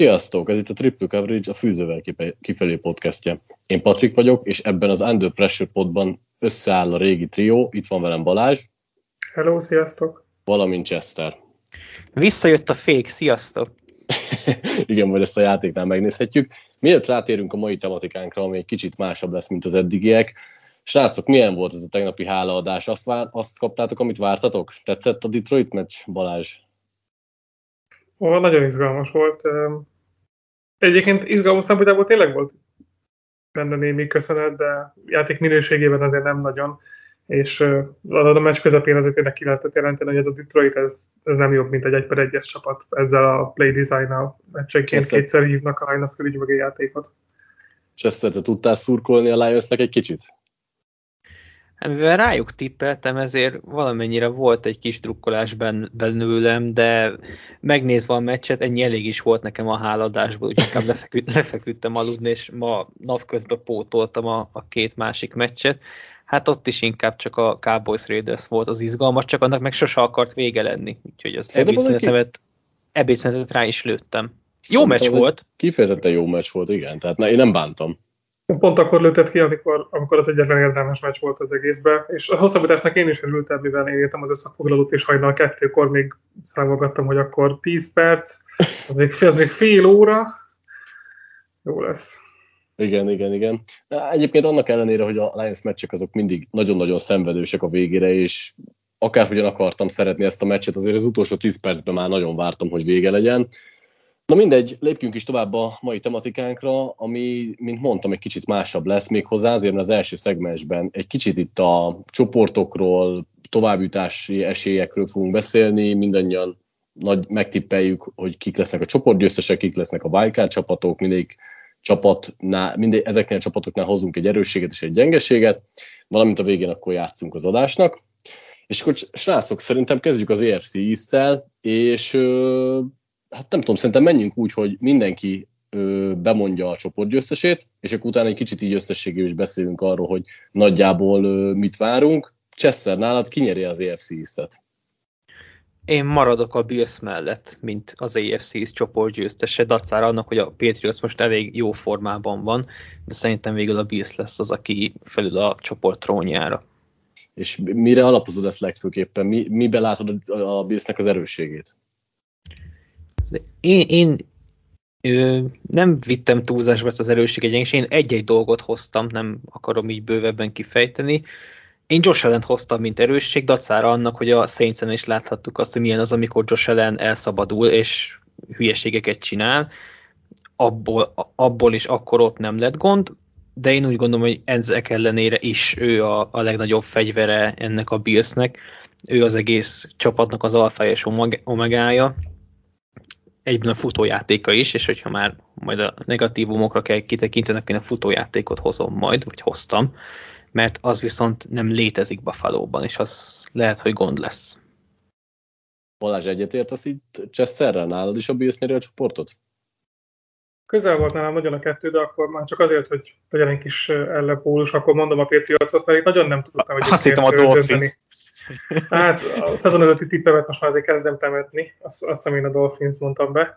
Sziasztok! Ez itt a Triple Coverage, a Fűzővel kifelé podcastje. Én Patrik vagyok, és ebben az Under Pressure podban összeáll a régi trió. Itt van velem Balázs. Hello, sziasztok! Valamint Chester. Visszajött a fék, sziasztok! Igen, majd ezt a játéknál megnézhetjük. Mielőtt rátérünk a mai tematikánkra, ami egy kicsit másabb lesz, mint az eddigiek. Srácok, milyen volt ez a tegnapi hálaadás? Azt kaptátok, amit vártatok? Tetszett a Detroit meccs, Balázs? Nagyon izgalmas volt. Egyébként izgalmas szempontjából tényleg volt benne némi köszönet, de játék minőségében azért nem nagyon. És a meccs közepén azért tényleg ki lehetett jelenteni, hogy ez a Detroit ez nem jobb, mint egy 1-1-es csapat ezzel a play design-nal. Meccsenként kétszer hívnak a Lions körügy mögé játékot. Chester, te tudtál szurkolni a Lionsnek egy kicsit? Hát, mivel rájuk tippeltem, ezért valamennyire volt egy kis drukkolás belőlem, de megnézve a meccset, ennyi elég is volt nekem a háladásból, úgyhogy inkább lefeküdtem aludni, és ma napközben pótoltam a két másik meccset. Hát ott is inkább csak a Cowboys Raiders volt az izgalmas, csak annak meg sose akart vége lenni, úgyhogy az ebédszünetet rá is lőttem. Jó meccs volt. Kifejezetten jó meccs volt, igen, tehát én nem bántam. Pont akkor lőttet ki, amikor az egyetlen érdelmes meccs volt az egészben, és a hosszabbításnak én is örültem, mivel én írtam az összefoglalót, és hajnal 2-kor még számolgattam, hogy akkor 10 perc, az még fél óra, jó lesz. Igen. Egyébként annak ellenére, hogy a Lions meccsek azok mindig nagyon-nagyon szenvedősek a végére, és akárhogyan akartam szeretni ezt a meccset, azért az utolsó 10 percben már nagyon vártam, hogy vége legyen. Na mindegy, lépjünk is tovább a mai tematikánkra, ami, mint mondtam, egy kicsit másabb lesz, méghozzá azért, mert az első szegmensben egy kicsit itt a csoportokról, továbbjutási esélyekről fogunk beszélni, mindannyian megtippeljük, hogy kik lesznek a csoportgyőztesek, kik lesznek a wildcard csapatok, ezeknél a csapatoknál hozunk egy erősséget és egy gyengeséget, valamint a végén akkor játszunk az adásnak. És akkor srácok, szerintem kezdjük az AFC East-tel, és hát nem tudom, szerintem menjünk úgy, hogy mindenki bemondja a csoportgyőztesét, és akkor utána egy kicsit így összességében is beszélünk arról, hogy nagyjából mit várunk. Chester, nálad ki nyeri az AFC East-et? Én maradok a Bills mellett, mint az AFC East csoportgyőztese, dacára annak, hogy a Patriots most elég jó formában van, de szerintem végül a Bills lesz az, aki felül a csoport trónjára. És mire alapozod ezt legfőképpen? Miben látod a Billsnek az erősségét? Én nem vittem túlzásba ezt az erősséget, és én egy-egy dolgot hoztam, nem akarom így bővebben kifejteni. Én Josh Allen-t hoztam, mint erősség, dacára annak, hogy a Saints-en is láthattuk azt, hogy milyen az, amikor Josh Allen elszabadul, és hülyeségeket csinál. Abból is akkor ott nem lett gond, de én úgy gondolom, hogy ezek ellenére is ő a legnagyobb fegyvere ennek a Billsnek. Ő az egész csapatnak az alfája és omegája. Egyben a futójátéka is, és hogyha már majd a negatívumokra kell kitekintenek, én a futójátékot hozom majd, vagy hoztam, mert az viszont nem létezik Buffalóban, és az lehet, hogy gond lesz. Balázs, egyetértesz itt Chesterrel? Nálad is a Bills nyeri a csoportot? Közel volt nálam nagyon a kettő, de akkor már csak azért, hogy legyen egy kis ellenpólus, akkor mondom a Patriotsot, mert itt nagyon nem tudtam, hogy azt hittem a Dolphins. Hát a szezon előtti tippemet most már azért kezdem temetni, azt hiszem én a Dolphins mondtam be.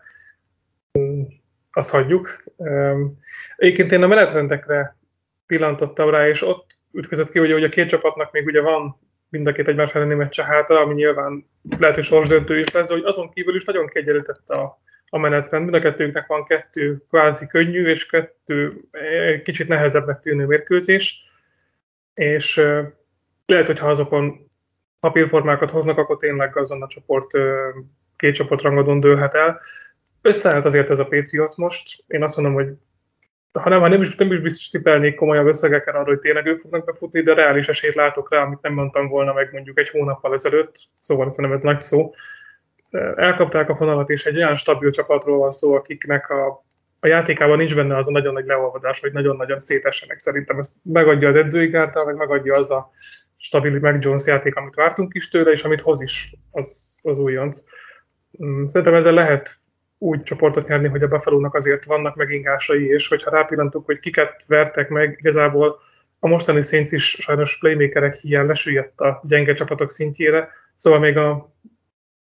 Azt hagyjuk. Egyébként én a menetrendekre pillantottam rá, és ott ütközött ki, hogy a két csapatnak még ugye van mind a két egymás elleni meccse hátra, ami nyilván lehet, hogy sorsdöntő is lesz, de hogy azon kívül is nagyon kiegyenlített a menetrend. Mind a kettőnknek van 2 kvázi könnyű, és 2 kicsit nehezebbnek tűnő mérkőzés, és lehet, hogyha azokon papírformákat hoznak, akkor tényleg azon a két csoportrangadon dőlhet el. Összeállt azért ez a Patriots most. Én azt mondom, hogy ha nem is biztos tippelnék komolyabb összegekkel arra, hogy tényleg ők fognak befutni, de reális esélyt látok rá, amit nem mondtam volna meg mondjuk egy hónappal ezelőtt, szóval ez nem egy nagy szó. Elkapták a fonalat, és egy olyan stabil csapatról van szó, akiknek a játékában nincs benne az a nagyon nagy leolvadás, hogy nagyon-nagyon szétessenek. Szerintem ezt megadja az edzői gárda, meg megadja az a stabil Mac Jones játék, amit vártunk is tőle, és amit hoz is az újonc. Szerintem ezzel lehet úgy csoportot nyerni, hogy a Buffalónak azért vannak megingásai, és hogyha rápillantunk, hogy kiket vertek meg, igazából a mostani Saints is sajnos playmakerek hiány lesüllyedt a gyenge csapatok szintjére, szóval még a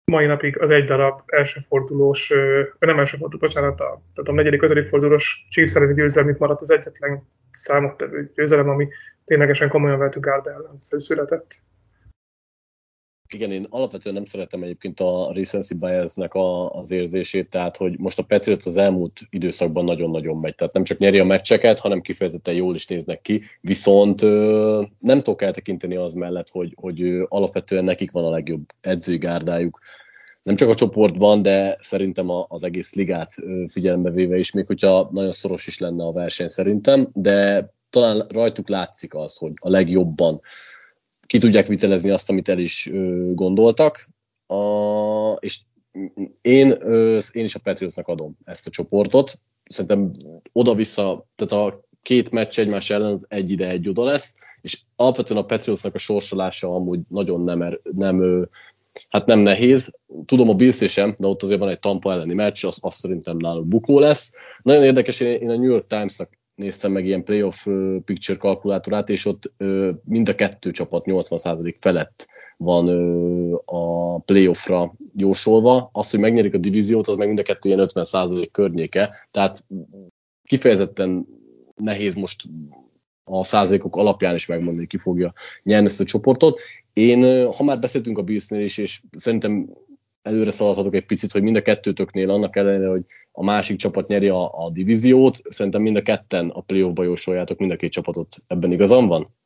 mai napig az egy darab elsőfordulós, nem elsőfordulós, bocsánat, tehát a 4.-5. fordulós Chiefs elleni győzelmük maradt az egyetlen számottevő győzelem, ami ténylegesen komolyan vehető gárda ellen született. Igen, én alapvetően nem szeretem egyébként a recency biasnek az érzését, tehát hogy most a Patriots az elmúlt időszakban nagyon-nagyon megy, tehát nem csak nyeri a meccseket, hanem kifejezetten jól is néznek ki, viszont nem tudok eltekinteni az mellett, hogy alapvetően nekik van a legjobb edzői gárdájuk, nem csak a csoportban, de szerintem az egész ligát figyelembe véve is, még hogyha nagyon szoros is lenne a verseny szerintem, de talán rajtuk látszik az, hogy a legjobban ki tudják vitelezni azt, amit el is gondoltak, és én is a Patriotsnak adom ezt a csoportot. Szerintem oda-vissza, tehát a két meccs egymás ellen az egy ide, egy oda lesz, és alapvetően a Patriotsnak a sorsolása amúgy nagyon nem nehéz. Tudom a Bills sem, de ott azért van egy Tampa elleni meccs, azt szerintem náluk bukó lesz. Nagyon érdekes, én a New York Times-nak néztem meg ilyen playoff picture kalkulátorát, és ott mind a kettő csapat 80% felett van a playoffra jósolva. Az, hogy megnyerik a divíziót, az meg mind a kettő ilyen 50% környéke. Tehát kifejezetten nehéz most a százalékok alapján is megmondani, ki fogja nyerni ezt a csoportot. Én, ha már beszéltünk a Billsnél is, és szerintem előre szaladhatok egy picit, hogy mind a kettőtöknél annak ellenére, hogy a másik csapat nyeri a divíziót, szerintem mind a ketten a playoffba jósoljátok mind a két csapatot. Ebben igazam van?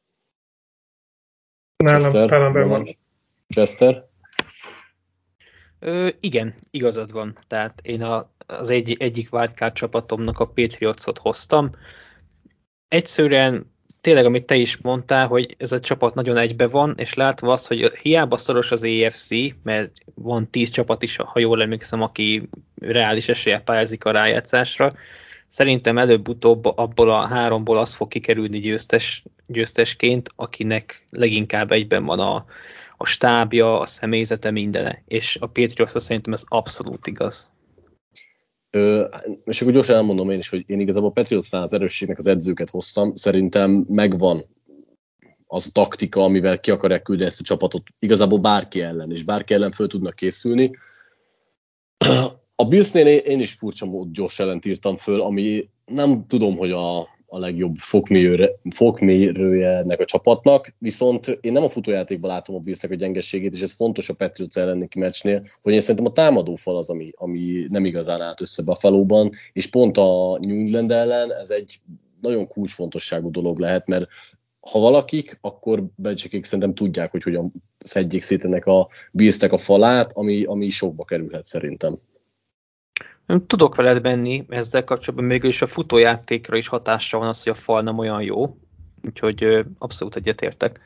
Nálam van. Chester? Igen, igazad van. Tehát én az egyik wildcard csapatomnak a Patriotsot hoztam. Egyszerűen tényleg, amit te is mondtál, hogy ez a csapat nagyon egybe van, és látva azt, hogy hiába szoros az AFC, mert van 10 csapat is, ha jól emlékszem, aki reális eséllyel pályázik a rájátszásra, szerintem előbb-utóbb abból a 3-ból az fog kikerülni győztesként, akinek leginkább egyben van a stábja, a személyzete, mindene. És a Patriotsra szerintem ez abszolút igaz. És akkor gyorsan elmondom én is, hogy én igazából a Patriotsnál az erősségnek az edzőket hoztam, szerintem megvan az a taktika, amivel ki akarják küldeni ezt a csapatot igazából bárki ellen, és bárki ellen föl tudnak készülni. A Billsnél én is furcsa mód gyors ellent írtam föl, ami nem tudom, hogy a legjobb fokmérője ennek a csapatnak, viszont én nem a futójátékban látom a Billsnek a gyengességét, és ez fontos a Patriots elleni meccsnél, hogy én szerintem a támadófal az, ami nem igazán állt össze Buffalóban, és pont a New England ellen ez egy nagyon kulcsfontosságú dolog lehet, mert ha valakik, akkor Belichickék szerintem tudják, hogy hogyan szedjék szét ennek a Billsnek a falát, ami sokba kerülhet szerintem. Tudok veled menni ezzel kapcsolatban, mégis a futójátékra is hatással van az, hogy a fal nem olyan jó, úgyhogy abszolút egyetértek.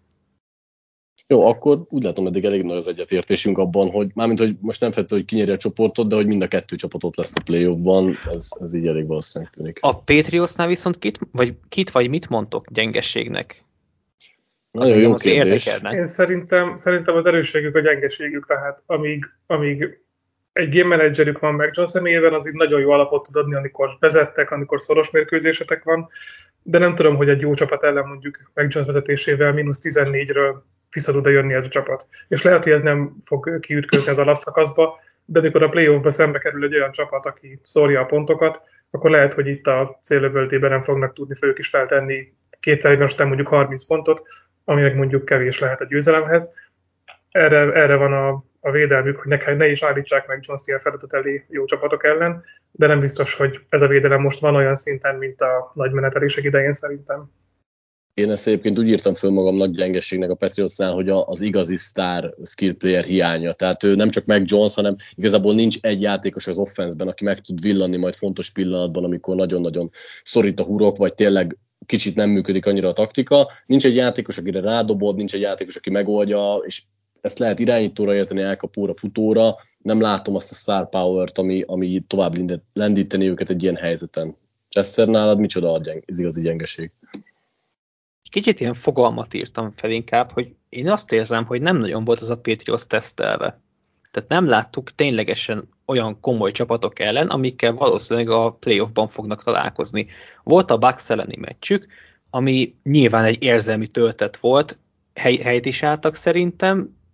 Jó, akkor úgy látom, eddig elég nagy az egyetértésünk abban, hogy mármint, hogy most nem feltétlenül, hogy kinyeri a csoportot, de hogy mind a kettő csapatot lesz a playoffban, ez így elég valószínűleg tűnik. A Patriotsnál viszont kit vagy mit mondtok gyengeségnek? Nagyon jó kérdés. Én szerintem az erősségük a gyengeségük, tehát amíg egy game menedzserük van meg John személyében, az így nagyon jó alapot tud adni, amikor vezettek, amikor szoros mérkőzésetek van, de nem tudom, hogy egy jó csapat ellen mondjuk meg Jones vezetésével -14-ről vissza tud jönni ez a csapat. És lehet, hogy ez nem fog kiütközni az alapszakaszba, de amikor a playoffba szembe kerül egy olyan csapat, aki szórja a pontokat, akkor lehet, hogy itt a célöböltében nem fognak tudni ők is feltenni kétszer egymásután mondjuk 30 pontot, aminek mondjuk kevés lehet a győzelemhez. Erre van a védelmük, hogy ne is állítsák meg Jones ilyen feladatot elé jó csapatok ellen, de nem biztos, hogy ez a védelem most van olyan szinten, mint a nagy menetelések idején szerintem. Én ezt egyébként úgy írtam föl magamnak gyengeségnek a Patriotsnál, hogy az igazi sztár skill player hiánya. Tehát ő nem csak Mac Jones, hanem igazából nincs egy játékos az offenszben, aki meg tud villanni majd fontos pillanatban, amikor nagyon-nagyon szorít a hurok, vagy tényleg kicsit nem működik annyira a taktika. Nincs egy játékos, akire rádobod, nincs egy játékos, aki megoldja, és ezt lehet irányítóra érteni, elkapóra, futóra. Nem látom azt a star power-t, ami tovább lendíteni őket egy ilyen helyzeten. Chester, nálad micsoda az igazi gyengeség? Kicsit ilyen fogalmat írtam fel inkább, hogy én azt érzem, hogy nem nagyon volt az a Patriots tesztelve. Tehát nem láttuk ténylegesen olyan komoly csapatok ellen, amikkel valószínűleg a playoffban fognak találkozni. Volt a Bucks elleni meccsük, ami nyilván egy érzelmi töltet volt, helyt is álltak szerintem,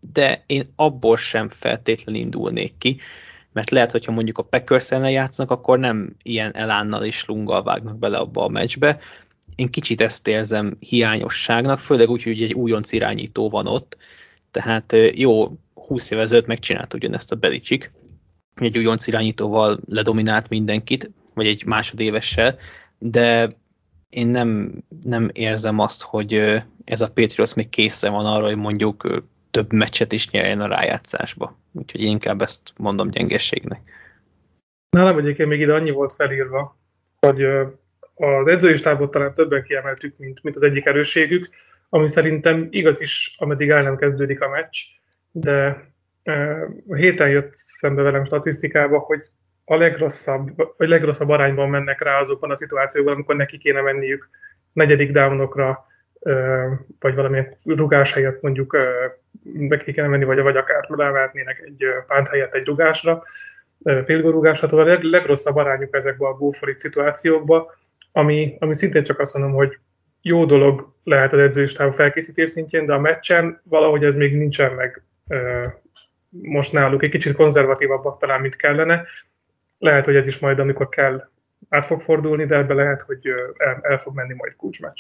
de én abból sem feltétlenül indulnék ki, mert lehet, hogyha mondjuk a Packers ellen játszanak, akkor nem ilyen elánnal és lunggal vágnak bele abba a meccsbe. Én kicsit ezt érzem hiányosságnak, főleg úgy, hogy egy újonc irányító van ott, tehát jó, 20 évvel ezelőtt megcsinált ugyanezt a Belichick, egy újonc irányítóval ledominált mindenkit, vagy egy másodévessel, de én nem érzem azt, hogy ez a Patriots még készen van arra, hogy mondjuk több meccset is nyerjen a rájátszásba. Úgyhogy én inkább ezt mondom gyengességnek. Nálam egyébként még ide annyi volt felírva, hogy az edzői stábot talán többen kiemeltük, mint az egyik erősségük, ami szerintem igaz is, ameddig el nem kezdődik a meccs, de a héten jött szembe velem statisztikába, hogy a legrosszabb arányban mennek rá azokban a szituációkban, amikor neki kéne menniük negyedik downokra, vagy valamilyen rugás helyett mondjuk neki kéne menni, vagy akár rávertnének egy pánt helyett egy rugásra, field goal rugásra, tehát a legrosszabb arányuk ezekben a go for it szituációkban, ami szintén csak azt mondom, hogy jó dolog lehet az edzői stáb felkészítés szintjén, de a meccsen valahogy ez még nincsen meg most náluk, egy kicsit konzervatívabbak talán, mint kellene. Lehet, hogy ez is majd, amikor kell, át fog fordulni, de ebbe lehet, hogy el fog menni majd kulcsmeccs.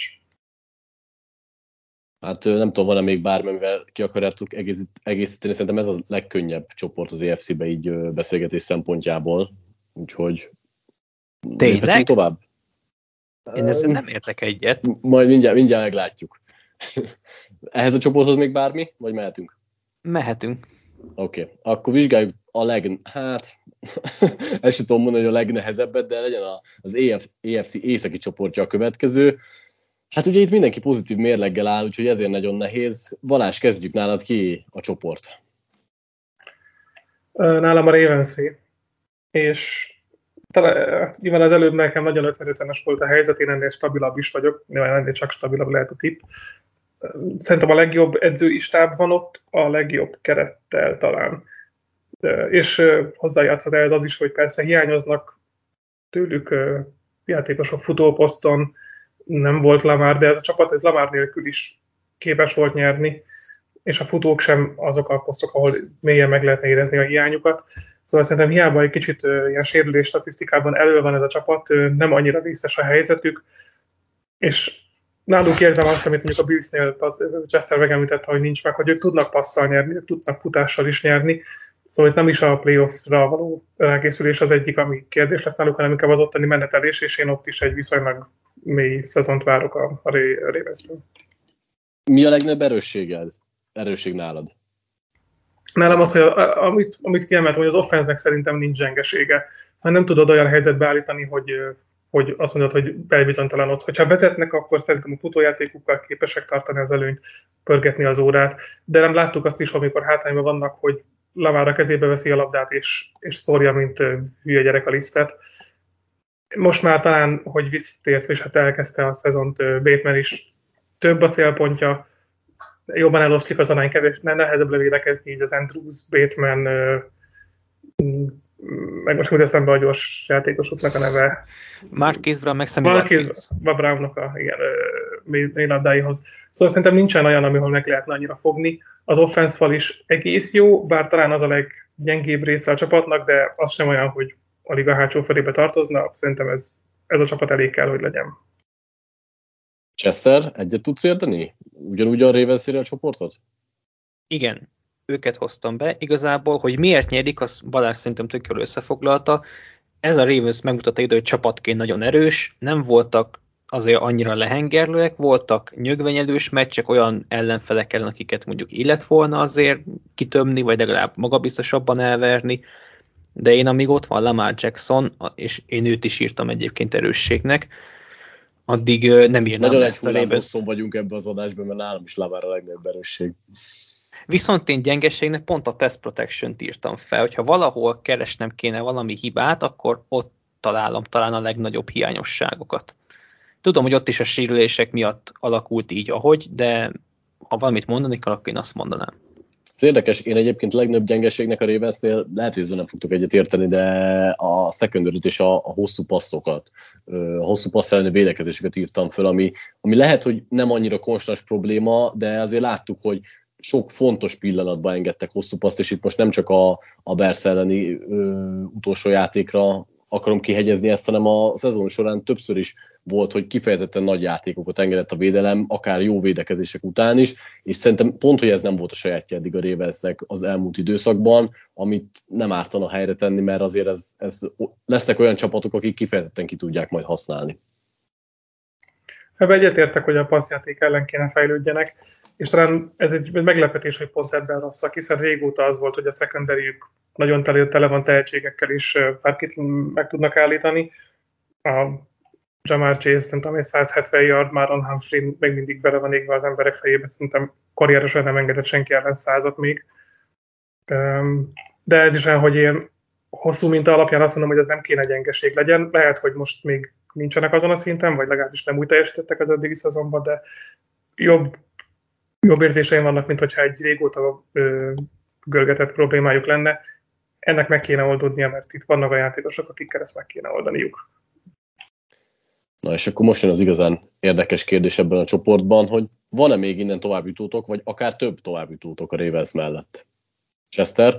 Hát nem tudom, van-e még bármi, amivel ki akarjátok egészíteni. Szerintem ez a legkönnyebb csoport az EFC-be így beszélgetés szempontjából. Úgyhogy tényleg? Tovább? Én ezzel nem értek egyet. Majd mindjárt meglátjuk. Ehhez a csoporthoz még bármi, vagy mehetünk? Mehetünk. Oké. Akkor vizsgáljuk ezt sem tudom mondani, hogy a legnehezebbet, de legyen az EFC északi csoportja a következő. Hát ugye itt mindenki pozitív mérleggel áll, úgyhogy ezért nagyon nehéz. Balázs, kezdjük, nálad ki a csoport? Nálam a Ravensé. És talán, nyilván az előbb nekem nagyon 50-50-es volt a helyzet, én ennél stabilabb is vagyok, nyilván ennél csak stabilabb lehet a tipp. Szerintem a legjobb edzői stáb van ott, a legjobb kerettel talán. És hozzájátszhat ez az is, hogy persze hiányoznak tőlük játékosok futóposzton, nem volt Lamar, de ez a csapat ez Lamar nélkül is képes volt nyerni, és a futók sem azok a posztok, ahol mélyen meg lehetne érezni a hiányukat. Szóval szerintem hiába egy kicsit ilyen sérülés statisztikában elő van ez a csapat, nem annyira vészes a helyzetük, és náluk érzem azt, amit mondjuk a Billsnél Chester megemlítette, hogy nincs meg, hogy ők tudnak passzal nyerni, ők tudnak futással is nyerni, szóval itt nem is a playoffra való rákészülés az egyik, ami kérdés lesz náluk, hanem inkább az ottani menetelés, és én ott is egy viszonylag mély szezont várok a Ravensből. Mi a legnagyobb erősség nálad? Nálam az, hogy amit kiemelt, hogy az offense-nek szerintem nincs zsengesége. Szóval nem tudod olyan helyzetbe állítani, hogy azt mondod, hogy belbizonytalanod. Hogyha vezetnek, akkor szerintem a futójátékukkal képesek tartani az előnyt, pörgetni az órát. De nem láttuk azt is, amikor hátrányban vannak, hogy Lamar a kezébe veszi a labdát, és szórja, mint hülye gyerek a lisztet. Most már talán, hogy visszatért, és hát elkezdte a szezont Bateman is, több a célpontja, jobban eloszlik az arány, nehezebb levédekezni, így az Andrews, Bateman, meg most jut eszembe a gyors játékosoknak a neve. Marquise Brown, meg Sammy Watkins. Brownnak a mélylabdáihoz. Szóval szerintem nincsen olyan, amihol meg lehetne annyira fogni. Az offense fal is egész jó, bár talán az a leggyengébb része a csapatnak, de az sem olyan, hogy a liga hátsó felébe tartozna. Szerintem ez a csapat elég kell, hogy legyen. Chester, egyet tudsz érteni? Ugyanúgy a Ravens-ére a csoportot? Igen, őket hoztam be. Igazából, hogy miért nyerik, az Balázs szerintem tök jól összefoglalta. Ez a Ravens megmutatta ide, hogy csapatként nagyon erős, nem voltak azért annyira lehengerlőek, voltak nyögvenyelős meccsek olyan ellenfelek ellen, akiket mondjuk illet volna azért kitömni, vagy legalább magabiztosabban elverni, de én amíg ott van Lamar Jackson, és én őt is írtam egyébként erősségnek, addig nem írnám nagyon ezt a Ravens. Nagyon vagyunk ebbe az adásban, mert nálam is Lamar a legnagyobb erősség. Viszont én gyengeségnek pont a pass protection-t írtam fel, hogyha valahol keresnem kéne valami hibát, akkor ott találom talán a legnagyobb hiányosságokat. Tudom, hogy ott is a sérülések miatt alakult így, ahogy, de ha valamit mondani kell, akkor én azt mondanám. Ez érdekes, én egyébként legnagyobb gyengeségnek a Ravensnél, lehet, hogy ezzel nem fogtok egyet érteni, de a secondary-t és a hosszú passzokat, a hosszú passz elleni védekezéseket írtam föl, ami lehet, hogy nem annyira konstans probléma, de azért láttuk, hogy sok fontos pillanatban engedtek hosszú paszt, és itt most nem csak a Bears elleni utolsó játékra akarom kihegyezni ezt, hanem a szezon során többször is volt, hogy kifejezetten nagy játékokat engedett a védelem, akár jó védekezések után is, és szerintem pont, hogy ez nem volt a sajátja eddig a Ravensnek az elmúlt időszakban, amit nem ártana helyre tenni, mert azért lesznek olyan csapatok, akik kifejezetten ki tudják majd használni. Ebben egyetértek, hogy a passzjáték ellen kéne fejlődjenek, és talán ez egy meglepetés, hogy pont ebben rosszak, hiszen régóta az volt, hogy a secondary-ük nagyon tele van tehetségekkel is, bárkit meg tudnak állítani. A Jamar Chase, szerintem egy 170 yard, Marlon Humphrey még mindig bele van égve az emberek fejébe, szerintem karrierosan nem engedett senki ellen 100-at még. De ez is olyan, hogy én hosszú minta alapján azt mondom, hogy ez nem kéne gyengeség legyen. Lehet, hogy most még nincsenek azon a szinten, vagy legalábbis nem úgy teljesítettek az eddigi szezonban, de jobb érzéseim vannak, mint hogyha egy régóta görgetett problémájuk lenne. Ennek meg kéne oldódnia, mert itt vannak a játékosok, akikkel ezt meg kéne oldaniuk. Na és akkor most jön az igazán érdekes kérdés ebben a csoportban, hogy van-e még innen továbbjutótok, vagy akár több továbbjutótok a Ravens mellett? Chester?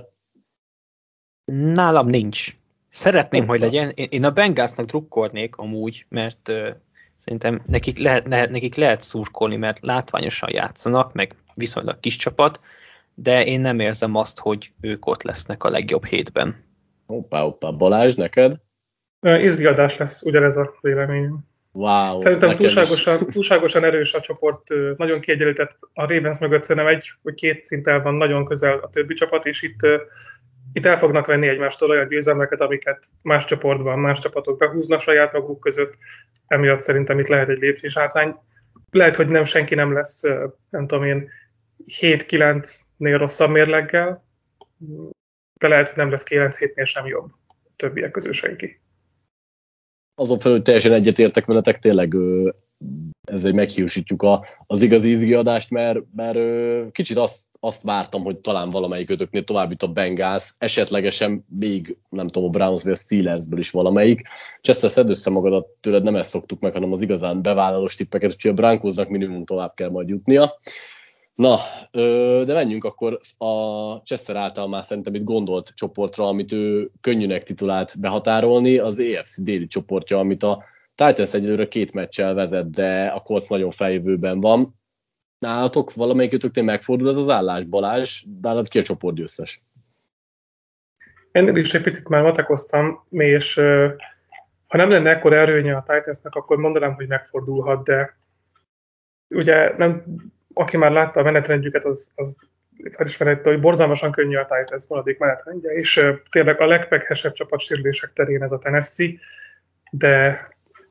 Nálam nincs. Szeretném, hogy legyen. Én a Bengalsnak drukkolnék amúgy, mert szerintem nekik lehet szurkolni, mert látványosan játszanak, meg viszonylag kis csapat, de én nem érzem azt, hogy ők ott lesznek a legjobb hétben. Hoppá. Balázs, neked? Izgiadás lesz ugyanez a véleményem. Wow, szerintem túlságosan erős a csoport, nagyon kiegyenlített. A Ravens mögött szerintem egy vagy két szinttel van nagyon közel a többi csapat, és itt el fognak venni egymástól olyan győzelmeket, amiket más csoportban, más csapatok behúznak saját maguk között. Emiatt szerintem itt lehet egy lépcsés hátrány. Lehet, hogy senki nem lesz, nem tudom én, 7-9-nél rosszabb mérleggel, de lehet, hogy nem lesz 9-7-nél sem jobb. Többiek közül senki. Azon felül, hogy teljesen egyetértek veletek, tényleg ezzel meghiúsítjuk az igazi izgiadást, mert kicsit azt vártam, hogy talán valamelyik ötöknél tovább jut a Bengals, esetlegesen még, nem tudom, a Browns vagy a Steelersből is valamelyik. Chester, szedd össze magadat, tőled nem ezt szoktuk meg, hanem az igazán bevállalós tippeket, úgyhogy a Broncosnak minimum tovább kell majd jutnia. Na, de menjünk akkor a Chester által már szerintem itt gondolt csoportra, amit ő könnyűnek titulált behatárolni, az AFC déli csoportja, amit a Titans egyelőre 2 meccsel vezet, de a Colts nagyon feljövőben van. Nálatok valamelyikőtöknél megfordul ez az állás, Balázs, nálad ki a csoportgyőztes? Ennél is egy picit már matekoztam, és ha nem lenne ekkora erőnye a Titansnak, akkor mondanám, hogy megfordulhat, de ugye aki már látta a menetrendjüket, az felismerhette, hogy borzalmasan könnyű a Titans maradék menetrendje, és tényleg a legpeghesebb csapatsérülések terén ez a Tennessee, de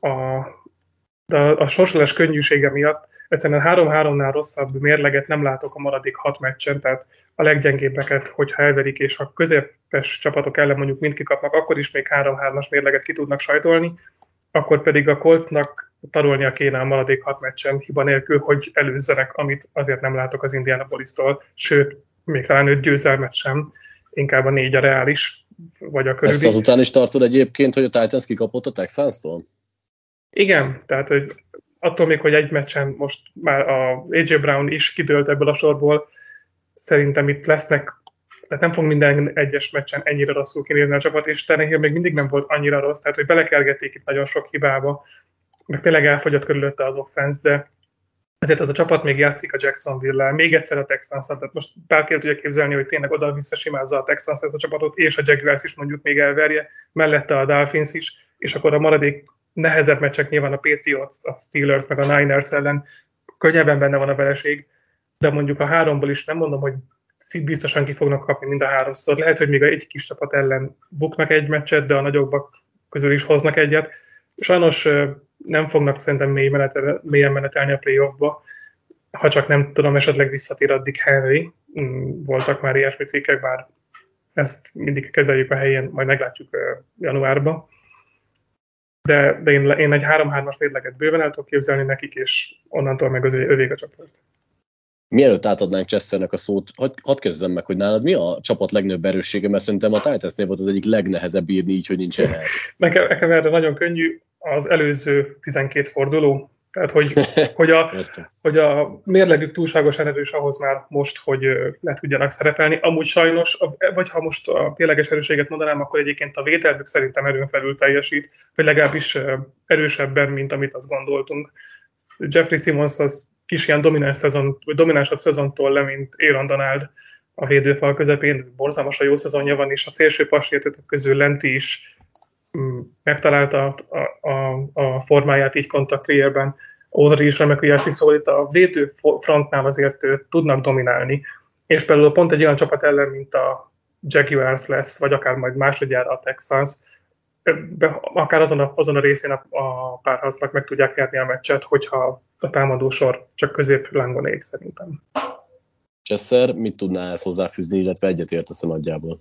a sorsolás könnyűsége miatt egyszerűen 3-3-nál rosszabb mérleget nem látok a maradék 6 meccsen, tehát a leggyengébbeket, hogyha elverik, és ha közepes csapatok ellen mondjuk mind kikapnak, akkor is még 3-3-as mérleget ki tudnak sajtolni, akkor pedig a Coltsnak tarolnia kéne a maradék 6 meccsen hiba nélkül, hogy előzzenek, amit azért nem látok az Indianapolistól, sőt, még talán 5 győzelmet sem, inkább a 4 a reális, vagy a körüli. Ezt azután is tartod egyébként, hogy a Titans kikapott a Texans-tól? Igen, tehát hogy attól még, hogy egy meccsen most már a AJ Brown is kidőlt ebből a sorból, szerintem itt lesznek, tehát nem fog minden egyes meccsen ennyire rosszul kinézni a csapat, és Tannehill még mindig nem volt annyira rossz, tehát hogy belekergették itt nagyon sok hibába, meg tényleg elfogyott körülötte az offense, de ezért az a csapat még játszik a Jacksonville-lel, még egyszer a Texans, tehát most bárki el tudja képzelni, hogy tényleg oda visszasimázza a Texans ezt a csapatot, és a Jaguars is mondjuk még elverje, mellette a Dolphins is, és akkor a maradék nehezebb meccsek nyilván a Patriots, a Steelers, meg a Niners ellen könnyebben benne van a vereség, de mondjuk a 3-ból is nem mondom, hogy biztosan ki fognak kapni mind a 3-szor. Lehet, hogy még egy kis csapat ellen buknak egy meccset, de a nagyobbak közül is hoznak egyet. Sajnos nem fognak szerintem mélyen menetelni a playoffba, ha csak nem tudom, esetleg visszatér addig Henry. Voltak már ilyesmi cikkek, bár ezt mindig kezeljük a helyén, majd meglátjuk januárban. De én egy 3-3-as mérleget bőven el tudok képzelni nekik, és onnantól meg az övék a csoport. Mielőtt átadnánk Chesternek a szót, hadd kezdem meg, hogy nálad mi a csapat legnagyobb erőssége, mert szerintem a Titansnél volt az egyik legnehezebb írni így, hogy nincsen el. Nekem erre nagyon könnyű az előző 12 forduló, Tehát, hogy a mérlegük túlságosan erős ahhoz már most, hogy le tudjanak szerepelni. Amúgy sajnos, vagy ha most a tényleges erőséget mondanám, akkor egyébként a vételük szerintem erőn felül teljesít, vagy legalábbis erősebben, mint amit azt gondoltunk. Jeffrey Simmons az kis ilyen dominánsabb szezontól le, mint Aaron Donald a védőfal közepén, borzalmasan jó szezonja van, és a szélső passértők közül Lenti is megtalálta a formáját így kontakttriérben. Audrey is remekül játszik, szóval itt a védő frontnál azért tudnak dominálni. És például pont egy olyan csapat ellen, mint a Jaguars lesz, vagy akár majd másodjára a Texans, akár azon a részén a párharcnak meg tudják nyerni a meccset, hogyha a támadósor csak középlángon ég szerintem. Csesser, mit tudnál ezt hozzáfűzni, illetve egyet értesz nagyjából?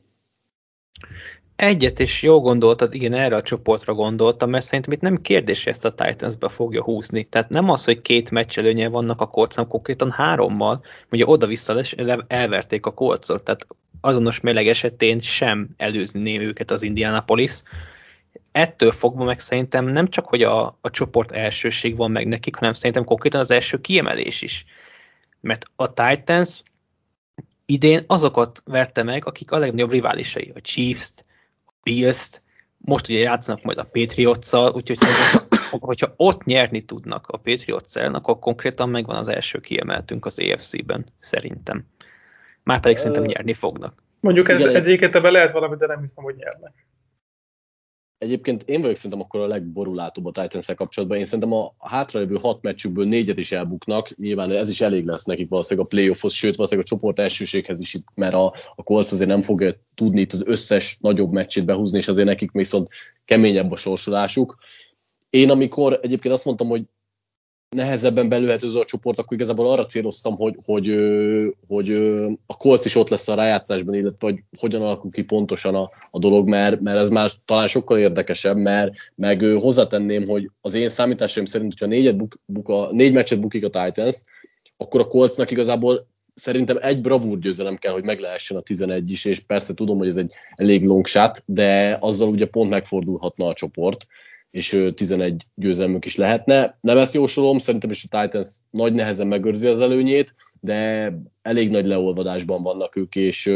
Egyet, és jó gondoltad, igen, erre a csoportra gondoltam, mert szerintem itt nem kérdés, hogy ezt a Titans-be fogja húzni. Tehát nem az, hogy 2 meccs előnye vannak a Coltsnak, konkrétan 3-mal, ugye oda-vissza elverték a Coltsot, tehát azonos mérleg esetén sem előzni őket az Indianapolis. Ettől fogva meg szerintem nem csak, hogy a csoport elsőség van meg nekik, hanem szerintem konkrétan az első kiemelés is. Mert a Titans idén azokat verte meg, akik a legnagyobb riválisai, a Chiefs-t, a Bills-t, most ugye játszanak majd a Patriots-szal, úgyhogy hogyha ott nyerni tudnak a Patriots ellen, akkor konkrétan megvan az első kiemeltünk az AFC-ben, szerintem. Márpedig szerintem nyerni fognak. Mondjuk egyébként ebben lehet valami, de nem hiszem, hogy nyernek. Egyébként én vagyok szerintem akkor a legborulátóbb a Titans-szel kapcsolatban. Én szerintem a hátralévő 6 meccsükből 4-et is elbuknak. Nyilván ez is elég lesz nekik valószínűleg a playoffhoz, sőt valószínűleg a csoport elsőséghez is, mert a Colts azért nem fogja tudni itt az összes nagyobb meccsét behúzni, és azért nekik viszont keményebb a sorsolásuk. Én amikor egyébként azt mondtam, hogy nehezebben belülhető a csoport, akkor igazából arra céloztam, hogy a Colts is ott lesz a rájátszásban, illetve hogy hogyan alakul ki pontosan a dolog, mert ez már talán sokkal érdekesebb, mert meg hozzátenném, hogy az én számításaim szerint, hogyha 4 meccset bukik a Titans, akkor a Coltsnak igazából szerintem egy bravúr győzelem kell, hogy meg lehessen a 11 is, és persze tudom, hogy ez egy elég long shot, de azzal ugye pont megfordulhatna a csoport, és 11 győzelmük is lehetne. Nem ezt jósolom, szerintem is a Titans nagy nehezen megőrzi az előnyét, de elég nagy leolvadásban vannak ők, és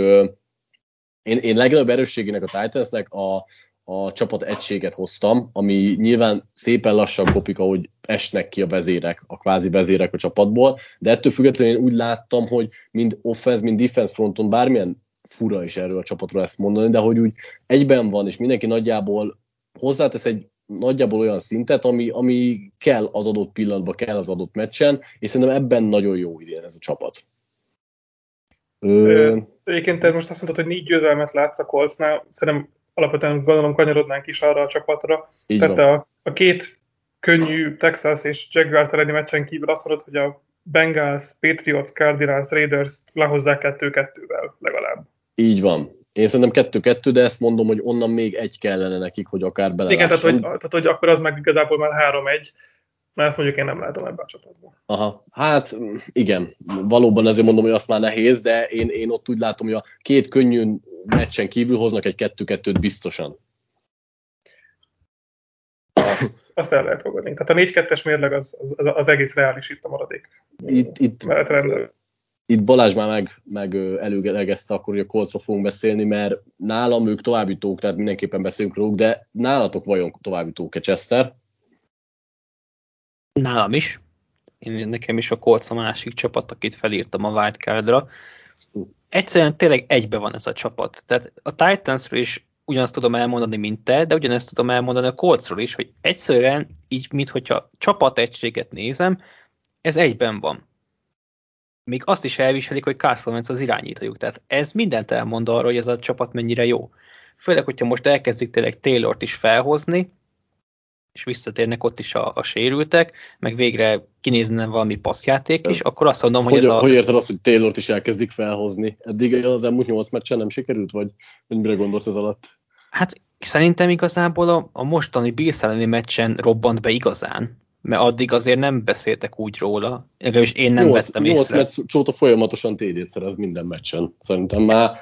én legnagyobb erősségének a Titansnek a csapat egységet hoztam, ami nyilván szépen lassan kopik, ahogy esnek ki a vezérek, a kvázi vezérek a csapatból, de ettől függetlenül én úgy láttam, hogy mind offense, mind defense fronton bármilyen fura is erről a csapatról ezt mondani, de hogy úgy egyben van, és mindenki nagyjából hozzátesz egy nagyjából olyan szintet, ami kell az adott pillanatban, kell az adott meccsen, és szerintem ebben nagyon jó idén ez a csapat. Egyébként te most azt mondtad, hogy 4 győzelmet látsz a Coltsnál, szerintem alapvetően gondolom kanyarodnánk is arra a csapatra. Így tehát a 2 könnyű Texas és Jaguars elleni meccsen kívül azt mondod, hogy a Bengals, Patriots, Cardinals, Raiders lehozzák 2-2-vel legalább. Így van. Én szerintem 2-2, de ezt mondom, hogy onnan még egy kellene nekik, hogy akár belelásson. Igen, tehát hogy akkor az meg igazából már 3-1, mert ezt mondjuk én nem látom ebben a csapatban. Aha, hát igen, valóban ezért mondom, hogy azt már nehéz, de én ott úgy látom, hogy a 2 könnyű meccsen kívül hoznak egy 2-2-t biztosan. Azt el lehet fogadni. Tehát a 4-2-es mérleg az egész reális itt a maradék. Itt Balázs már meg előlegezte akkor, hogy a Coltsról fogunk beszélni, mert nálam ők továbbjutók, tehát mindenképpen beszélünk róluk, de nálatok vajon továbbjutók-e, Chester? Nálam is. Nekem is a Colts a másik csapat, akit felírtam a wildcardra. Egyszerűen tényleg egybe van ez a csapat. Tehát a Titansról is ugyanazt tudom elmondani, mint te, de ugyanezt tudom elmondani a Coltsról is, hogy egyszerűen így, minthogyha csapategységet nézem, ez egyben van. Még azt is elviselik, hogy Carson Wentz az irányítójuk. Tehát ez mindent elmond arról, hogy ez a csapat mennyire jó. Főleg, hogyha most elkezdik tényleg Taylort is felhozni, és visszatérnek ott is a sérültek, meg végre kinézne valami passzjáték is, akkor azt mondom, hogy ez a... Hogy érted azt, hogy Taylort is elkezdik felhozni? Eddig az elmúlt 8 meccsen nem sikerült, vagy mire gondolsz ez alatt? Hát szerintem igazából a mostani Bills elleni meccsen robbant be igazán, mert addig azért nem beszéltek úgy róla, legalábbis én nem vettem észre. 8 meccs óta folyamatosan TD-t szerez minden meccsen. Szerintem már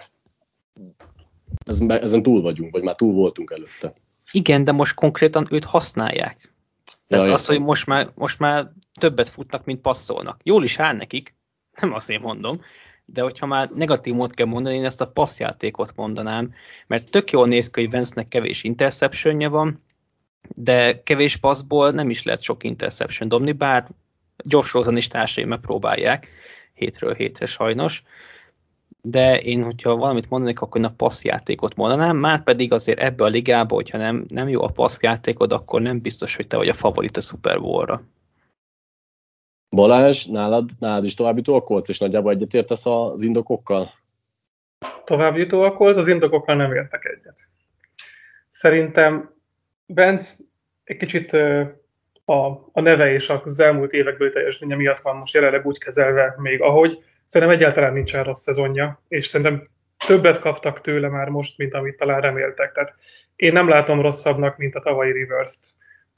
ezen túl vagyunk, vagy már túl voltunk előtte. Igen, de most konkrétan őt használják. Tehát az, hogy most már többet futnak, mint passzolnak. Jól is áll nekik, nem azért mondom, de hogyha már negatívumot kell mondani, én ezt a passzjátékot mondanám, mert tök jól néz ki, hogy Vance-nek kevés interceptionje van, de kevés passzból nem is lehet sok interception dobni, bár Josh Rosen és társai megpróbálják hétről hétre sajnos, de én, hogyha valamit mondanék, akkor én a passzjátékot mondanám, már pedig azért ebbe a ligába, hogyha nem jó a passzjátékod, akkor nem biztos, hogy te vagy a favorit a Super Bowl-ra. Balázs, nálad is továbbjutó a Colts, és nagyjából egyetértesz az indokokkal? Továbbjutó a Colts, az indokokkal nem értek egyet. Szerintem Vance egy kicsit a neve és az elmúlt évekbeli teljesítménye miatt van most jelenleg úgy kezelve még ahogy. Szerintem egyáltalán nincsen rossz szezonja, és szerintem többet kaptak tőle már most, mint amit talán reméltek. Tehát én nem látom rosszabbnak, mint a tavalyi Rivers-t.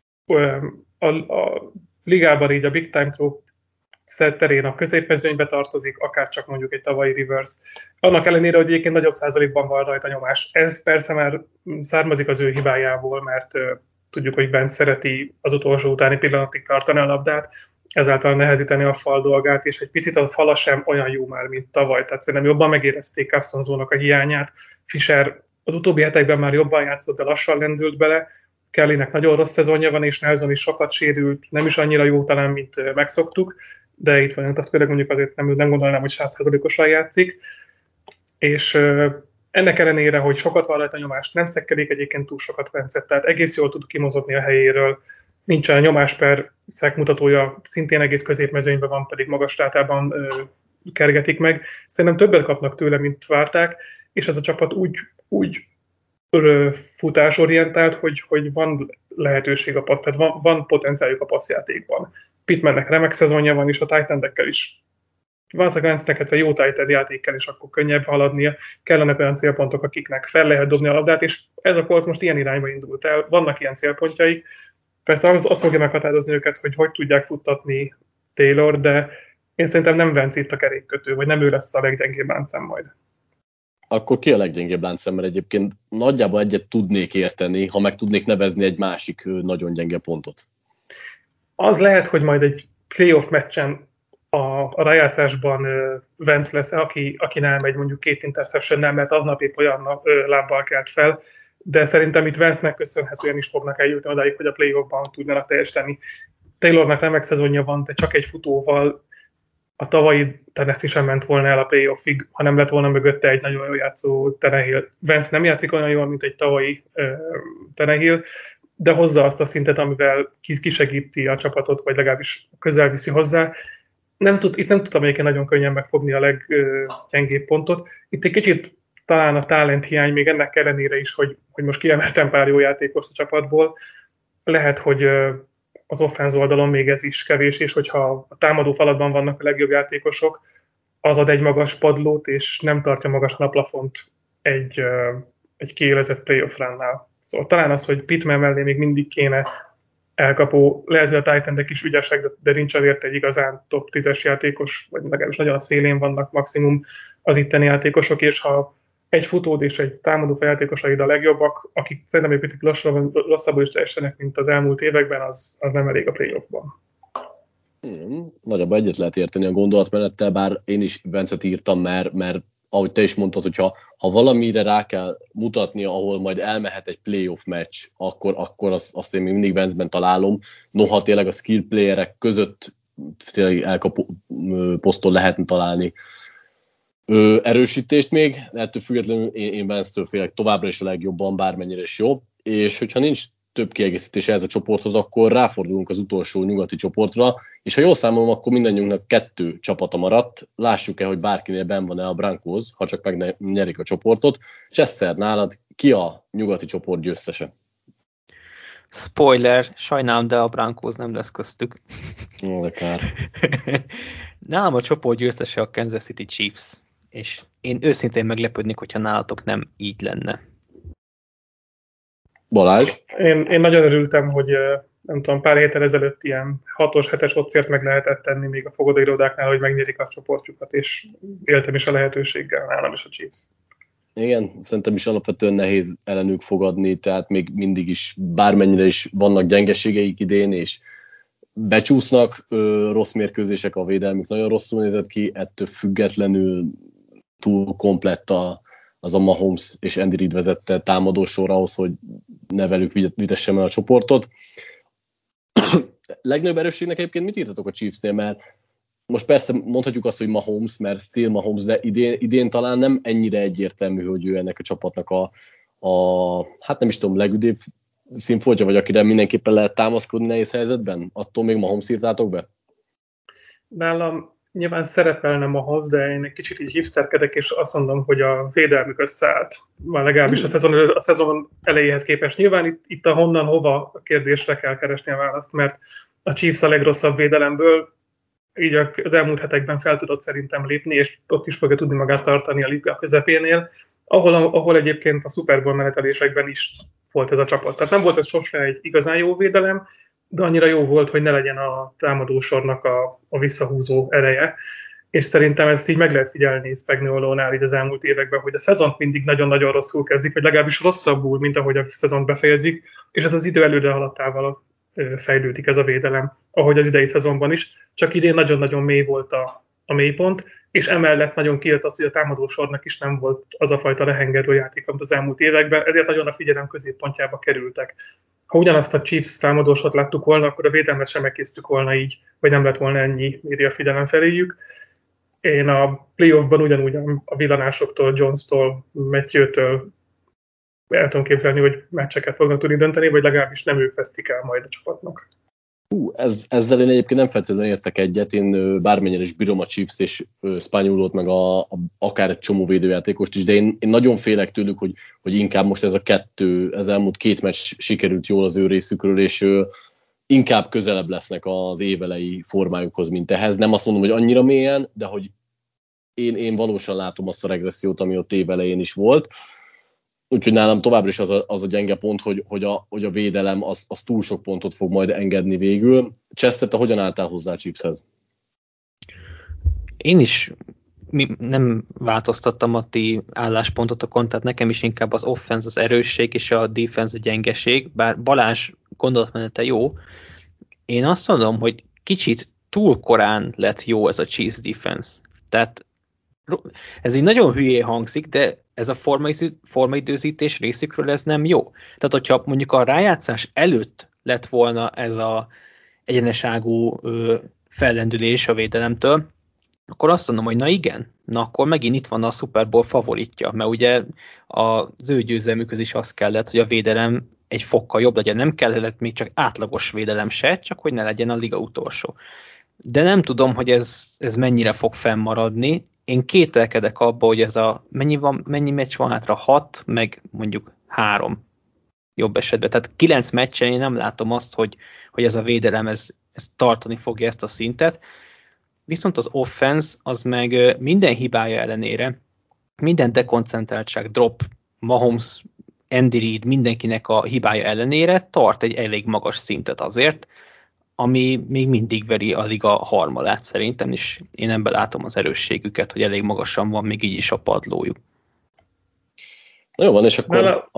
A ligában így a Big Time Throw terén a középmezőnybe tartozik, akár csak mondjuk egy tavalyi Rivers. Annak ellenére, hogy egyébként nagyobb százalékban van rajta nyomás. Ez persze már származik az ő hibájából, mert tudjuk, hogy Bent szereti az utolsó utáni pillanatig tartani a labdát, ezáltal nehezíteni a fal dolgát, és egy picit a fala sem olyan jó már, mint tavaly. Tehát szerintem jobban megérezték Castonzónak a hiányát. Fisher az utóbbi hetekben már jobban játszott, de lassan lendült bele. Kellynek nagyon rossz szezonja van, és Nelson is sokat sérült, nem is annyira jó talán, mint megszoktuk, de itt van, tehát főleg mondjuk azért nem gondolnám, hogy 100%-osan játszik. És ennek ellenére, hogy sokat van rajta nyomást, nem szekkedik egyébként túl sokat Vencet, tehát egész jól tud kimozogni a helyéről, nincsen nyomás per szek mutatója, szintén egész középmezőnyben van, pedig magas rátában kergetik meg. Szerintem többet kapnak tőle, mint várták, és ez a csapat úgy futásorientált, hogy van lehetőség a passz, tehát van potenciáljuk a passzjátékban. Pittmannek remek szezonja van, és a tight endekkel is. Valószínűleg Vance-nek egyszer jó tight end játékkel, és akkor könnyebb haladnia. Kellenek olyan célpontok, akiknek fel lehet dobni a labdát, és ez a Colts most ilyen irányba indult el. Vannak ilyen célpontjaik. Persze az fogja meghatározni őket, hogy tudják futtatni Taylor, de én szerintem nem Vance itt a kerékkötő, vagy nem ő lesz a leggyengébb láncszem majd. Akkor ki a leggyengébb láncszem, mert egyébként nagyjából egyet tudnék érteni, ha meg tudnék nevezni egy másik nagyon gyenge pontot. Az lehet, hogy majd egy playoff meccsen a rájátszásban Vance lesz, aki nem megy mondjuk 2 interceptionnel, mert aznap épp olyan lábbal kelt fel, de szerintem itt Vance-nek köszönhetően is fognak eljutni odáig, hogy a playoffban tudnának teljesíteni. Taylornak remek szezonja van, de csak egy futóval a tavalyi Tennessee sem ment volna el a playoffig, ha nem lett volna mögötte egy nagyon jól játszó Tannehill. Vance nem játszik olyan jól, mint egy tavalyi Tannehill, de hozza azt a szintet, amivel kisegíti a csapatot, vagy legalábbis közel viszi hozzá. Itt nem tudtam egyébként nagyon könnyen megfogni a leggyengébb pontot. Itt egy kicsit talán a talent hiány, még ennek ellenére is, hogy most kiemeltem pár jó játékost a csapatból. Lehet, hogy az offense oldalon még ez is kevés, és hogyha a támadó falatban vannak a legjobb játékosok, az ad egy magas padlót, és nem tartja magasan a plafont egy kiélezett playoff runnál. Szóval talán az, hogy Pittman mellé még mindig kéne elkapó, lehet, hogy a tight endek is ügyesek, de nincs azért egy igazán top 10-es játékos, vagy legalábbis nagyon a szélén vannak maximum az itteni játékosok, és ha egy futód és egy támadó feljátékosaid a legjobbak, akik szerintem egy picit rosszabbul is teljesítenek, mint az elmúlt években, az nem elég a playoffban. Nagyjából egyet lehet érteni a gondolatmenettel, bár én is Vencet írtam, mert ahogy te is mondtad, hogyha valamire rá kell mutatni, ahol majd elmehet egy playoff meccs, akkor azt én még mindig Vance-ben találom. Noha tényleg a skill playerek között tényleg elkapó poszton lehetne találni erősítést még, ettől függetlenül én Vance-től félek továbbra is a legjobban, bármennyire is jó, és hogyha nincs több kiegészítés ehhez a csoporthoz, akkor ráfordulunk az utolsó nyugati csoportra, és ha jól számolom, akkor mindannyiunknak 2 csapata maradt. Lássuk-e, hogy bárkinél benn van-e a Broncos, ha csak megnyerik a csoportot. Chester, nálad ki a nyugati csoport győztese? Spoiler, sajnálom, de a Broncos nem lesz köztük. De kár. Nálam a csoport győztese a Kansas City Chiefs, és én őszintén meglepődnék, hogyha nálatok nem így lenne. Balázs? Én nagyon örültem, hogy nem tudom, pár héttel ezelőtt ilyen 6-os, 7-es otcért meg lehetett tenni még a fogadóirodáknál, hogy megnyerik a csoportjukat, és éltem is a lehetőséggel, nálam is a Chiefs. Igen, szerintem is alapvetően nehéz ellenük fogadni, tehát még mindig is, bármennyire is vannak gyengeségeik idén, és becsúsznak, rossz mérkőzések, a védelmük nagyon rosszul nézett ki, ettől függetlenül túl komplett az a Mahomes és Andy Reid vezette támadósor ahhoz, hogy ne velük vitessem el a csoportot. Legnagyobb erősségnek egyébként mit írtatok a Chiefsnél, mert most persze mondhatjuk azt, hogy Mahomes, mert still Mahomes, de idén talán nem ennyire egyértelmű, hogy ő ennek a csapatnak hát nem is tudom, legüdébb színfoltja, vagy akire mindenképpen lehet támaszkodni nehéz helyzetben? Attól még Mahomes írtátok be? Nálam nyilván szerepelne Mahomes, de én egy kicsit így hipsterkedek, és azt mondom, hogy a védelmük összeállt. Már legalábbis a szezon elejéhez képest. Nyilván itt a honnan hova a kérdésre kell keresni a választ, mert a Chiefs a legrosszabb védelemből így az elmúlt hetekben fel tudott szerintem lépni, és ott is fogja tudni magát tartani a liga közepénél, ahol egyébként a Super Bowl menetelésekben is volt ez a csapat. Tehát nem volt ez sosem egy igazán jó védelem, de annyira jó volt, hogy ne legyen a támadósornak a visszahúzó ereje. És szerintem ezt így meg lehet figyelni Spagnuolónál így az elmúlt években, hogy a szezont mindig nagyon-nagyon rosszul kezdik, vagy legalábbis rosszabbul, mint ahogy a szezont befejezik, és ez az idő előre haladtával fejlődik ez a védelem, ahogy az idei szezonban is. Csak idén nagyon-nagyon mély volt a mélypont, és emellett nagyon kijött az, hogy a támadósornak is nem volt az a fajta lehengerő játék, amit az elmúlt években, ezért nagyon a figyelem középpontjába kerültek. Ha ugyanazt a Chiefs támadósort láttuk volna, akkor a védelmet sem megkésztük volna így, vagy nem lett volna ennyi média figyelem feléjük. Én a playoffban ugyanúgy a villanásoktól, Jones-tól, Matthew-től el tudom képzelni, hogy meccseket fognak tudni dönteni, vagy legalábbis nem ők vesztik el majd a csapatnak. Ezzel én egyébként nem feltétlenül értek egyet, én bármennyire is bírom a Chiefs-t és Spagnuolót, meg akár egy csomó védőjátékost is, de én nagyon félek tőlük, hogy inkább most ez elmúlt 2 meccs sikerült jól az ő részükről, és inkább közelebb lesznek az évelei formájukhoz, mint ehhez. Nem azt mondom, hogy annyira mélyen, de hogy én valósan látom azt a regressziót, ami ott évelején is volt. Úgyhogy nálam továbbra is az a gyenge pont, hogy a védelem az túl sok pontot fog majd engedni végül. Chester, te hogyan álltál hozzá a Chiefshez? Én is nem változtattam a ti álláspontotokon, tehát nekem is inkább az offense az erősség és a defense a gyengeség, bár Balázs gondolatmenete jó. Én azt mondom, hogy kicsit túl korán lett jó ez a Chiefs defense. Tehát ez így nagyon hülyé hangzik, de ez a formaidőzítés részükről ez nem jó. Tehát, hogyha mondjuk a rájátszás előtt lett volna ez a egyeneságú fellendülés a védelemtől, akkor azt mondom, hogy na igen, akkor megint itt van a Super Bowl favoritja, mert ugye az ő győzelmükhöz is az kellett, hogy a védelem egy fokkal jobb legyen. Nem kellett még csak átlagos védelem se, csak hogy ne legyen a liga utolsó. De nem tudom, hogy ez mennyire fog fennmaradni. Én kételkedek abba, hogy ez mennyi meccs van hátra? 6, meg mondjuk 3 jobb esetben. Tehát 9 meccsen én nem látom azt, hogy ez a védelem ez tartani fogja ezt a szintet. Viszont az offense az meg minden hibája ellenére, minden dekoncentráltság, drop, Mahomes, Andy Reid, mindenkinek a hibája ellenére tart egy elég magas szintet azért, ami még mindig veri a liga harmadát szerintem, és én ebben látom az erősségüket, hogy elég magasan van még így is a padlójuk. Na jó van, és akkor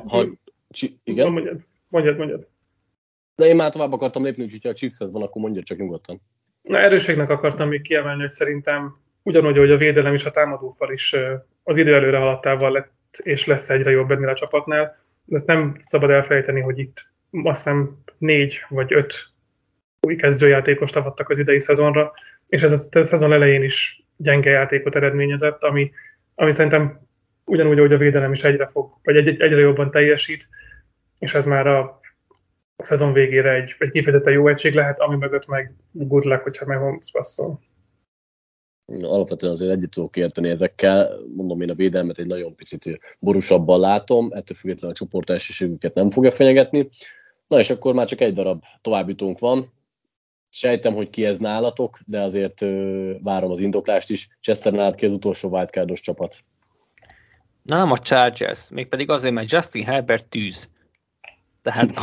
igen? Mondjad. De én már tovább akartam lépni, úgyhogy ha a Chiefshez van, akkor mondjad csak nyugodtan. Na, erősségnek akartam még kiemelni, hogy szerintem ugyanúgy, hogy a védelem és a támadófal is az idő előre haladtával lett és lesz egyre jobb ennél a csapatnál. De ezt nem szabad elfelejteni, hogy itt azt hiszem 4 vagy 5 új kezdőjátékost avattak az idei szezonra, és ez a szezon elején is gyenge játékot eredményezett, ami szerintem ugyanúgy, ahogy a védelem is egyre jobban teljesít, és ez már a szezon végére egy kifejezetten jó egység lehet, ami mögött meg good luck, hogyha meg Mahomes passzol. Alapvetően azért együtt tudok érteni ezekkel. Mondom, én a védelmet egy nagyon picit borúsabban látom, ettől függetlenül a csoport elsőségüket nem fogja fenyegetni. Na és akkor már csak egy darab továbbjutónk van. Sejtem, hogy ki ez nálatok, de azért várom az indoklást is. Chester, nálad ki az utolsó wildcardos csapat? Nem a Chargers, mégpedig azért, mert Justin Herbert tűz. Tehát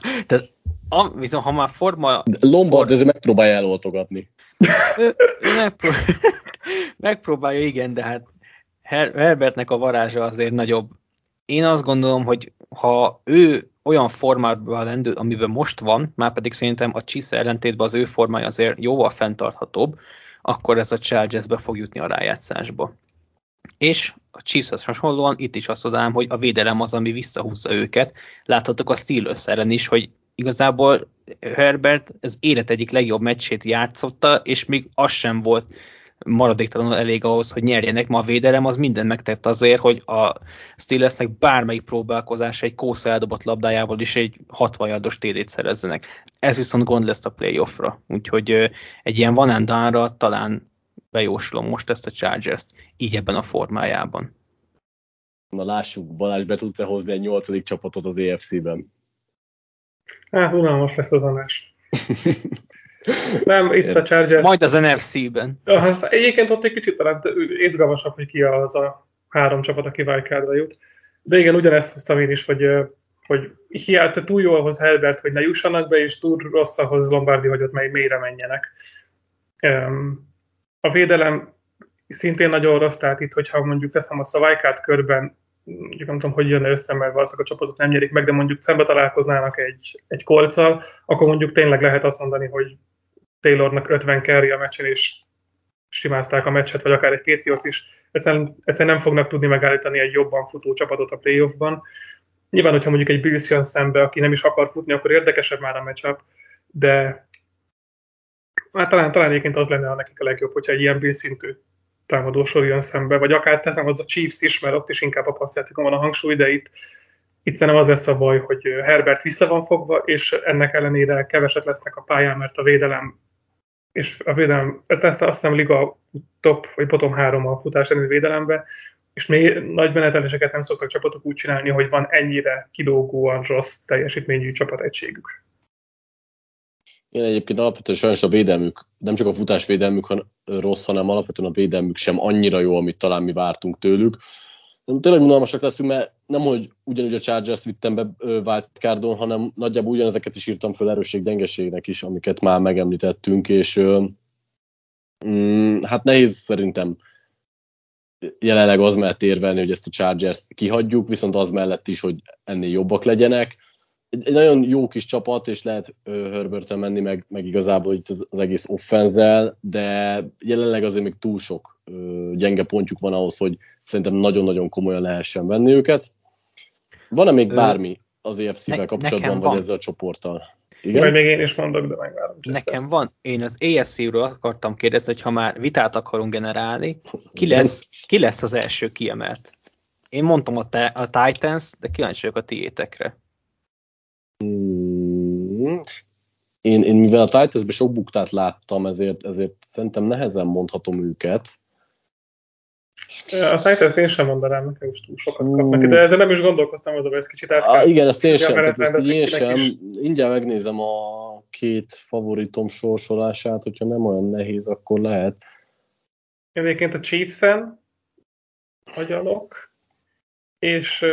viszont ha már Lombard ezért megpróbálja eloltogatni. Megpróbálja, igen, de hát Herbertnek a varázsa azért nagyobb. Én azt gondolom, hogy ha ő olyan formában lendül, amiben most van, már pedig szerintem a Chiefs ellentétben az ő formája azért jóval fenntarthatóbb, akkor ez a Chargers-be fog jutni a rájátszásba. És a Chiefs-hez hasonlóan itt is azt mondanám, hogy a védelem az, ami visszahúzza őket. Láthatok a Steelers ellen is, hogy igazából Herbert az élet egyik legjobb meccsét játszotta, és még az sem volt maradéktalanul elég ahhoz, hogy nyerjenek. Ma a védelem az mindent megtett azért, hogy a Steelersnek bármelyik próbálkozása egy Kósza eldobott labdájával is egy 60 yardos TD-t szerezzenek. Ez viszont gond lesz a playoffra. Úgyhogy egy ilyen one and done-ra talán bejóslom most ezt a Chargers-t, így ebben a formájában. Na lássuk, Balázs, be tudsz-e hozni egy 8. csapatot az AFC-ben? Hát, unalmas lesz az adás. Nem, itt a Chargers... Majd az NFC-ben. Egyébként ott egy kicsit talán izgalmasabb, hogy ki az a 3 csapat, aki wildcardra jut. De igen, ugyanezt hoztam én is, hogy hiába túl jól hoz Herbert, hogy ne jussanak be, és túl rossz ahhoz Lombardi, hogy ott mélyre menjenek. A védelem szintén nagyon rossz, tehát itt, hogyha mondjuk teszem azt a wildcard körben, mondjuk nem tudom, hogy jön össze, mert valószínűleg a csapatot nem nyerik meg, de mondjuk szembe találkoznának egy Coltszal, akkor mondjuk tényleg lehet azt mondani, hogy Taylornak 50 carry a meccsen, és simázták a meccset, vagy akár egy Patriots is. Egyszerűen nem fognak tudni megállítani egy jobban futó csapatot a playoffban. Nyilván, hogyha mondjuk egy Bills jön szembe, aki nem is akar futni, akkor érdekesebb már a matchup, de hát talán egyébként az lenne nekik a legjobb, hogyha egy ilyen Bills szintű támadósor jön szembe, vagy akár teszem az a Chiefs is, mert ott is inkább a passzjátékon van a hangsúly, de itt szerintem az lesz a baj, hogy Herbert vissza van fogva, és ennek ellenére keveset lesznek a pályán, mert a védelem, azt hiszem liga top, vagy bottom 3 a futás elleni védelembe, és még nagy meneteléseket nem szoktak csapatok úgy csinálni, hogy van ennyire kidolgóan rossz teljesítményű csapategységük. Én egyébként alapvetően sajnos a védelmük, nem csak a futásvédelmük rossz, hanem alapvetően a védelmük sem annyira jó, amit talán mi vártunk tőlük. Tényleg unalmasak leszünk, mert nem, hogy ugyanúgy a Chargers vittem be wildcardon, hanem nagyjából ugyanezeket is írtam föl erősség-gyengeségnek is, amiket már megemlítettünk, és hát nehéz szerintem jelenleg az mellett érvelni, hogy ezt a Chargers-t kihagyjuk, viszont az mellett is, hogy ennél jobbak legyenek. Egy nagyon jó kis csapat, és lehet Herberten menni, meg igazából itt az egész offenzel, de jelenleg azért még túl sok gyenge pontjuk van ahhoz, hogy szerintem nagyon-nagyon komolyan lehessen venni őket. Van-e még bármi az AFC-vel kapcsolatban, vagy ezzel a csoporttal? Igen? Majd még én is mondok, de megvárom. Nekem van. Én az AFC-ről akartam kérdezni, hogy ha már vitát akarunk generálni, ki lesz az első kiemelt? Én mondtam a Titans, de kíváncsi vagyok a tiétekre. Én mivel a Titansben sok buktát láttam, ezért szerintem nehezen mondhatom őket. A Titans én sem mondanám, nekem is túl sokat kapnak, de ezzel nem is gondolkoztam, az a ez kicsit át. Igen, ezt én sem. Mindjárt megnézem a 2 favoritom sorsolását, hogyha nem olyan nehéz, akkor lehet. Egyébként a Chiefs-en agyalok, és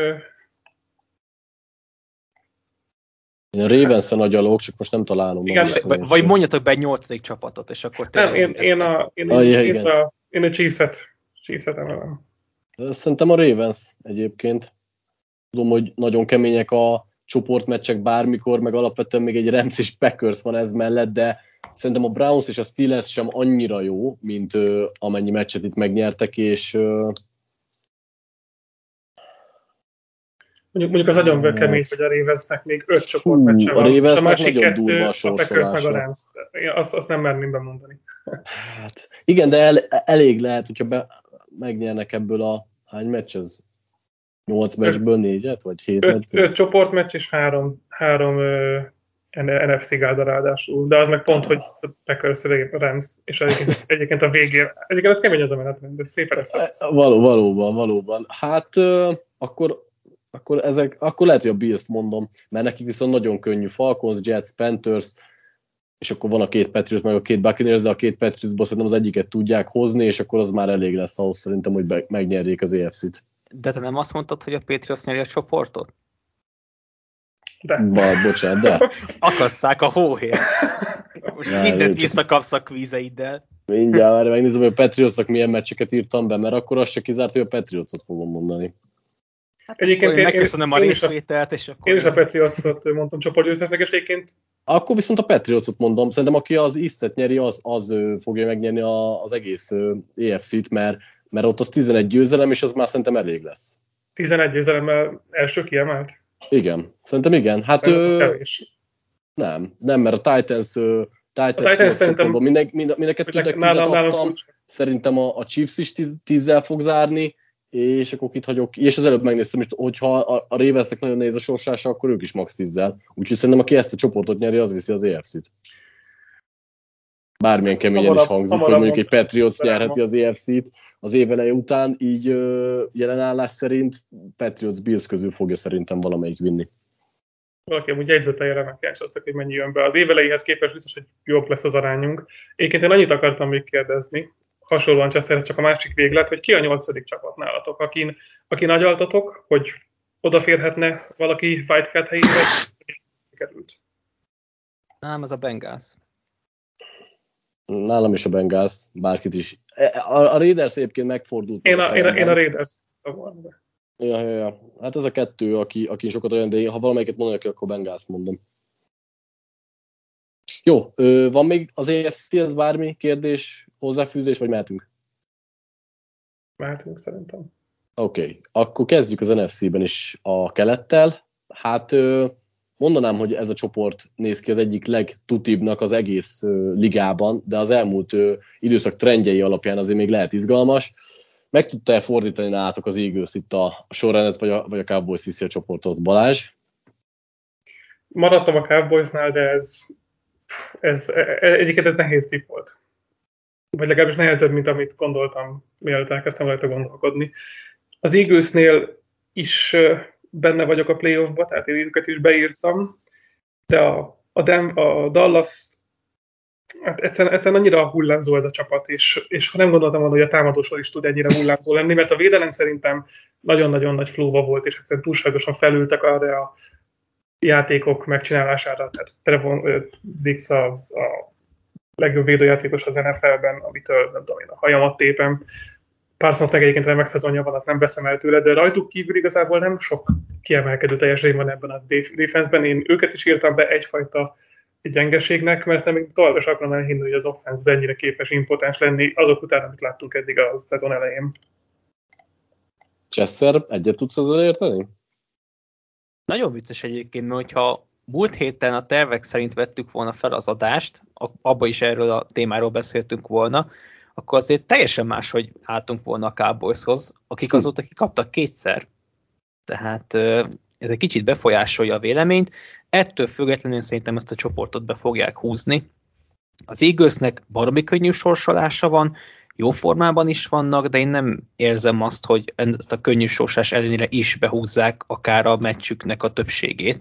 én a Ravens-en agyalok, csak most nem találom. Igen, vagy mondjatok be egy 8. csapatot, és akkor tényleg... Én a Chiefs-et emelem. Szerintem a Ravens egyébként. Tudom, hogy nagyon kemények a csoportmeccsek bármikor, meg alapvetően még egy Rams és Packers van ez mellett, de szerintem a Browns és a Steelers sem annyira jó, mint amennyi meccset itt megnyertek, és... Mondjuk az nagyon kemény, hogy a Ravensnek még 5 csoportmeccse van, és a másik 2 a Packers meg a Rams. Azt nem merném bemondani. Hát, igen, de elég lehet, hogyha megnyernek ebből a hány meccs ez? 8 meccsből 4-et, vagy 7 meccsből? 5 csoportmeccs és 3 NFC gálda ráadásul, de az meg pont, hogy a Packers, a Rams, és egyébként a végén, egyébként ez kemény az a menetrend, de szépen lesz. Valóban. Hát akkor lehet, hogy a Bills-t mondom, mert nekik viszont nagyon könnyű Falcons, Jets, Panthers, és akkor van a 2 Patriots, meg a 2 Buccaneers, de a 2 Patriotsból szerintem az egyiket tudják hozni, és akkor az már elég lesz ahhoz szerintem, hogy megnyerjék az AFC-t. De te nem azt mondtad, hogy a Patriots nyeri a csoportot? Bocsánat, de. Akasszák a hóhért. Most mindent visszakapsz a kvízeiddel. Mindjárt megnézem, hogy a Patriotsnak milyen meccseket írtam be, mert akkor az se kizárt, hogy a Patriotsot fogom mondani. Hát egyébként megköszönöm a részvételt, és akkor... Én is a Patriotsot mondtam csoportgyőztesnek, és egyébként... Akkor viszont a Patriotsot mondom. Szerintem aki az East-et nyeri, az fogja megnyerni az egész AFC-t, mert ott az 11 győzelem, és az már szerintem elég lesz. 11 győzelemmel első kiemelt? Igen, szerintem igen. Hát nem, mert a Titans szerintem mindeket tudnak 10-et adtam. Szerintem a Chiefs is 10-zel fog zárni, és akkor itt hagyok, és az előbb megnéztem, hogyha a Ravensnek nagyon nehéz a sorsása, akkor ők is max 10-zel. Úgyhogy szerintem aki ezt a csoportot nyeri, az viszi az AFC-t. Bármilyen keményen is hangzik, hogy mondjuk egy Patriots nyerheti az AFC-t az éveleje után, így jelenállás szerint Patriots Bills közül fogja szerintem valamelyik vinni. Valaki amúgy jegyzetelje meg kíváncsi, hogy mennyi jön be. Az évelejéhez képest biztos, hogy jobb lesz az arányunk. Egyébként én annyit akartam még kérdezni, hasonlóan csak a másik véglet, hogy ki a 8. csapat nálatok, akin agyaltatok, hogy odaférhetne valaki wildcard helyére, került? Nem, ez a Bengals. Nálam is a Bengals, bárkit is. A Raiders egyébként megfordult. Én a Raiders volna. Ja. Hát ez a kettő, aki sokat olyan, de ha valamelyiket mondanak, akkor Bengals mondom. Jó, van még az AFC-hez bármi kérdés, hozzáfűzés, vagy mehetünk? Mehetünk szerintem. Oké, akkor kezdjük az NFC-ben is a kelettel. Hát mondanám, hogy ez a csoport néz ki az egyik legtutibbnak az egész ligában, de az elmúlt időszak trendjei alapján azért még lehet izgalmas. Meg tudta-e fordítani nálatok az Eagles itt a sorrendet, vagy a Cowboys viszi a csoportot? Balázs? Maradtam a Cowboysnál, de ez egyiket nehéz tipp volt. Vagy legalábbis nehezebb, mint amit gondoltam, mielőtt elkezdtem rajta gondolkodni. Az Eaglesnél is benne vagyok a playoffba, tehát én őket is beírtam, de a Dallas, hát egyszerűen annyira hullámzó ez a csapat, és ha nem gondoltam volna, hogy a támadósor is tud ennyire hullámzó lenni, mert a védelem szerintem nagyon-nagyon nagy flóba volt, és egyszerűen túlságosan felültek arra a játékok megcsinálására, tehát Trevon Diggs a legjobb védőjátékos az NFL-ben, amitől nem tudom én, a hajamat tépem. Parsonsnak egyébként remek szezonja van, azt nem veszem el tőle, de rajtuk kívül igazából nem sok kiemelkedő teljesítmény van ebben a defense-ben. Én őket is írtam be egyfajta gyengeségnek, mert még továbbra sem akarom elhinni, hogy az offense ennyire képes impotens lenni azok után, amit láttunk eddig a szezon elején. Chester, egyet tudsz ezzel érteni? Nagyon vicces egyébként, mert hogyha múlt héten a tervek szerint vettük volna fel az adást, abba is erről a témáról beszéltünk volna, akkor azért teljesen máshogy álltunk volna a Cowboyshoz, akik azóta kikaptak 2-szer. Tehát ez egy kicsit befolyásolja a véleményt. Ettől függetlenül szerintem ezt a csoportot be fogják húzni. Az Eaglesnek baromi könnyű sorsolása van, jó formában is vannak, de én nem érzem azt, hogy ezt a könnyű sorsás ellenére is behúzzák akár a meccsüknek a többségét.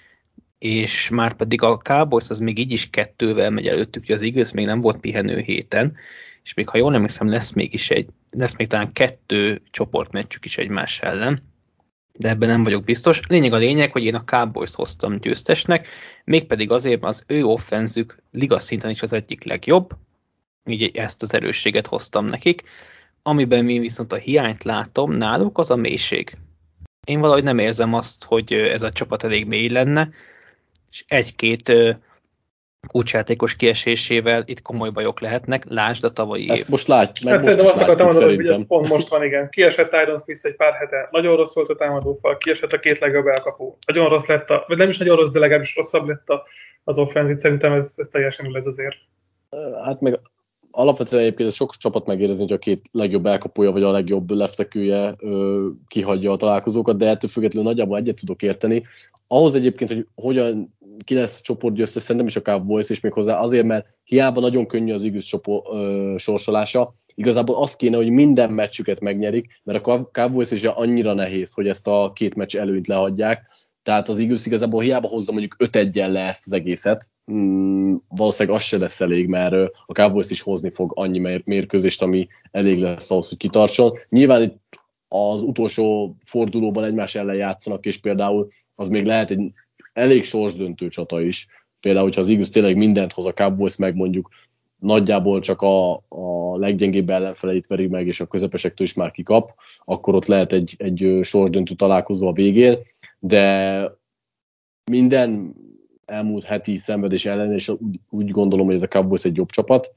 És már pedig a Cowboys az még így is 2-vel megy előttük, hogy az Eagles még nem volt pihenő héten, és még ha jól emlékszem, lesz még talán 2 csoportmeccsük is egymás ellen, de ebben nem vagyok biztos. Lényeg a lényeg, hogy én a Cowboys hoztam győztesnek, mégpedig azért, mert az ő offenzük liga szinten is az egyik legjobb, így ezt az erősséget hoztam nekik, amiben én viszont a hiányt látom náluk, az a mélység. Én valahogy nem érzem azt, hogy ez a csapat elég mély lenne, és 1-2 kulcsjátékos kiesésével itt komoly bajok lehetnek, lásd a tavalyi év. Ezt most látjuk. Hát szerintem azt akartam mondani, hogy ez pont most van, igen. Kiesett Tyron Smith egy pár hete, nagyon rossz volt a támadófal, kiesett a 2 legjobb elkapó. Nagyon rossz lett, vagy nem is nagyon rossz, de legalábbis rosszabb lett az offenzit, szerintem ez teljesen ül ez azért. Hát meg alapvetően egyébként sok csapat megérezni, hogy a 2 legjobb elkapója, vagy a legjobb leftekője kihagyja a találkozókat, de ettől függetlenül nagyjából egyet tudok érteni. Ahhoz egyébként, hogy hogyan ki lesz a csoportgyőztes, szerintem is a Cowboys, és még hozzá azért, mert hiába nagyon könnyű az Eagles sorsolása, igazából az kéne, hogy minden meccsüket megnyerik, mert a Cowboys is annyira nehéz, hogy ezt a 2 meccs előnyt lehagyják. Tehát az Eagles igazából hiába hozza mondjuk 5-1-jel le ezt az egészet, valószínűleg az se lesz elég, mert a Cowboys is hozni fog annyi mérkőzést, ami elég lesz ahhoz, hogy kitartson. Nyilván itt az utolsó fordulóban egymás ellen játszanak, és például az még lehet egy elég sorsdöntő csata is. Például, hogyha az Eagles tényleg mindent hoz, a Cowboys meg mondjuk nagyjából csak a leggyengébb ellenfeleit veri meg, és a közepesektől is már kikap, akkor ott lehet egy sorsdöntő találkozó a végén, de minden elmúlt heti szenvedés ellen, és úgy gondolom, hogy ez a Cowboys egy jobb csapat.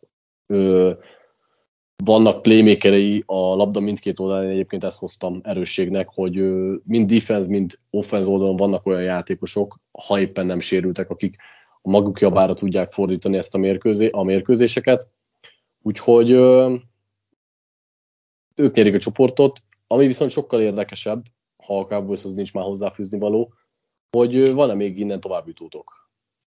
Vannak playmakerei a labda mindkét oldalán, egyébként ezt hoztam erősségnek, hogy mind defense, mind offense oldalon vannak olyan játékosok, ha éppen nem sérültek, akik a maguk javára tudják fordítani ezt a mérkőzéseket. Úgyhogy ők nyerik a csoportot, ami viszont sokkal érdekesebb, ha a Cowboyshoz nincs már hozzáfűzni való, hogy van-e még innen tovább jutótok?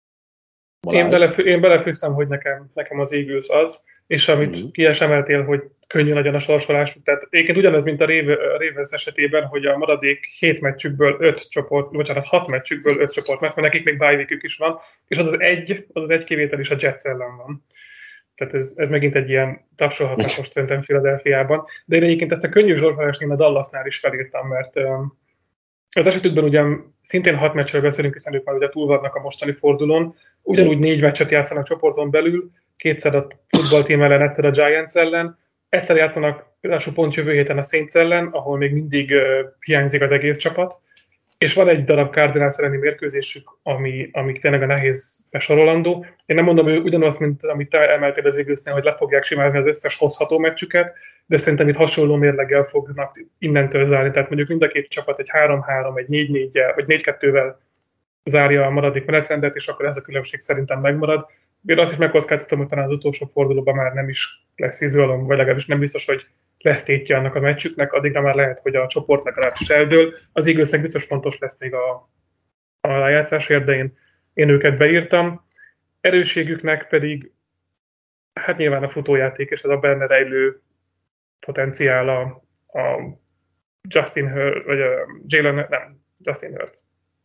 Én belefűztem, hogy nekem az Eagles az, és amit ki is emeltél, hogy könnyű legyen a sorsolásuk. Tehát egyébként ugyanez, mint a Ravens esetében, hogy a maradék 6 meccsükből 5 csoport, mert nekik még bye weekük is van, és az egy kivétel is a Jets ellen van. Tehát ez megint egy ilyen tapsolhatás most szerintem Philadelphiában. De én egyébként ezt a könnyű sorsolást én a Dallasnál is felírtam, mert az esetükben ugyan szintén 6 meccsről beszélünk, hiszen ők már ugye túl vannak a mostani fordulón, ugyanúgy 4 meccset játszanak csoporton belül, 2-szer a futballtím ellen, egyszer a Giants ellen, egyszer játszanak első pont jövő héten a Saints ellen, ahol még mindig hiányzik az egész csapat, és van egy darab Cardinals elleni mérkőzésük, ami tényleg a nehéz besorolandó. Én nem mondom, hogy ugyanazt, mint amit te emeltél az Eaglesnél, hogy le fogják simázni az összes hozható meccsüket, de szerintem itt hasonló mérleggel fognak innentől zárni. Tehát mondjuk mind a két csapat egy 3-3, egy 4-4-jel, vagy 4-2-vel zárja a maradék menetrendet, és akkor ez a különbség szerintem megmarad. Én azt is megkockáztatom, hogy talán az utolsó fordulóban már nem is lesz izgalom, vagy legalábbis nem biztos, hogy lesz tétje annak a meccsüknek, addigra már lehet, hogy a csoport legalábbis eldől. Az Eaglesnek biztos fontos lesz még a rájátszásért, de én őket beírtam. Erősségüknek pedig hát nyilván a futójáték, és ez a benne rejlő potenciál a Justin Hurts, vagy a Justin Hurts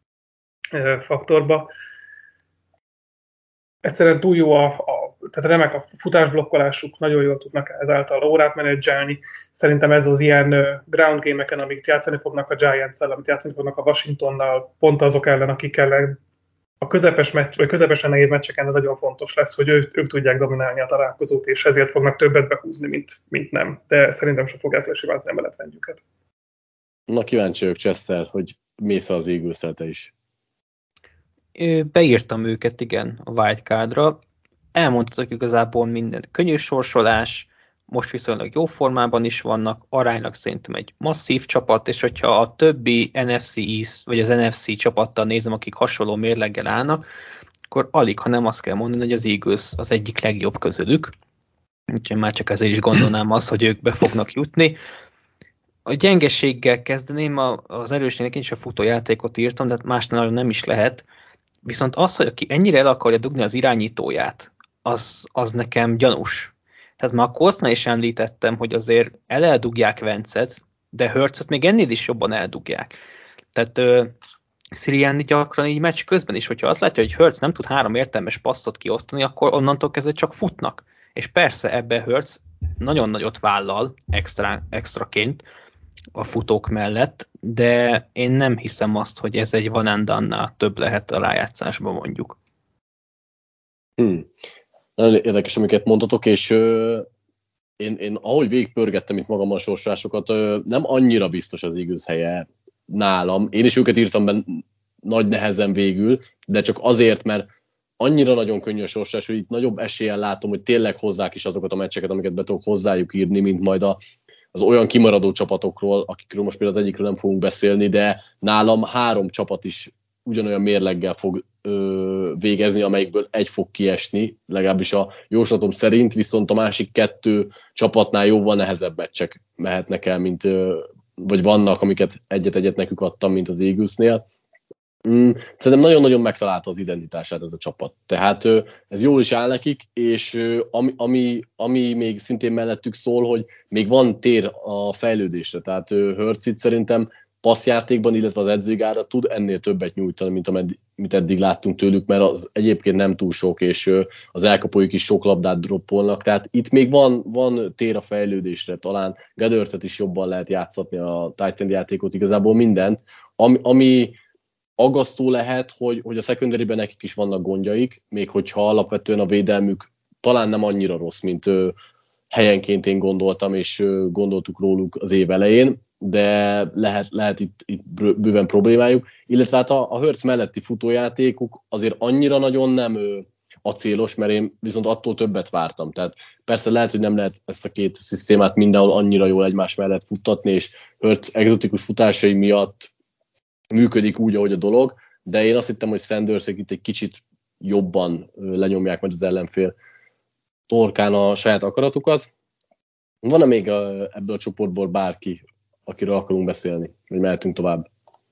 faktorba. Egyszerűen túl jó tehát remek a futásblokkolásuk, nagyon jól tudnak ezáltal órát menedzselni. Szerintem ez az ilyen ground game-eken, amik játszani fognak a Giants-el, amit játszani fognak a Washingtonnal, pont azok ellen, akik ellen a közepesen nehéz meccseken ez nagyon fontos lesz, hogy ők tudják dominálni a találkozót, és ezért fognak többet behúzni, mint nem. De szerintem sem fogják lesimázni a menetrendjüket. Na kíváncsi vagyok, Chessel, hogy mész az Eagles-el te is. Beírtam őket, igen, a wildcardra. Elmondhatok igazából minden könnyű sorsolás, most viszonylag jó formában is vannak, aránylag szerintem egy masszív csapat, és hogyha a többi NFC East, vagy az NFC csapattal nézem, akik hasonló mérleggel állnak, akkor alig, ha nem azt kell mondani, hogy az Eagles az egyik legjobb közülük. Úgyhogy már csak ezért is gondolnám azt, hogy ők be fognak jutni. A gyengeséggel kezdeném, az erősségnek én is a futójátékot írtam, de más nagyon nem is lehet. Viszont az, hogy aki ennyire el akarja dugni az irányítóját, az nekem gyanús. Tehát már a Coltsnál is említettem, hogy azért eldugják Wentzet, de Hurtset még ennél is jobban eldugják. Tehát Sirianni gyakran így meccs közben is, hogyha azt látja, hogy Hurts nem tud 3 értelmes passzot kiosztani, akkor onnantól kezdve csak futnak. És persze ebben Hurts nagyon nagyot vállal extraként a futók mellett, de én nem hiszem azt, hogy ez egy one and done-nál több lehet a rájátszásban mondjuk. Nagyon érdekes, amiket mondtatok, és én ahogy végigpörgettem itt magammal a sorsásokat, nem annyira biztos az Eagles helye nálam. Én is őket írtam benne nagy nehezen végül, de csak azért, mert annyira nagyon könnyű a sorsás, hogy itt nagyobb eséllyel látom, hogy tényleg hozzák is azokat a meccseket, amiket be tudok hozzájuk írni, mint majd az olyan kimaradó csapatokról, akikről most például az egyikről nem fogunk beszélni, de nálam 3 csapat is ugyanolyan mérleggel fog végezni, amelyikből egy fog kiesni, legalábbis a jóslatom szerint, viszont a másik 2 csapatnál jóval nehezebb meccsek mehetnek el, vagy vannak, amiket egyet-egyet nekük adtam, mint az Eaglesnél. Szerintem nagyon-nagyon megtalálta az identitását ez a csapat. Tehát ez jól is áll nekik, és ami még szintén mellettük szól, hogy még van tér a fejlődésre. Tehát Hurts itt szerintem passzjátékban, illetve az edzőgára tud ennél többet nyújtani, mint eddig láttunk tőlük, mert az egyébként nem túl sok, és az elkapóik is sok labdát droppolnak, tehát itt még van tér a fejlődésre, talán Goedert-et is jobban lehet játszatni a tight end játékot, igazából mindent, ami aggasztó lehet, hogy a secondary-ben nekik is vannak gondjaik, még hogyha alapvetően a védelmük talán nem annyira rossz, mint helyenként én gondoltam, és gondoltuk róluk az év elején, de lehet itt bőven problémájuk, illetve hát a Hurts melletti futójátékuk azért annyira nagyon nem acélos, mert én viszont attól többet vártam. Tehát persze lehet, hogy nem lehet ezt a két szisztémát mindenhol annyira jól egymás mellett futtatni, és Hurts egzotikus futásai miatt működik úgy, ahogy a dolog, de én azt hittem, hogy Sandersék itt egy kicsit jobban lenyomják majd az ellenfél torkán a saját akaratukat. Van-e még ebből a csoportból bárki, akiről akarunk beszélni, vagy mehetünk tovább?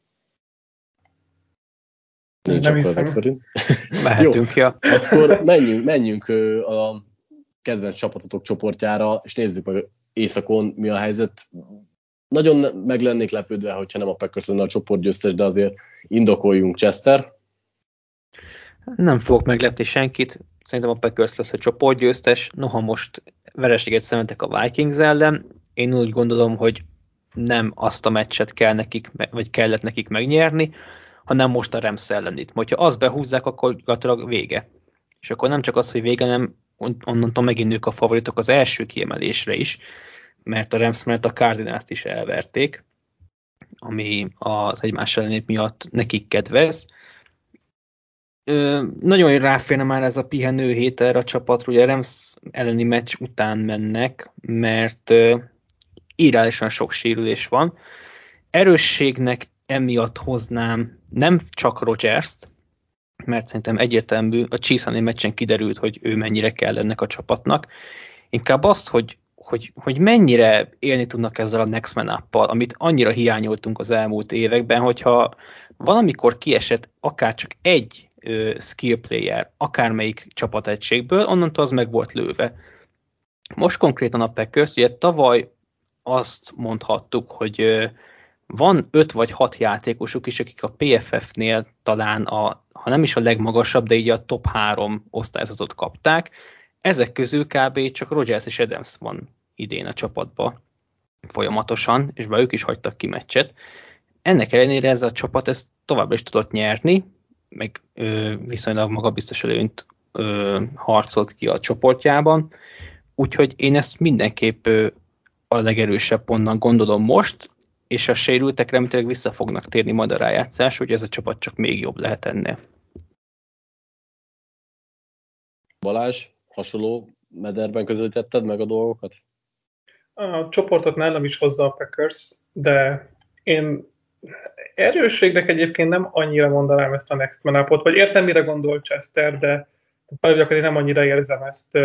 Nincs nem akkor hiszem. szerint. Mehetünk, ja. Akkor menjünk a kedvenc csapatotok csoportjára, és nézzük meg északon mi a helyzet. Nagyon meg lennék lepődve, hogyha nem a Packers lenne a csoportgyőztes, de azért indokoljunk. Chester? Nem fogok meglepni senkit. Szerintem a Packers lesz a csoportgyőztes. Noha most vereséget szenvedtek a Vikings ellen, én úgy gondolom, hogy nem azt a meccset kell nekik, vagy kellett nekik megnyerni, hanem most a Rams ellenit. Hogyha azt behúzzák, akkor gyakorlatilag vége. És akkor nem csak az, hogy vége, nem onnantól megint ők a favoritok az első kiemelésre is, mert a Rams mellett a Cardinals-t is elverték, ami az egymás ellenét miatt nekik kedvez. Nagyon ráférne már ez a pihenő hét erre a csapatra, ugye a Rams elleni meccs után mennek, mert irreálisan sok sérülés van. Erősségnek emiatt hoznám nem csak Rodgers-t, mert szerintem egyértelmű, a Chiefs elleni meccsen kiderült, hogy ő mennyire kell ennek a csapatnak. Inkább azt, hogy mennyire élni tudnak ezzel a Next Man Up-pal, amit annyira hiányoltunk az elmúlt években, hogyha valamikor kiesett akár csak egy skill player, akármelyik csapategységből, onnantól az meg volt lőve. Most konkrétan a Packers, ugye tavaly azt mondhattuk, hogy van 5 vagy 6 játékosuk is, akik a PFF-nél talán ha nem is a legmagasabb, de így a top 3 osztályzatot kapták. Ezek közül kb. Csak Rodgers és Adams van idén a csapatba folyamatosan, és be ők is hagytak ki meccset. Ennek ellenére ez a csapat ezt továbbra is tudott nyerni, meg viszonylag magabiztos előnyt harcolt ki a csoportjában. Úgyhogy én ezt mindenképp a legerősebb pontnak gondolom most, és a sérültek remélhetőleg vissza fognak térni majd a rájátszás, hogy ez a csapat csak még jobb lehet ennél. Balázs, hasonló mederben közelítetted meg a dolgokat? A csoportot nálam is hozza a Packers, de én erősségnek egyébként nem annyira mondanám ezt a Next Man Up-ot, vagy értem, mire gondol Chester, de valahogy nem annyira érzem ezt.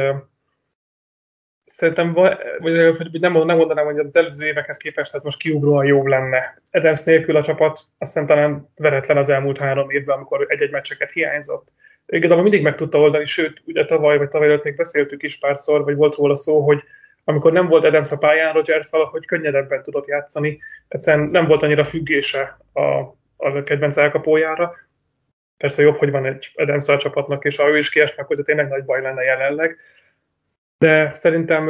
Szerintem, vagy nem mondanám, hogy az előző évekhez képest ez most kiugróan jó lenne. Adams nélkül a csapat azt hiszem talán veretlen az elmúlt 3 évben, amikor egy-egy meccseket hiányzott. Igazából mindig meg tudta oldani, sőt, ugye tavaly előtt még beszéltük is párszor, vagy volt róla szó, hogy amikor nem volt Adams a pályán, Rodgers valahogy könnyedebben tudott játszani, egyszerűen nem volt annyira függése a kedvenc elkapójára. Persze jobb, hogy van egy Adams a csapatnak, és ha ő is kiesne, akkor ez tényleg nagy baj lenne jelenleg. De szerintem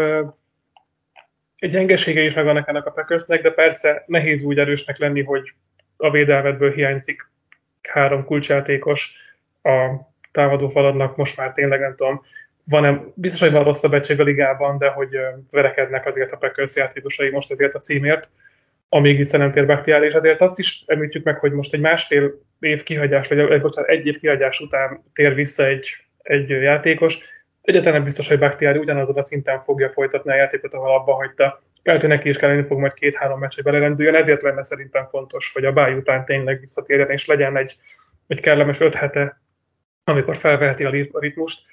egy gyengesége is megvannak ennek a Packersnek, de persze nehéz úgy erősnek lenni, hogy a védelmedből hiányzik 3 kulcsjátékos, a támadó faladnak most már tényleg nem tudom, biztos, hogy van rosszabb egység a ligában, de hogy verekednek azért a Packers játékosai most ezért a címért, amíg vissza nem tér Bakhtiari, és azért azt is említjük meg, hogy most egy másfél év kihagyás, vagy egy év kihagyás után tér vissza egy játékos. Egyáltalán nem biztos, hogy Bakhtiari ugyanazon a szinten fogja folytatni a játékot, ahol abba hagyta. Lehet, hogy neki is kellene fog majd 2-3 meccs, hogy belerendüljön, ezért lenne szerintem fontos, hogy a bye után tényleg visszatérjen, és legyen egy kellemes 5 hete, amikor felveheti a ritmust.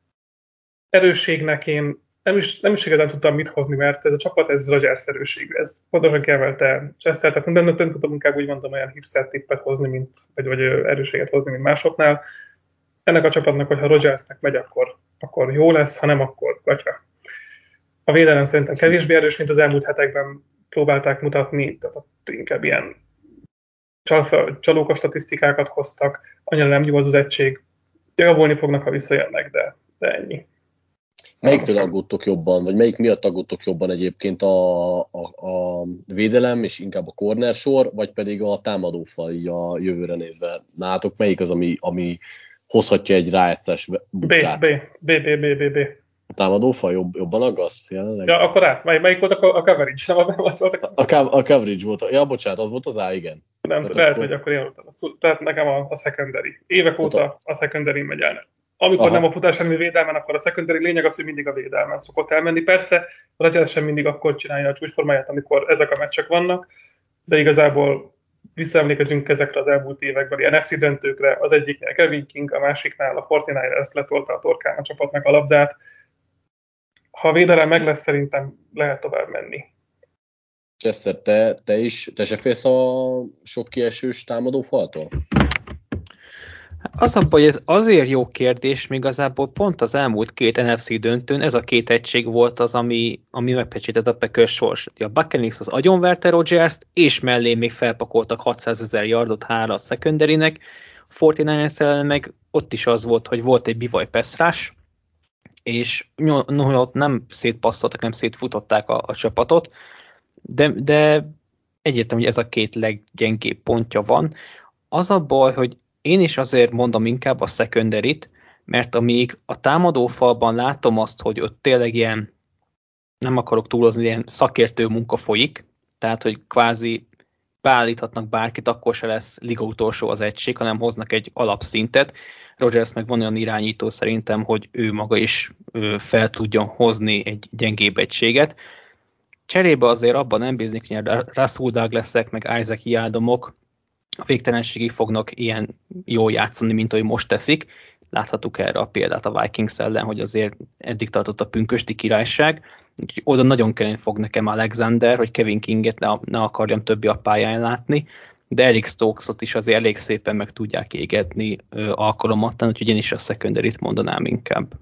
Erősségnek én nem is igazán tudtam mit hozni, mert ez a csapat, ez Rodgers erősségű. Ez pontosan kiemelte Chester, tehát nem tudom inkább úgy mondom olyan hipster tippet hozni, vagy erősséget hozni, mint másoknál. Ennek a csapatnak, hogyha Rodgersnek megy, akkor jó lesz, ha nem, akkor gatya. A védelem szerintem kevésbé erős, mint az elmúlt hetekben próbálták mutatni, tehát ott inkább ilyen csalókos statisztikákat hoztak, annyira nem jó az egység. Javulni fognak, ha visszajönnek, de ennyi. Melyiktől aggódtok jobban, vagy melyik miatt aggódtok jobban egyébként a védelem, és inkább a corner sor, vagy pedig a támadófal a jövőre nézve? Nálatok melyik az, ami hozhatja egy rájátszás buktát? B. A támadófal jobban aggaszt jelenleg? Ja, akkor melyik volt a coverage? Nem az volt a coverage volt. Ja, bocsánat, az volt az A, igen. Nem, lehet, hogy akkor én voltam. Tehát nekem a secondary. Évek óta a secondary megy el. Amikor nem a futás elleni védelmen, akkor a secondary lényeg az, hogy mindig a védelmen szokott elmenni. Persze, a Rodgers sem mindig akkor csinálja a csúcsformáját, amikor ezek a meccsek vannak, de igazából visszaemlékezünk ezekre az elmúlt évekbeli NFC döntőkre, az egyiknél Kevin King, a másiknál a 49ers letolta a torkán a csapatnak a labdát. Ha a védelem meg lesz, szerintem lehet tovább menni. Chester, te se félsz a sok kiesős támadó faltól? Az abban, hogy ez azért jó kérdés, még igazából pont az elmúlt két NFC döntőn ez a két egység volt az, ami megpecsétett a Packers sorsát. A Buccaneers az agyonverte Rodgers-t, és mellé még felpakoltak 600 000 yardot hára a secondarynek. A 49ers ellen meg ott is az volt, hogy volt egy bivaj pass rush, és ott nem szétpasszoltak, nem szétfutották a csapatot, de egyértelmű, hogy ez a két leggyengébb pontja van. Az a baj, hogy én is azért mondom inkább a secondaryt, mert amíg a támadófalban látom azt, hogy ott tényleg ilyen, nem akarok túlozni, ilyen szakértő munka folyik, tehát hogy kvázi beállíthatnak bárkit, akkor se lesz liga utolsó az egység, hanem hoznak egy alapszintet. Rodgers meg van olyan irányító szerintem, hogy ő maga is fel tudjon hozni egy gyengébb egységet. Cserébe azért abban nem bíznék, hogy Russell Douglas-ek meg Isaac Yiadomok a végtelenségig fognak ilyen jól játszani, mint ahogy most teszik. Láthattuk erre a példát a Vikings ellen, hogy azért eddig tartott a pünkösdi királyság. Úgyhogy oda nagyon kellene fog nekem Alexander, hogy Kevin Kinget ne akarjam többi a pályán látni, de Eric Stokesot is azért elég szépen meg tudják égetni alkalomattán, úgyhogy én is a secondaryt mondanám inkább.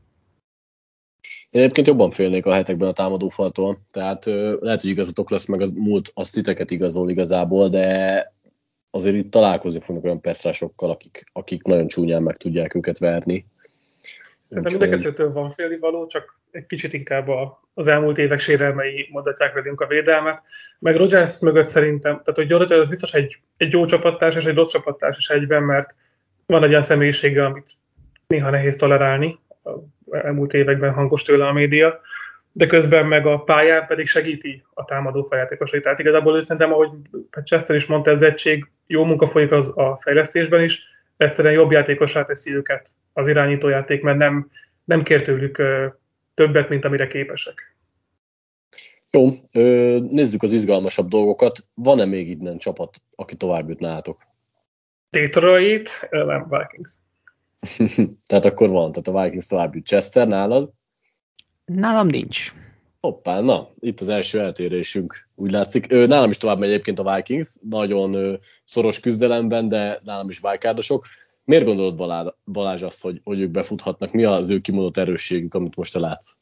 Én egyébként jobban félnék a hetekben a támadófaltól, tehát lehet, hogy igazatok lesz, meg az múlt azt titeket igazol igazából, de azért itt találkozni fognak olyan passzrásokkal, akik nagyon csúnyán meg tudják őket verni. Szerintem mind a kettőtől van félivaló, csak egy kicsit inkább az elmúlt évek sérelmei mondatják velünk a védelmet. Meg Rodgers mögött szerintem, tehát hogy Rodgers biztos egy jó csapattárs és egy rossz csapattárs is egyben, mert van egy olyan személyisége, amit néha nehéz tolerálni, elmúlt években hangos tőle a média, de közben meg a pályán pedig segíti a támadó feljátékosait. Tehát igazából ő szerintem, ahogy Chester is mondta, ez egység, jó munka folyik az a fejlesztésben is, egyszerűen jobb játékossá teszi őket az irányítójáték, mert nem kér tőlük többet, mint amire képesek. Jó, nézzük az izgalmasabb dolgokat. Van-e még innen csapat, aki tovább jut nálatok? Detroit, nem Vikings. Tehát akkor van, tehát a Vikings tovább jut. Chester, nálad? Nálam nincs. Hoppá, na, itt az első eltérésünk, úgy látszik. Nálam is tovább megy egyébként a Vikings, nagyon szoros küzdelemben, de nálam is wildcardosok. Miért gondolod, Balázs, azt, hogy ők befuthatnak? Mi az ő kimondott erősségük, amit most te látsz?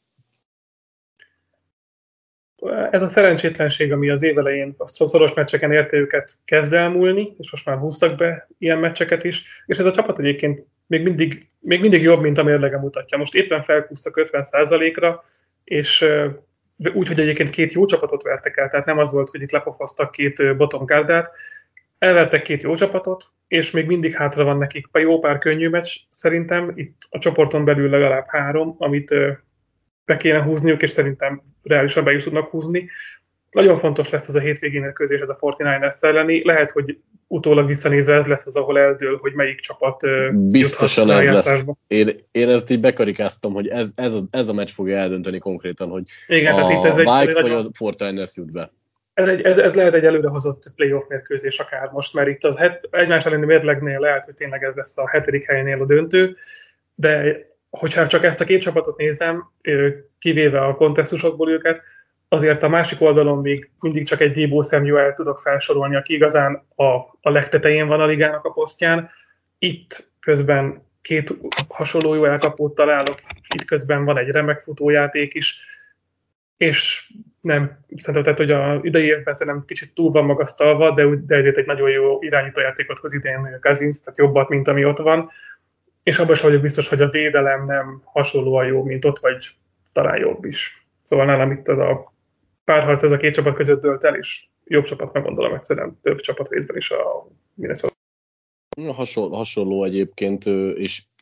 Ez a szerencsétlenség, ami az év elején a szoros meccseken érte őket, kezd elmúlni, és most már húztak be ilyen meccseket is, és ez a csapat egyébként még mindig jobb, mint a mérlege mutatja. Most éppen felkúztak 50%-ra, és úgy, hogy egyébként két jó csapatot vertek el, tehát nem az volt, hogy itt lepofoztak két bottom guardát, elvertek két jó csapatot, és még mindig hátra van nekik jó pár könnyű meccs, szerintem itt a csoporton belül legalább 3, amit be kéne húzniuk, és szerintem reálisan be is tudnak húzni. Nagyon fontos lesz ez a hétvégén mérkőzés, ez a 49ers elleni. Lehet, hogy utólag visszanézve ez lesz az, ahol eldől, hogy melyik csapat biztosan ez lesz. Én ezt így bekarikáztam, hogy ez a meccs fogja eldönteni konkrétan, hogy igen, a itt ez Vikes vagy a 49ers jut be. Ez lehet egy előrehozott playoff mérkőzés akár most, mert itt az egymás elleni mérlegnél lehet, hogy tényleg ez lesz a 7. helynél a döntő, de hogyha csak ezt a két csapatot nézem, kivéve a kontextusokból őket, azért a másik oldalon még mindig csak egy Deebo Samuel tudok felsorolni, aki igazán a legtetején van a ligának a posztján. Itt közben két hasonló jó elkapót találok, itt közben van egy remek futójáték is, és nem, szerintem, hogy a idei évben szerintem kicsit túl van magasztalva, de ezért egy nagyon jó irányítójátékot hoz idén Cousins, tehát jobbat, mint ami ott van. És abban is vagyok biztos, hogy a védelem nem hasonlóan jó, mint ott, vagy talán jobb is. Szóval nálam itt az a párharc ez a két csapat között dölt el, és jobb csapat meg gondolom egyszerűen több csapat részben is a Minnesota. Hasonló egyébként, és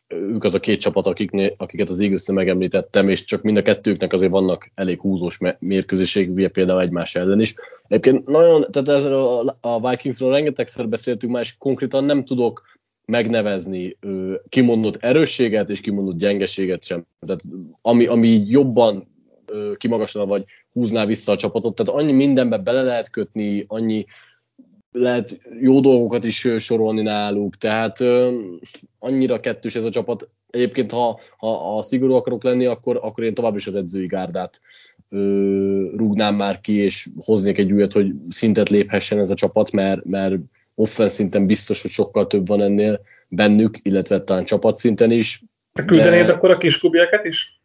ők az a két csapat, akiket az Eagles-nél megemlítettem, és csak mind a kettőknek azért vannak elég húzós mérkőzések, például egymás ellen is. Egyébként nagyon, tehát ezzel a Vikingsról rengetegszer beszéltünk már, és konkrétan nem tudok megnevezni kimondott erősséget és kimondott gyengeséget sem. Tehát ami jobban kimagasna vagy húzná vissza a csapatot, tehát annyi mindenbe bele lehet kötni, annyi lehet jó dolgokat is sorolni náluk, tehát annyira kettős ez a csapat. Egyébként, ha szigorú akarok lenni, akkor én tovább is az edzői gárdát rúgnám már ki, és hoznék egy újat, hogy szintet léphessen ez a csapat, mert offense szinten biztos, hogy sokkal több van ennél bennük, illetve talán csapatszinten is. Küldenéd akkor a kiskubieket is?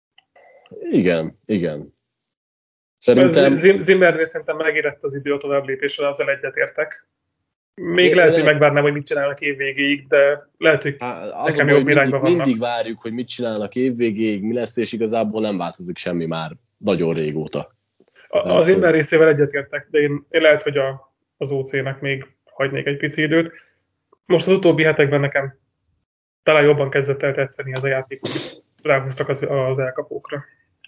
Igen. Szerintem... Zimmernél szerintem megérett az idő a tovább lépésre, azzal egyetértek. Még lehet, hogy megvárnám, hogy mit csinálnak évvégéig, de lehet, hogy nekem jobb irányba vannak. Mindig várjuk, hogy mit csinálnak évvégéig, mi lesz, és igazából nem változik semmi már nagyon régóta. Az Zimmer részével egyetértek, de én lehet, hogy az OC-nek még hagynék egy pici időt. Most az utóbbi hetekben nekem talán jobban kezdett el tetszeni ez a játék, hogy ráhúztak az elkapókra.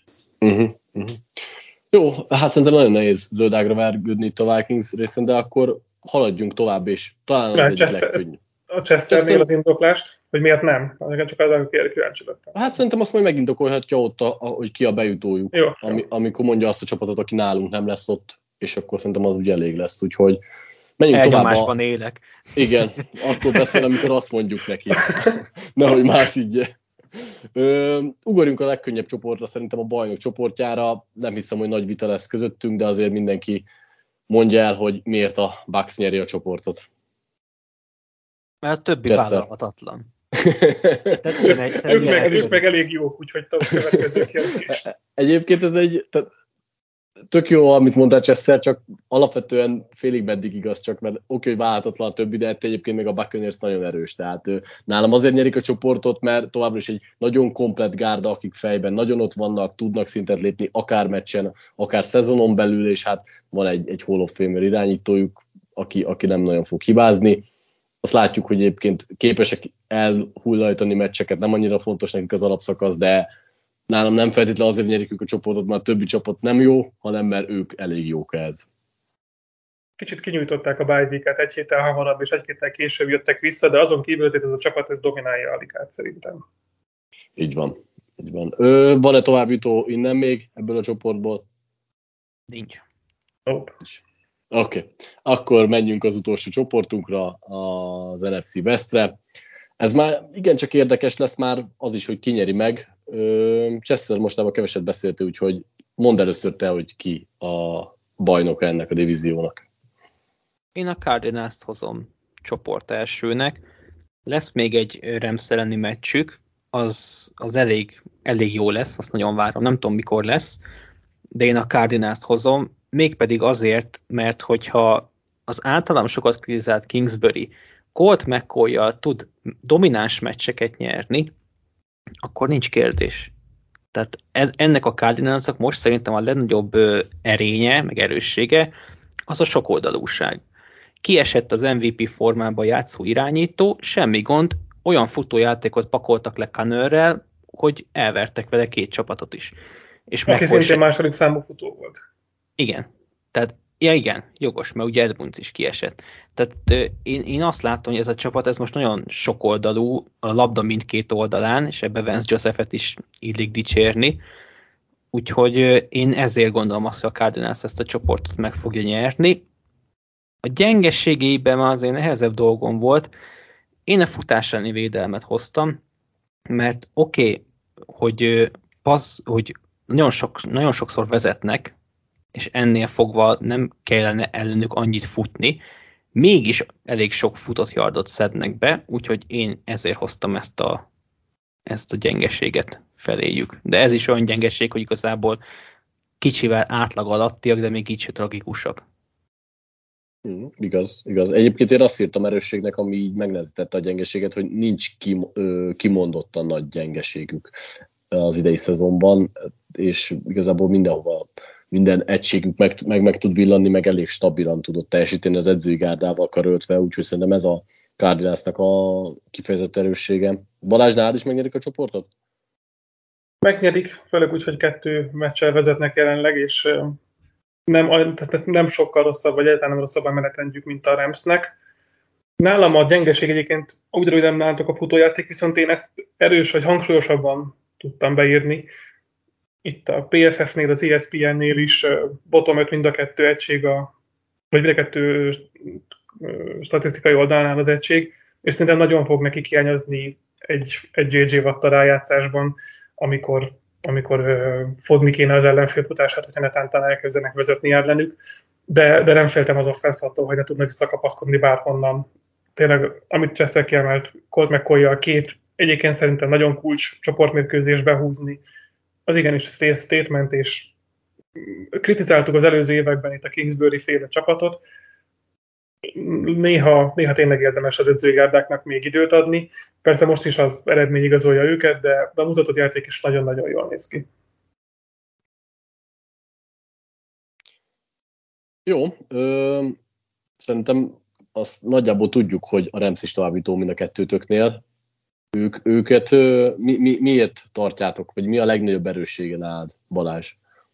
Jó, hát szerintem nagyon nehéz zöldágra vergődni itt a Vikings részén, de akkor haladjunk tovább, és talán az egyik legkönnyű. A Chesternél az indoklást, hogy miért nem? Nekem csak az kíváncsi lettem. Hát szerintem azt majd megindokolhatja ott, hogy ki a bejutójuk, jó. Amikor mondja azt a csapatot, aki nálunk nem lesz ott, és akkor szerintem az ugye elég lesz, úgyhogy menjünk tovább. Elnyomásban élek. Igen, akkor beszél, amikor azt mondjuk neki. Nehogy más így. Ugorjunk a legkönnyebb csoportra, szerintem a bajnok csoportjára. Nem hiszem, hogy nagy vita lesz közöttünk, de azért mindenki mondja el, hogy miért a Bucks nyeri a csoportot. Mert a többi vállalhatatlan. Ők meg elég jók, úgyhogy a következő kérdés. Egyébként ez tök jó, amit mondtál, Chester, csak alapvetően félig meddig igaz, csak mert oké, hogy válhatatlan a többi, de egyébként még a Buccaneers nagyon erős. Tehát nálam azért nyerik a csoportot, mert továbbra is egy nagyon komplett gárda, akik fejben nagyon ott vannak, tudnak szintet lépni, akár meccsen, akár szezonon belül, és hát van egy Hall of Famer irányítójuk, aki nem nagyon fog hibázni. Azt látjuk, hogy egyébként képesek elhullajtani meccseket, nem annyira fontos nekik az alapszakasz, de nálam nem feltétlenül azért nyerik ők a csoportot, mert a többi csapat nem jó, hanem mert ők elég jók ez. Kicsit kinyújtották a bye week-et, egy héttel hamarabb és egy héttel később jöttek vissza, de azon kívül azért ez a csapat ez dominálja a ligát szerintem. Így van. Van-e tovább jutó innen még ebből a csoportból? Nincs. Nope. Oké. Akkor menjünk az utolsó csoportunkra, az NFC Westre. Ez már igencsak érdekes lesz már az is, hogy ki nyeri meg. Chester mostában keveset beszélt, úgyhogy mondd először te, hogy ki a bajnoka ennek a divíziónak. Én a Cardinals-t hozom csoport elsőnek. Lesz még egy Rams elleni meccsük, az elég jó lesz, azt nagyon várom, nem tudom mikor lesz, de én a Cardinals-t hozom, mégpedig azért, mert hogyha az általam sokat kritizált Kingsbury Colt McCoy-jal tud domináns meccseket nyerni, akkor nincs kérdés. Tehát ennek a Cardinalsnak most szerintem a legnagyobb erénye, meg erőssége, az a sokoldalúság. Kiesett az MVP formában játszó irányító, semmi gond, olyan futójátékot pakoltak le Connerrel, hogy elvertek vele két csapatot is. És aki szintén második számú futó volt. Igen. Tehát igen, jogos, mert ugye Edmunds is kiesett. Tehát én azt látom, hogy ez a csapat ez most nagyon sokoldalú, a labda mindkét oldalán, és ebbe Vance Josephet is illik dicsérni. Úgyhogy én ezért gondolom azt, hogy a Cardinals ezt a csoportot meg fogja nyerni. A gyengeségében azért nehezebb dolgom volt. Én a futás elleni védelmet hoztam, mert oké, hogy nagyon sokszor vezetnek, és ennél fogva nem kellene ellenük annyit futni, mégis elég sok futott yardot szednek be, úgyhogy én ezért hoztam ezt a gyengeséget feléjük. De ez is olyan gyengeség, hogy igazából kicsivel átlag alattiak, de még így se tragikusak. Igaz. Egyébként én azt írtam erősségnek, ami így megnehezítette a gyengeséget, hogy nincs kimondottan nagy gyengeségük az idei szezonban, és igazából mindenhova minden egységük meg tud villanni, meg elég stabilan tudott teljesíteni az edzői gárdával karöltve, úgyhogy szerintem ez a Cardinalsnak a kifejezett erőssége. Balázs, nálad is megnyerik a csoportot? Megnyerik, főleg úgy, hogy 2 meccsel vezetnek jelenleg, és nem sokkal rosszabb, vagy egyáltalán nem rosszabb a menetrendjük, mint a Ramsnek. Nálam a gyengeség egyébként úgy röviden nálatok a futójáték, viszont én ezt erős vagy hangsúlyosabban tudtam beírni. Itt a PFF-nél, az ESPN-nél is bottom 5 mind a 2 egység, vagy mind a 2 statisztikai oldalnál az egység, és szerintem nagyon fog neki hiányozni egy JJ Watt a rájátszásban, amikor fogni kéne az ellenfél futását, hogyha netántán elkezdenek vezetni ellenük, de nem féltem az offense-attól, hogy ne tudna visszakapaszkodni bárhonnan. Tényleg, amit Chester kiemelt, Colt McCoy-jal 2 egyébként szerintem nagyon kulcs csoportmérkőzésbe húzni, az igenis statement, és kritizáltuk az előző években itt a Kingsbury-féle csapatot. Néha tényleg érdemes az edzőgárdáknak még időt adni. Persze most is az eredmény igazolja őket, de a mutatott játék is nagyon-nagyon jól néz ki. Jó, szerintem azt nagyjából tudjuk, hogy a Rams is továbbító mind a kettőtöknél. Őket miért tartjátok, vagy mi a legnagyobb erőssége nálad, Balázs?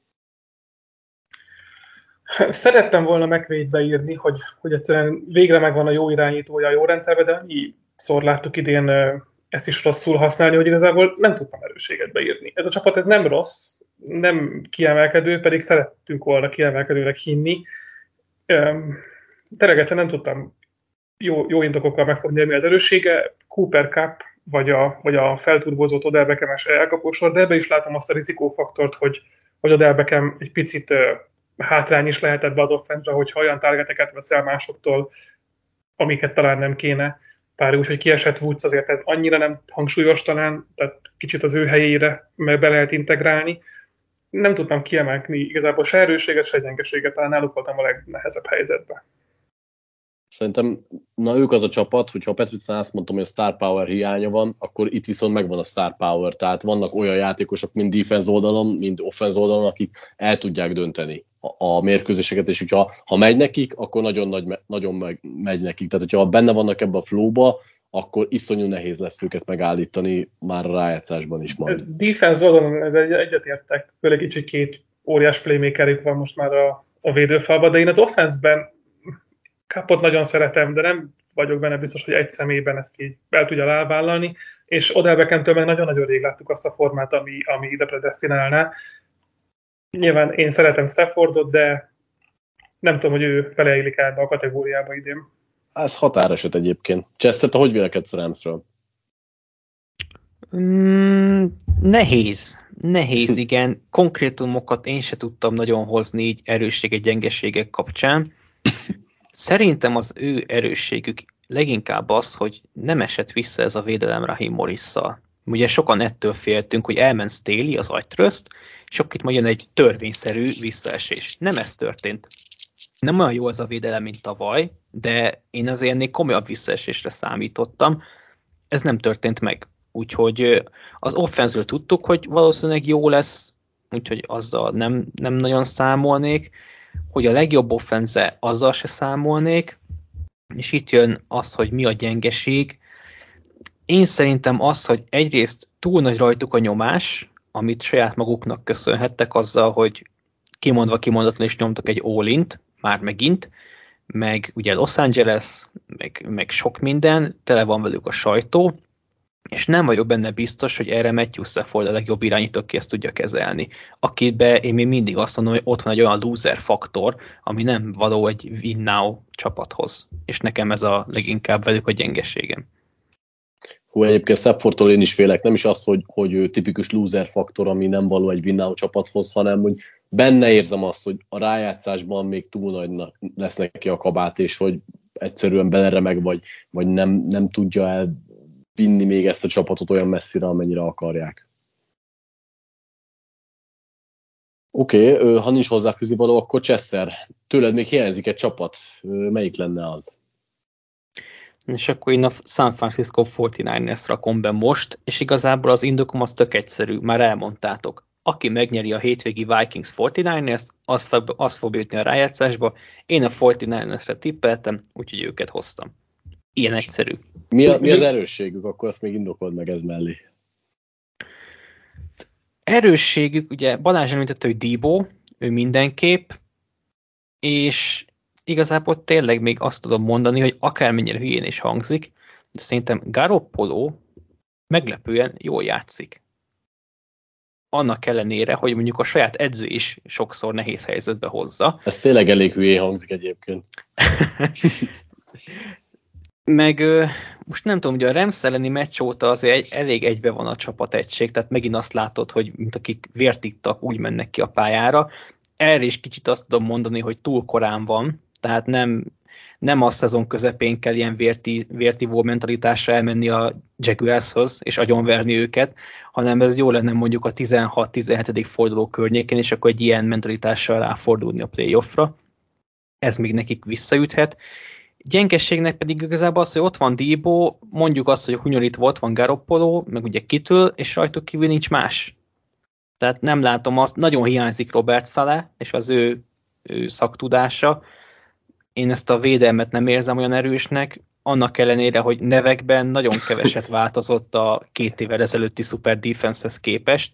Szerettem volna McVayt írni, hogy egyszerűen végre megvan a jó irányítója a jó rendszerbe, de annyiszor láttuk idén ezt is rosszul használni, hogy igazából nem tudtam erősséget beírni. Ez a csapat ez nem rossz, nem kiemelkedő, pedig szerettünk volna kiemelkedőnek hinni. Tényleg nem tudtam jó indokokkal megfogni, mi az erőssége. Cooper Cup, vagy a felturbozott Odell Beckham-es elkapósor, de ebbe is látom azt a rizikófaktort, hogy Odell Beckham egy picit hátrány is lehetett be az offenszbe, hogyha olyan targeteket veszel másoktól, amiket talán nem kéne. Pár úgy, hogy kiesett Woods, azért ez annyira nem hangsúlyos talán, tehát kicsit az ő helyére be lehet integrálni. Nem tudtam kiemelni igazából se erősséget, se gyengeséget, talán náluk voltam a legnehezebb helyzetben. Szerintem, ők az a csapat, hogyha a Patriotsnál azt mondtam, hogy a star power hiánya van, akkor itt viszont megvan a star power, tehát vannak olyan játékosok, mind defense oldalon, mind offense oldalon, akik el tudják dönteni a mérkőzéseket, és ha megy nekik, akkor nagyon megy nekik. Tehát, hogyha benne vannak ebbe a flowba, akkor iszonyú nehéz lesz őket megállítani már a rájátszásban is majd. Defense oldalon egyetértek, főleg így, hogy 2 óriás playmakerük van most már a védőfalban, de én az offense-ben Cupot nagyon szeretem, de nem vagyok benne biztos, hogy egy személyben ezt így el tudja vállalni, és Odell Beckham-től meg nagyon-nagyon rég láttuk azt a formát, ami ide predesztinálná. Nyilván én szeretem Staffordot, de nem tudom, hogy ő beleillik ebbe a kategóriába idén. Ez határeset egyébként. Chester, te hogy vélekedsz a Ramsről? Nehéz, igen. Konkrétumokat én se tudtam nagyon hozni így erősségek-gyengeségek kapcsán. Szerintem az ő erősségük leginkább az, hogy nem esett vissza ez a védelem Raheem Morrisszal. Ugye sokan ettől féltünk, hogy elment Staley, az agytröszt, és akkor itt majd jön egy törvényszerű visszaesés. Nem ez történt. Nem olyan jó az a védelem, mint tavaly, de én azért ennél komolyabb visszaesésre számítottam. Ez nem történt meg. Úgyhogy az offenzről tudtuk, hogy valószínűleg jó lesz, úgyhogy azzal nem nagyon számolnék. Hogy a legjobb offense, azzal se számolnék, és itt jön az, hogy mi a gyengeség. Én szerintem az, hogy egyrészt túl nagy rajtuk a nyomás, amit saját maguknak köszönhettek azzal, hogy kimondatlan is nyomtak egy all-int, már megint, meg ugye Los Angeles, meg sok minden, tele van velük a sajtó, és nem vagyok benne biztos, hogy erre Matthew Stafford a legjobb irányító, aki ezt tudja kezelni. Akiben én még mindig azt mondom, hogy ott van egy olyan loser faktor, ami nem való egy win now csapathoz. És nekem ez a leginkább velük a gyengeségem. Egyébként Staffordtól én is félek, nem is az, hogy ő tipikus loser faktor, ami nem való egy win now csapathoz, hanem hogy benne érzem azt, hogy a rájátszásban még túl nagy lesz neki a kabát, és hogy egyszerűen beleremeg, vagy nem tudja el vinni még ezt a csapatot olyan messzire, amennyire akarják. Oké, ha nincs hozzáfűzni való, akkor Chester, tőled még hiányzik egy csapat. Melyik lenne az? És akkor én a San Francisco 49ers rakom be most, és igazából az indokom az tök egyszerű, már elmondtátok. aki megnyeri a hétvégi Vikings 49ers, az fog jutni a rájátszásba. Én a 49ersre tippeltem, úgyhogy őket hoztam. Ilyen egyszerű. Mi az erősségük? Akkor azt még indokold meg ez mellé. Erősségük, ugye Balázs említette, hogy Debo, ő mindenképp, és igazából tényleg még azt tudom mondani, hogy akármennyire hülyén is hangzik, de szerintem Garoppolo meglepően jól játszik. Annak ellenére, hogy mondjuk a saját edző is sokszor nehéz helyzetbe hozza. Ez tényleg elég hülyén hangzik egyébként. Meg most nem tudom, hogy a Rams elleni meccs óta azért elég egybe van a csapategység, tehát megint azt látod, hogy mint akik vért ittak, úgy mennek ki a pályára. Erre is kicsit azt tudom mondani, hogy túl korán van, tehát nem a szezon közepén kell ilyen vértivó mentalitásra elmenni a Jaguarshoz és agyonverni őket, hanem ez jó lenne mondjuk a 16-17. Forduló környékén, és akkor egy ilyen mentalitással ráfordulni a playoffra. Ez még nekik visszaüthet. Gyengességnek pedig igazából az, hogy ott van Debo, mondjuk azt, hogy a hunyolítva ott van Garoppolo, meg ugye Kittle, és rajtuk kívül nincs más. Tehát nem látom azt, nagyon hiányzik Robert Saleh, és az ő szaktudása. Én ezt a védelmet nem érzem olyan erősnek, annak ellenére, hogy nevekben nagyon keveset változott a 2 évvel ezelőtti Super Defense-hez képest.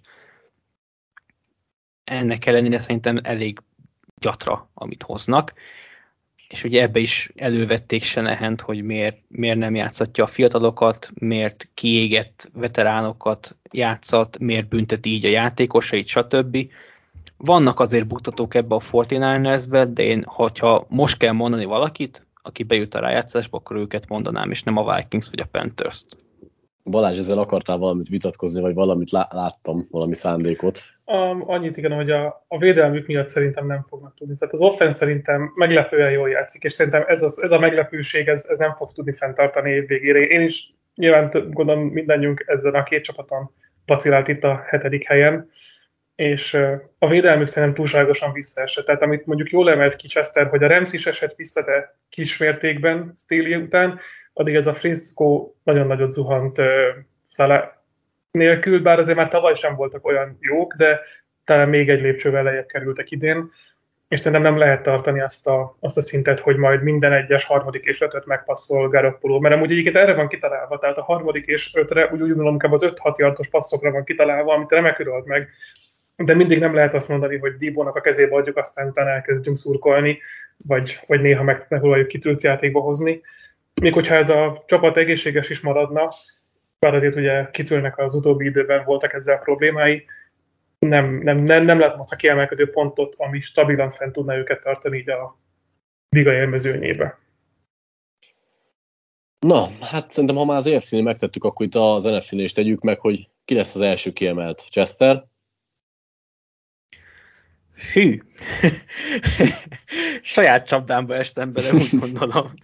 Ennek ellenére szerintem elég gyatra, amit hoznak. És ugye ebbe is elővették Shanahant, hogy miért nem játszatja a fiatalokat, miért kiégett veteránokat játszat, miért bünteti így a játékosait, stb. Vannak azért buktatók ebbe a 49ersbe, de én, hogyha most kell mondani valakit, aki bejut a rájátszásba, akkor őket mondanám, és nem a Vikings vagy a Panthers-t. Balázs, ezzel akartál valamit vitatkozni, vagy valamit láttam, valami szándékot? Annyit igen, hogy a védelmük miatt szerintem nem fognak tudni. Tehát az offense szerintem meglepően jól játszik, és szerintem ez a meglepőség, ez nem fog tudni fenntartani év végére. Én is nyilván gondolom mindannyiunk ezen a 2 csapaton vacilált itt a 7. helyen, és a védelmük szerintem túlságosan visszaesett. Tehát amit mondjuk jól emelt ki Chester, hogy a Rams is esett vissza, de kismértékben Staley után, addig ez a Frisco nagyon nagyot zuhant Saleh nélkül, bár azért már tavaly sem voltak olyan jók, de talán még egy lépcsővel lejjebb kerültek idén, és szerintem nem lehet tartani azt a szintet, hogy majd minden egyes 3. és 5-öt megpasszol Garoppolo, mert amúgy egyébként erre van kitalálva, tehát a 3. és 5-re úgy gondolom, hogy az 5-6 yardos passzokra van kitalálva, amit remekül old meg, de mindig nem lehet azt mondani, hogy Debo-nak a kezébe adjuk, aztán utána elkezdjünk szurkolni, vagy néha megpróbáljuk Kittlet játékba hozni. Még hogyha ez a csapat egészséges is maradna, bár azért ugye Kittelnek az utóbbi időben voltak ezzel problémái, nem látom azt a kiemelkedő pontot, ami stabilan fent tudna őket tartani így a liga élmezőnyébe. Na, hát szerintem, ha már az AFC-nél megtettük, akkor itt az NFC-nél is tegyük meg, hogy ki lesz az első kiemelt. Chester? Hű! Saját csapdámba estem bele, úgy gondolom.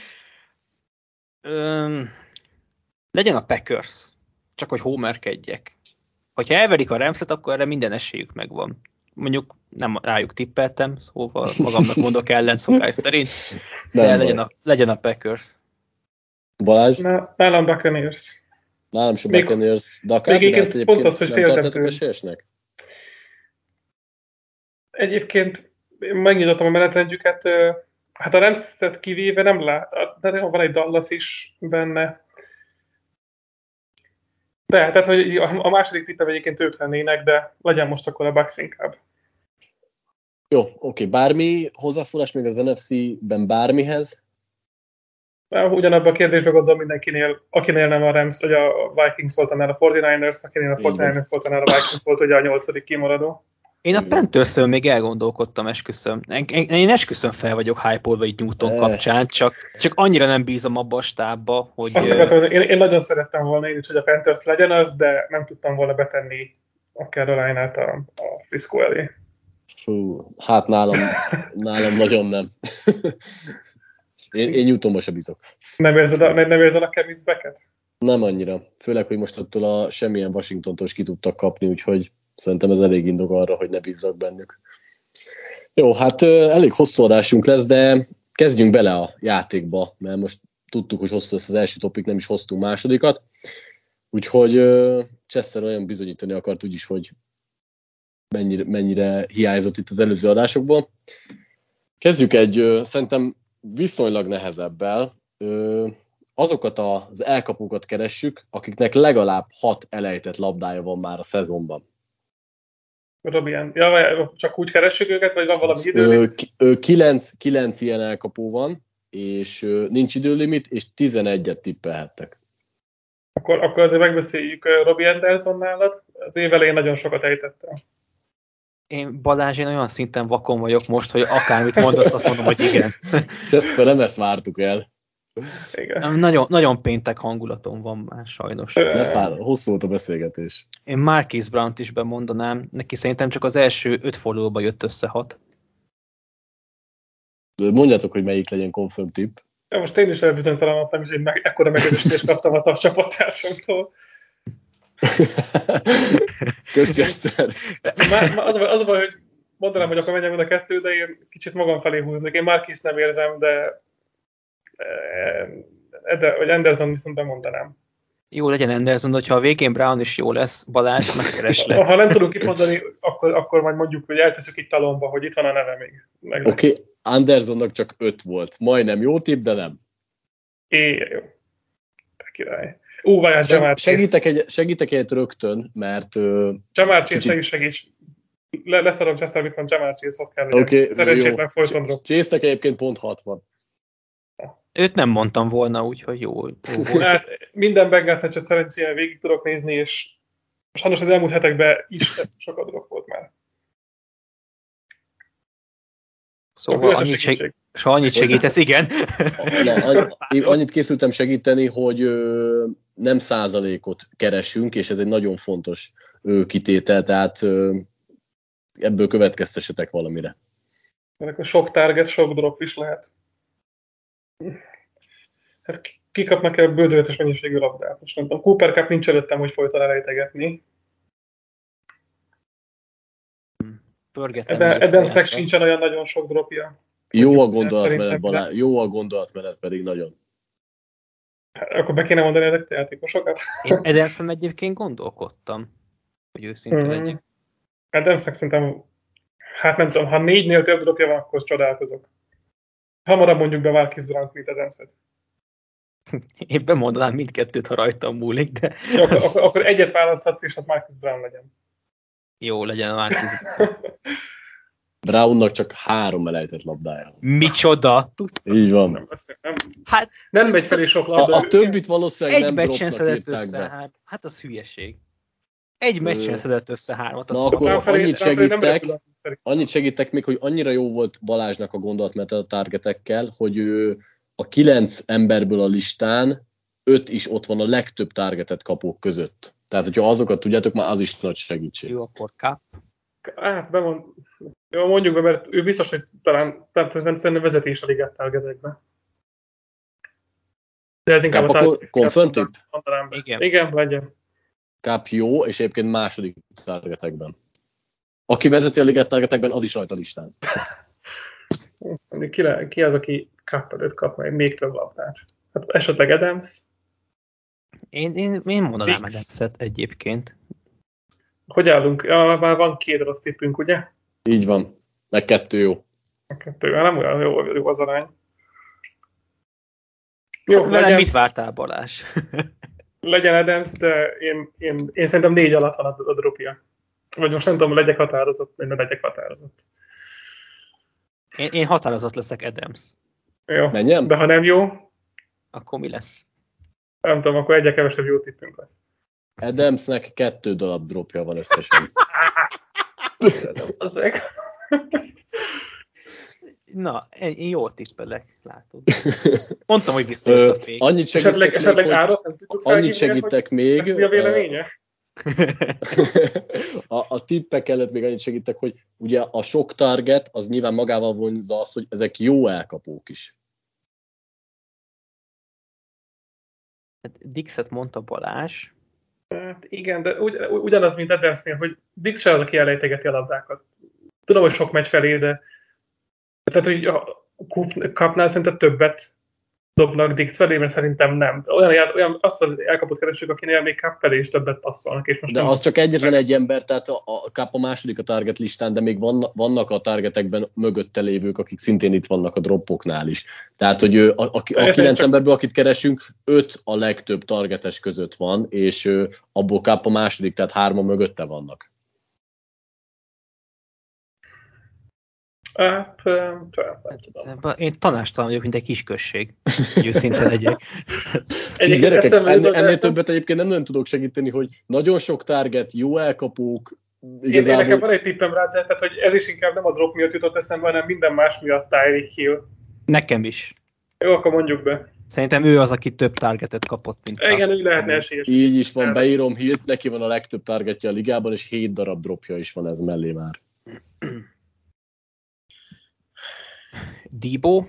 Legyen a Packers, csak hogy homerkedjek. Hogyha elverik a Ramset, akkor erre minden esélyük megvan. Mondjuk nem rájuk tippeltem, szóval magamnak mondok ellen szokás szerint, de legyen a Packers. Balázs? Nálam Buccaneers. Nálam sem Buccaneers, de a Cardinals pont az, hogy féltem tőle. Esélyesnek? Egyébként megnyitottam a menetrendjüket, hát a Ramset kivéve nem lát, de van egy Dallas is benne. De, tehát hogy a második tippem egyébként ők lennének, de legyen most akkor a Bucks inkább. Jó, oké. Bármi hozzászólás még az NFC-ben bármihez? Ugyanabban a kérdésben gondolom mindenkinél, akinél nem a Rams, vagy a Vikings volt annál a 49ers, akinél a 49ers volt annál a Vikings volt, ugye a 8. kimaradó. Én a Panthers-ről még elgondolkodtam, esküszöm. Én esküszöm fel vagyok hype-olva itt Newton kapcsán, csak annyira nem bízom abba a stábba, hogy... Azt akartam, én nagyon szerettem volna én is, hogy a Panthers legyen az, de nem tudtam volna betenni a Caroline-át a Frisco elé. Fú, hát nálam nagyon nem. Én Newtonba se bízok. Nem érzed a Kevis Becket? Nem annyira. Főleg, hogy most attól a semmilyen Washingtontól is ki tudtak kapni, úgyhogy szerintem ez elég indok arra, hogy ne bízzak bennük. Jó, hát elég hosszú adásunk lesz, de kezdjünk bele a játékba, mert most tudtuk, hogy hosszú lesz az első topik, nem is hoztunk másodikat. Úgyhogy Chester olyan bizonyítani akart úgyis, hogy mennyire hiányzott itt az előző adásokból. Kezdjük egy szerintem viszonylag nehezebbel. Azokat az elkapókat keressük, akiknek legalább 6 elejtett labdája van már a szezonban. Robin, csak úgy keressük őket, vagy van valami időlimit? 9 ilyen elkapó van, és nincs időlimit, és 11-et tippelhettek. Akkor azért megbeszéljük Robbie Anderson nálad. Az év elején nagyon sokat ejtettem. Balázs, én olyan szinten vakon vagyok most, hogy akármit mondasz, azt mondom, hogy igen. És ezt nem ezt vártuk el. Igen. Nagyon, nagyon péntek hangulatom van már, sajnos. Hosszú volt a beszélgetés. Én Marquise Brownt is bemondanám, neki szerintem csak az első 5 fordulóban jött össze 6. Mondjátok, hogy melyik legyen confirm tipp. Ja, most én is elbizonytalanodtam, és én ekkora megerősítést kaptam a csapattársamtól. Köszönöm. Az a baj, hogy mondanám, hogy akkor menjem mind a kettő, de én kicsit magam felé húznék. Én Marquise nem érzem, de vagy Anderson viszont bemondanám. Jó, legyen Anderson, hogyha a végén Brown is jó lesz, Balázs, megkereslek. Ha nem tudunk itt mondani, akkor majd mondjuk, hogy elteszük itt talomba, hogy itt van a neve még. Oké, Andersonnak csak 5 volt. Majdnem jó tipp, de nem. Jó. Te király. Várjál, Jamar Chase. Segítek egyet rögtön, mert... Jamar Chase, ne is segíts. Leszarok Jessel, mit van Jamar Chase, ott kell legyen. Oké, szerencsétlen folyton drop. Chase-nek egyébként pont 60. Őt nem mondtam volna, úgyhogy jó volt. Hát minden Bengals meccset szerencsére végig tudok nézni, és sajnos az elmúlt hetekben is sokat drop volt már. Szóval annyit segítesz, igen. Annyit készültem segíteni, hogy nem százalékot keresünk, és ez egy nagyon fontos kitétel, tehát ebből következtessetek valamire. Akkor sok target, sok drop is lehet. Hát kikapnak el bődöletes mennyiségű labdát. Most nem tudom, Cooper Cup nincs előttem, hogy folyton elejtegetni. Adamsnek sincsen olyan nagyon sok dropja. Jó a gondolatmenet pedig nagyon. Akkor be kéne mondani ezeket a játékosokat? Én Adamson egyébként gondolkodtam, hogy őszinte legyek. Adamsnek szerintem, hát nem tudom, ha 4-nél több dropja van, akkor csodálkozok. Hamarabb mondjuk be Marquise Brown, mint Adamset. Én bemondanám mindkettőt, ha rajtam múlik, de... Jó, akkor egyet választhatsz, és az Marquise Brown legyen. Jó, legyen a Marquise Brown. Brownnak csak 3 elejtett labdája. Micsoda? Így van. Nem megy felé sok labda. A többit valószínűleg nem dropnak írták be. Hát az hülyeség. Egy meccsen szedett össze 3-at. Na akkor annyit segítek még, hogy annyira jó volt Balázsnak a gondolatmenete a targetekkel, hogy ő a 9 emberből a listán 5 is ott van a legtöbb targetet kapók között. Tehát, hogyha azokat tudjátok, már az is nagy segítség. Jó, akkor Cup. Hát, jó, mondjuk be, mert ő biztos, hogy talán vezetés a ligát targetekben. De ez inkább akkor confirm tip? Igen, legyen. Cup jó, és egyébként második targetekben. Aki vezeti a ligát targetekben, az is rajta listán. Ki az, aki Cup előtt kap majd még több labdát? Hát esetleg Adams? Én mondanám Adamset egyébként. Hogy állunk? Már van 2 rossz tippünk, ugye? Így van. Meg 2 jó. A 2 nem olyan jó az arány. Jó, velem mit vártál, Balázs? Legyen Adams, de én szerintem 4 alatt van a dropja. Vagy most nem tudom, legyek határozott, vagy ne legyek határozott. Én határozott leszek, Adams. Jó, menjem? De ha nem jó, akkor mi lesz? Nem tudom, akkor egyre kevesebb jó tippünk lesz. Adamsnek 2 darab dropja van összesen. Na, én jól tippelek, látod. Mondtam, hogy visszajött a fék. Annyit segítek még. Mi a véleménye? A tippek előtt még annyit segítek, hogy ugye a sok target az nyilván magával vonza azt, hogy ezek jó elkapók is. Dixet mondta Balázs. Hát igen, de ugyanaz, mint Adamsnél, hogy Dix se az, aki elejtegeti a labdákat. Tudom, hogy sok meccs felé, de tehát, hogy a Cupnál szerintem többet dobnak Dix felé, mert szerintem nem. Olyan azt az elkapott keresők, akinél még Cup felé is többet passzolnak. És most de az csak egyetlen egy ember, tehát a Cup a második a target listán, de még vannak a targetekben mögötte lévők, akik szintén itt vannak a droppoknál is. Tehát, hogy a 9 emberből, akit keresünk, 5 a legtöbb targetes között van, és abból Cup a második, tehát 3 mögötte vannak. Hát, én tanástalan vagyok, mint egy kisközség, hogy őszinte legyek. Gyerekek, ennél többet egyébként nem nagyon tudok segíteni, hogy nagyon sok target, jó elkapók. Igazából... Én nekem van egy tippem rá, tehát hogy ez is inkább nem a drop miatt jutott eszembe, hanem minden más miatt Tyreek Hill. Nekem is. Jó, akkor mondjuk be. Szerintem ő az, aki több targetet kapott, mint igen, úgy lehetne esélyes. Így is van, beírom Hillt, neki van a legtöbb targetje a ligában, és 7 darab dropja is van ez mellé már. Debo?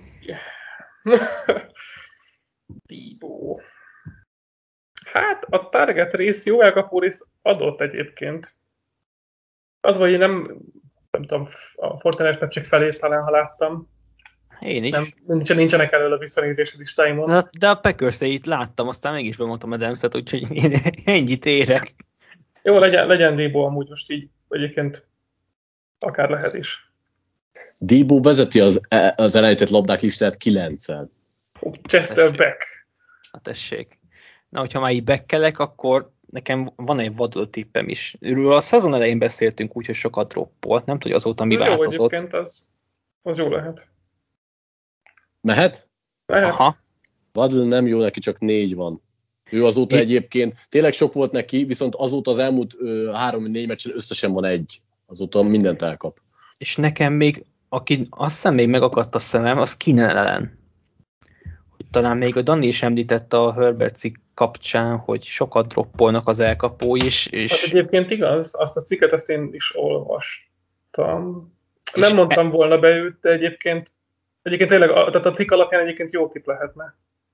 Debo. Hát a target rész, jó elkapó rész adott egyébként. Az, hogy én nem tudom, a Fortnite csak felét talán, ha láttam. Én is. Nincsenek elől a visszanézési listáimon. De a Packers-eit láttam, aztán mégis bemondtam Adams-et, úgyhogy én ennyit érek. Jó, legyen Debo amúgy most így egyébként akár lehet is. Debo vezeti az elejtett labdák listát 9-el. Chester Beck. Tessék. Na, hogyha már így bekkelek, akkor nekem van egy vadul tippem is. Őről a szezon elején beszéltünk úgy, hogy sokat droppolt. Nem tudom, azóta mi változott. Jó egyébként, az jó lehet. Mehet? Mehet. Aha. Vadul nem jó, neki csak 4 van. Ő azóta egyébként, tényleg sok volt neki, viszont azóta az elmúlt 3-4 meccsen összesen van 1. Azóta mindent elkap. És nekem még, aki azt hiszem még megakadt a szemem, az Keenan Allen. Talán még a Dani is említette a Herbert cikk kapcsán, hogy sokat droppolnak az elkapói is. És... Hát egyébként igaz, azt a cikket ezt én is olvastam. Nem mondtam volna be őt, de egyébként tényleg, tehát a cikk alapján egyébként jó tipp lehetne.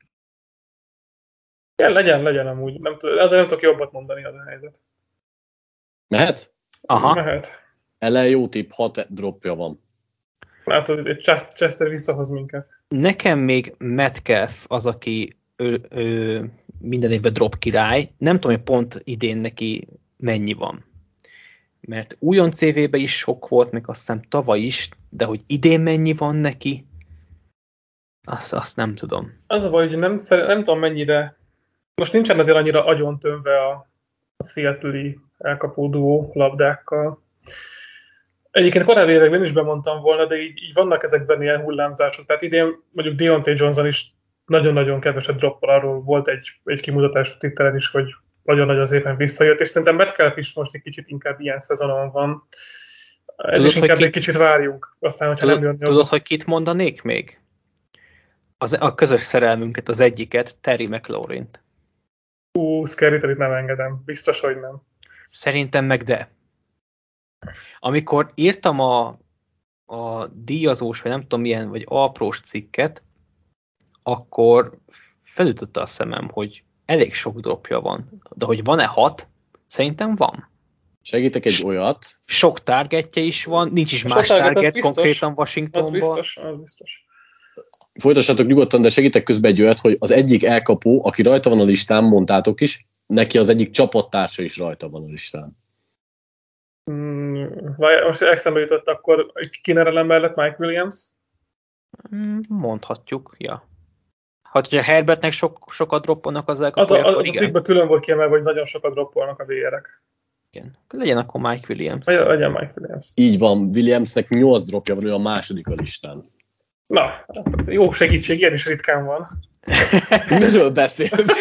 Ja, legyen amúgy. Azért nem tudok jobbat mondani, az a helyzet. Mehet? Aha. Mehet. Ellen jó tipp, 6 dropja van. Látod, egy Chester visszahoz minket. Nekem még Metcalf az, aki minden évben drop király. Nem tudom, hogy pont idén neki mennyi van. Mert újon CV-be is sok volt, meg azt hiszem tavaly is, de hogy idén mennyi van neki, azt nem tudom. Az a baj, hogy nem tudom mennyire, most nincsen azért annyira agyontömve a Seattle-i elkapó duó labdákkal. Egyébként korábbi években is bemondtam volna, de így vannak ezekben ilyen hullámzások. Tehát idén mondjuk Deontay Johnson is nagyon-nagyon keveset droppol, arról volt egy kimutatás Twitteren is, hogy nagyon-nagyon szépen visszajött, és szerintem Metcalf is most egy kicsit inkább ilyen szezonon van. Ez is inkább egy kicsit várjunk, aztán, hogyha nem jön. Tudod, hogy kit mondanék még? A közös szerelmünket, az egyiket, Terry McLaurin-t. Scary-t nem engedem. Biztos, hogy nem. Szerintem meg de. Amikor írtam a díjazós, vagy nem tudom milyen, vagy aprós cikket, akkor felütötte a szemem, hogy elég sok dropja van. De hogy van-e 6? Szerintem van. Segítek egy olyat. Sok targetje is van, nincs is más target konkrétan Washingtonban. Az biztos. Folytassatok nyugodtan, de segítek közben egy olyat, hogy az egyik elkapó, aki rajta van a listán, mondtátok is, neki az egyik csapattársa is rajta van a listán. Most eszembe jutott akkor Keenan mellett Mike Williams? Mondhatjuk, ja. Ha Herbertnek sokat droppolnak az elkapói, akkor igen. A cikkben külön volt kiemelve, hogy nagyon sokat droppolnak a VR-ek. Igen. Legyen akkor Mike Williams. Legyen Mike Williams. Így van, Williamsnek 8 dropja van, ő a második a listán. Na, jó segítség, ilyen is ritkán van. Miről beszélsz?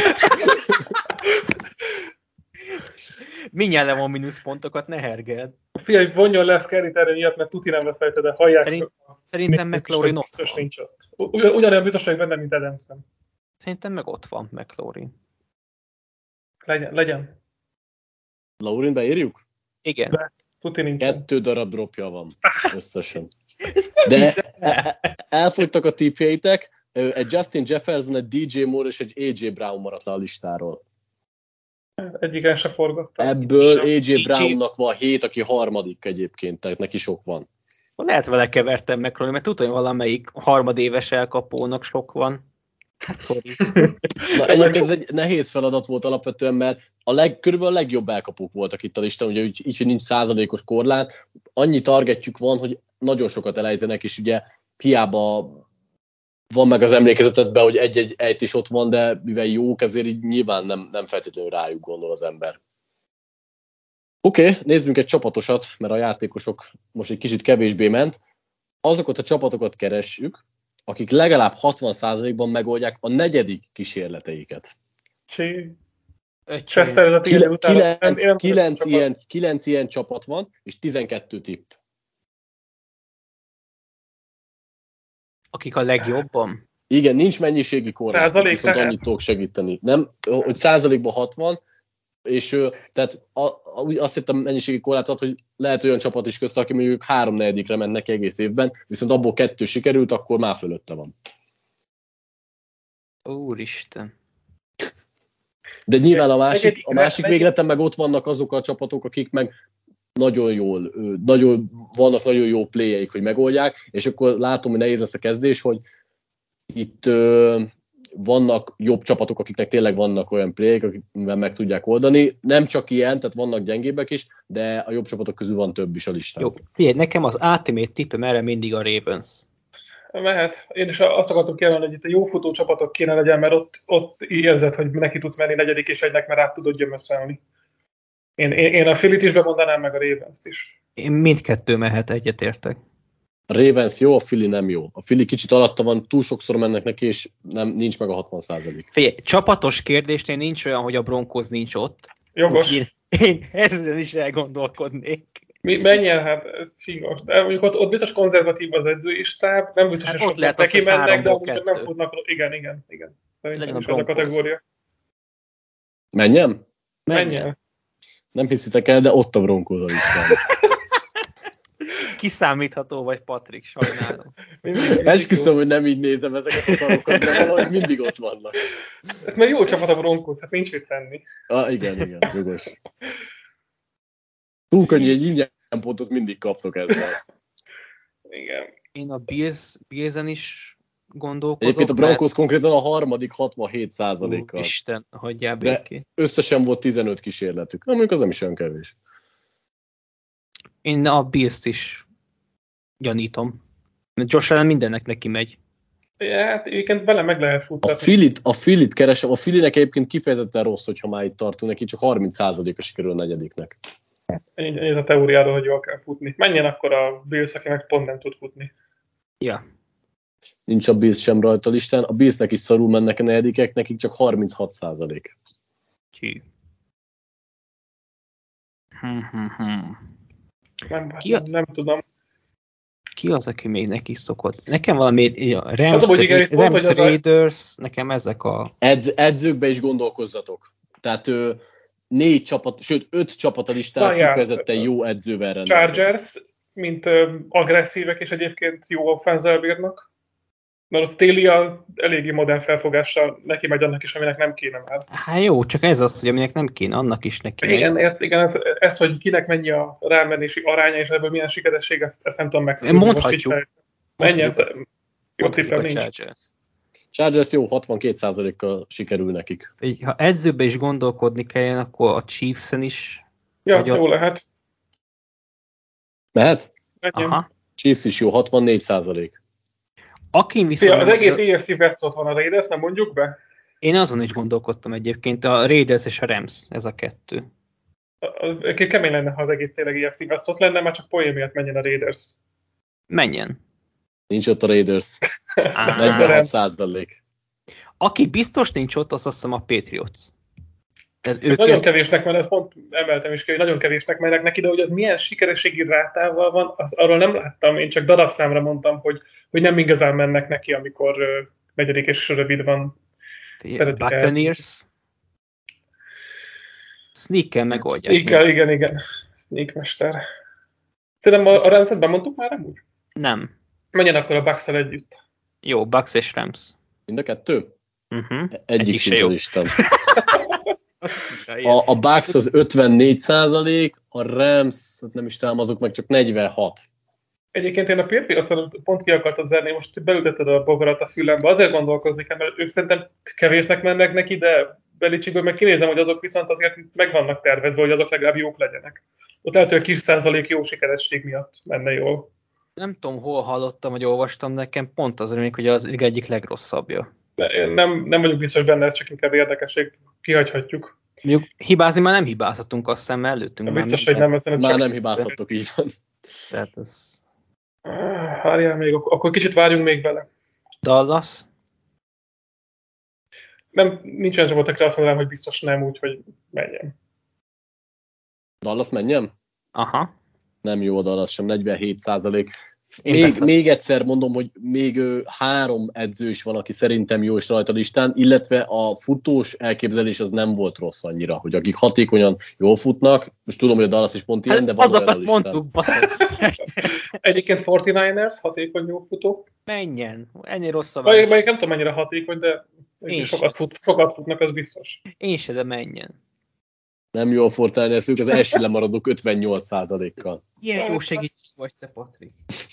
Mindjárt levon mínuszpontokat, ne hergeld. Figyelj, vonjon le Scary-t erre miatt, mert tuti nem lesz rajta, de hallják. Szerintem McLaurin ott biztos van. Nincs ott. Ugyanolyan biztos vagyok benne, mint Adamsben. Szerintem meg ott van McLaurin. Legyen. Laurin, beírjuk? Igen. De tuti nincs. 2 darab dropja van összesen. De elfogytak a tippjeitek, egy Justin Jefferson, egy DJ Moore és egy AJ Brown maradt le a listáról. Egyiken se forgattam. Ebből AJ Brownnak van 7, aki harmadik egyébként, tehát neki sok van. Lehet vele kevertem McLaurin, mert tudom, hogy valamelyik harmadéves elkapónak sok van. Hát sorry. Na, egyébként ez egy nehéz feladat volt alapvetően, mert körülbelül a legjobb elkapók voltak itt a listán, ugye így, hogy nincs százalékos korlát, annyi targetjük van, hogy nagyon sokat elejtenek, és ugye hiába van meg az emlékezetedben, hogy egy-egy ejtés ott van, de mivel jók, ezért így nyilván nem feltétlenül rájuk gondol az ember. Oké, nézzünk egy csapatosat, mert a játékosok most egy kicsit kevésbé ment. Azokat a csapatokat keressük, akik legalább 60%-ban megoldják a negyedik kísérleteiket. Chester, ez a 10 után. 9 ilyen csapat van, és 12 tipp. Akik a legjobban? Igen, nincs mennyiségi korlát, viszont lehet? annyit tudok segíteni. Nem, hogy százalékban 60, és tehát azt hittem mennyiségi korlátot, hogy lehet olyan csapat is közt, aki mondjuk 3/4-re ment neki egész évben, viszont abból 2 sikerült, akkor már fölötte van. Úristen. De nyilván a másik végleten meg ott vannak azok a csapatok, akik meg vannak nagyon jó play-eik, hogy megoldják, és akkor látom, hogy nehéz lesz a kezdés, hogy itt vannak jobb csapatok, akiknek tényleg vannak olyan play-ek, akikben meg tudják oldani. Nem csak ilyen, tehát vannak gyengébbek is, de a jobb csapatok közül van több is a listán. Jó, figyelj, nekem az ultimate tippem erre mindig a Ravens. Mehet. Én is azt akartam kiemelni, hogy itt a jó futó csapatok kéne legyen, mert ott érzed, hogy neki tudsz menni 4. és 1-nek, mert át tudod gyömöszelni. Én a Phillyt is bemondanám, meg a Ravens-t is. Én mindkettő mehet, egyetértek. A Ravens jó, a Philly nem jó. A Philly kicsit alatta van, túl sokszor mennek neki, és nincs meg a 60%. Figyelj, csapatos kérdésnél nincs olyan, hogy a Broncos nincs ott. Jogos. Én ezen is elgondolkodnék. Menjen, hát ez fingos. De mondjuk ott biztos konzervatív az edzői stáb, nem biztos, Hát hogy ott lehet neki mennek, de amúgy nem futnak. Igen. Szerintem is az a Broncos. kategória. Menjem? Menjen. Nem hiszitek el, de ott a Broncos a listán. Kiszámítható vagy, Patrik, sajnálom. Esküszöm, hogy nem így nézem ezeket a szarokat, de valahogy mindig ott vannak. Ez már jó csapat a Broncos, hát nincs mit tenni. Igen, jogos. Túl könnyű, egy ingyen pontot mindig kaptok ezzel. Igen. Én a Bills-en is gondolkozok. Egyébként a Broncos konkrétan a harmadik 67%-kal. Isten, hagyjál de békén. Összesen volt 15 kísérletük. Mondjuk az nem is olyan kevés. Én a Bills-t is gyanítom. Mert Josh Allen mindennek neki megy. Ja, hát egyébként vele meg lehet futtatni. A Phillyt keresem. A Phillynek egyébként kifejezetten rossz, hogyha már itt tartunk, neki csak 30%-a sikerül a negyediknek. Ez a teóriáról, hogy jól kell futni. Menjen akkor a Bills, aki meg pont nem tud futni. Ja. Nincs a Bills sem rajta a listán. A Billsnek is szarul mennek a negyedikek, nekik csak 36%. Hű. Nem tudom. Ki az, aki még neki szokott? Nekem valami Rams Raiders, nekem ezek a... Edzőkbe is gondolkozzatok. Tehát 4 csapat, sőt 5 csapat a listán kifejezetten jó edzővel rendelkezik. Chargers, mint agresszívek és egyébként jó offense-el bírnak. Mert a Staley eléggé modern felfogással neki megy annak is, aminek nem kéne már. Hát jó, csak ez az, hogy aminek nem kéne, annak is neki megy. Igen, ez, hogy kinek mennyi a rámenési aránya, és ebből milyen sikeresség, ezt nem tudom megszűrni. Mondhatjuk. Menjen, jó tippem nincs. Chargers jó, 62%-kal sikerül nekik. Így, ha edzőbe is gondolkodni kelljen, akkor a Chiefs-en is... Ja, jó lehet. Mehet? Aha. Chiefs is jó, 64%. Akin viszont... Az egész AFC West ott van a Raiders, nem mondjuk be? Én azon is gondolkodtam egyébként, a Raiders és a Rams, ez a kettő. Kemény lenne, ha az egész tényleg AFC West ott lenne, már csak poén miatt menjen a Raiders. Menjen. Nincs ott a Raiders. 46%. Aki biztos nincs ott, azt hiszem a Patriots. Nagyon kevésnek, mert ezt pont emeltem is ki, hogy nagyon kevésnek mennek neki, de hogy az milyen sikerességi rátával van, arról nem láttam, én csak darabszámra mondtam, hogy nem igazán mennek neki, amikor 4. és rövid van. Buccaneers. Sneak-kel megoldják. Sneak-kel, igen. Sneak mester. Szerintem a Rams-et bemondtuk már amúgy? Nem. Menjen akkor a Bucs-el együtt. Jó, Bucs és Rams. Mind a kettő? Egyik sincs a listán. A Bucs az 54%, a Rams, nem is tudom, azok meg csak 46. Egyébként én a Patriots-on pont ki akartad zárni, most belütetted a bogarat a fülembe. Azért gondolkozni kell, mert ők szerintem kevésnek mennek neki, de Belichickből meg kinézem, hogy azok viszont azért meg vannak tervezve, hogy azok legalább jók legyenek. Ott lehet, hogy a kis százalék jó sikeresség miatt menne jól. Nem tudom, hol hallottam, vagy olvastam, nekem pont az remény, hogy az egyik legrosszabbja. De én nem vagyok biztos benne, ez csak inkább érdekesség. Kihagyhatjuk. Mondjuk hibázni már nem hibázhatunk, azt hiszem előttünk. Biztos, hogy nem, ezen már nem hibázhatok, így van. Tehát ez... Várjál még, akkor kicsit várjunk még bele. Dallas? Nem, nincs olyan csapat, akire azt mondanám, hogy biztos nem, úgyhogy menjen. Dallas menjem? Aha. Nem jó a Dallas sem, 47%. Én Még egyszer mondom, hogy még 3 edző is van, aki szerintem jó is rajta listán, illetve a futós elképzelés az nem volt rossz annyira, hogy akik hatékonyan jól futnak, most tudom, hogy a Dallas is pont ilyen, de van olyan a listán. Mondtuk, baszod. Egyébként 49ers, hatékony jó futó. Menjen, ennél rosszabb. Melyik nem tudom mennyire hatékony, de sokat futnak, az biztos. Én se, de menjen. Nem jó a 49ers, ők az első lemaradók 58%-kal. Ilyen jó segítség vagy te, Patrik.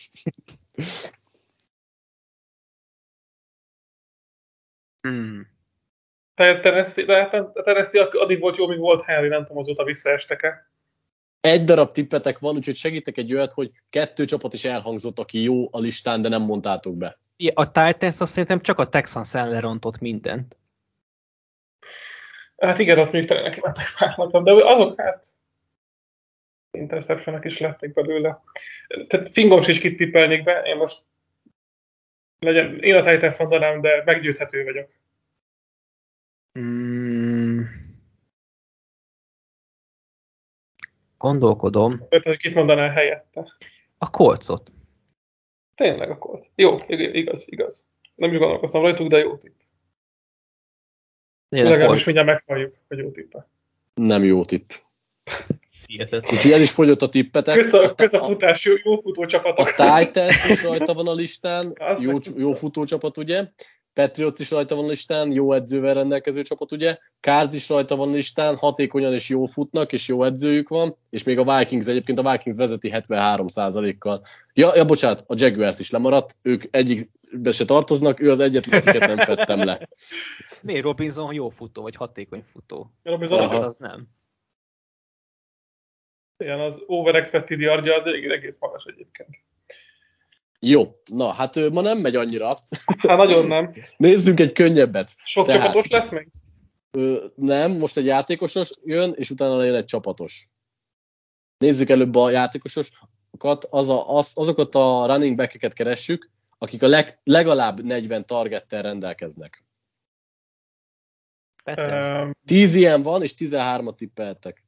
Tennessee addig volt jó, míg volt Henry, nem tudom, azóta visszaestek-e. Egy darab tippetek van, úgyhogy segítek egy olyat, hogy 2 csapat is elhangzott, aki jó a listán, de nem mondtátok be. A Titans azt szerintem csak a Texans ellen rontott mindent. Hát igen, ott még tényleg neki mentek párnak, de azok hát interceptionek is lettek belőle. Tehát fingom is kit tippelnék be, én most én a Titans mondanám, de meggyőzhető vagyok. Gondolkodom. Hogy kit mondanál helyette? A Coltsot. Tényleg a Colts. Jó, igaz. Nem is gondolkoztam rajtuk, de jó tipp. Legalábbis mindjárt meghalljuk, hogy jó tippe. Nem jó tipp. Hihetetlen. Úgyhogy el is fogyott a tippetek. Kösz a futás, jó futócsapatok. A Titans is rajta van a listán, jó futócsapat, ugye? Patriots is rajta van a listán, jó edzővel rendelkező csapat, ugye? Cards is rajta van a listán, hatékonyan és jó futnak, és jó edzőjük van, és még a Vikings, egyébként a Vikings vezeti 73%-kal. Ja, bocsánat, a Jaguars is lemaradt, ők egyikbe se tartoznak, ő az egyetlen, akiket nem fettem le. Miért Robinson jó futó, vagy hatékony futó? Robinson az nem. Igen, az overexpected yardja az egész magas egyébként. Jó, na hát ma nem megy annyira. Hát nagyon nem. Nézzünk egy könnyebbet. Sok csapatos lesz még? Nem, most egy játékosos jön, és utána jön egy csapatos. Nézzük előbb a játékosokat, azokat a running back-eket keressük, akik a legalább 40 targettel rendelkeznek. 10 ilyen van, és 13-at tippeltek.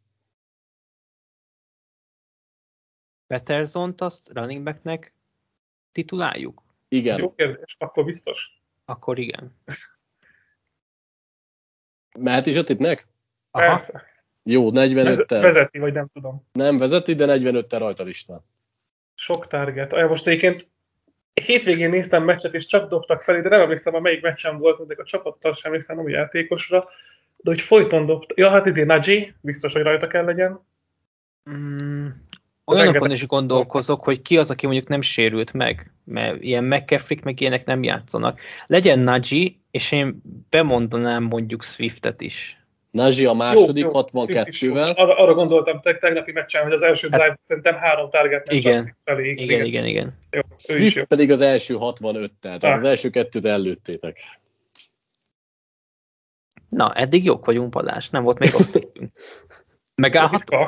Petersont azt running backnek tituláljuk? Igen. Jó kérdés, akkor biztos. Akkor igen. Mehet is a tippnek? Persze. Jó, 45-tel. Vezeti, vagy nem tudom. Nem vezeti, de 45-tel rajta listán. Sok target. Most egyébként hétvégén néztem meccset, és csak dobtak felé, de nem emlékszem, hogy melyik meccsen volt, mondjuk a csapattal sem emlékszem, nem a játékosra, de hogy folyton dobtak. Ja, hát Nagy, biztos, hogy rajta kell legyen. Olyanokon is gondolkozok, hogy ki az, aki mondjuk nem sérült meg, mert ilyen McCaffrey meg ilyenek nem játszanak. Legyen Nagy, és én bemondanám mondjuk Swiftet is. Nagy a második, 62-vel. Arra gondoltam tegnapi meccsen, hogy az első drive szerintem 3 target igen. Felé. Igen. Jó, Swift pedig az első 65-tel, tehát az első 2-t ellőttétek. Na, eddig jók vagyunk, Balázs, nem volt még rossz tippünk. Megállhatunk?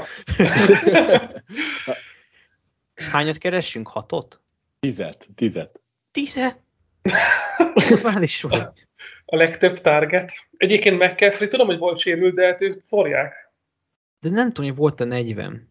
Hányat keressünk? 6-ot? 10. 10? Már is vagy. A legtöbb target. Egyébként McCaffrey, tudom, hogy volt sérült, de hát őt szórják. De nem tudom, hogy volt a 40.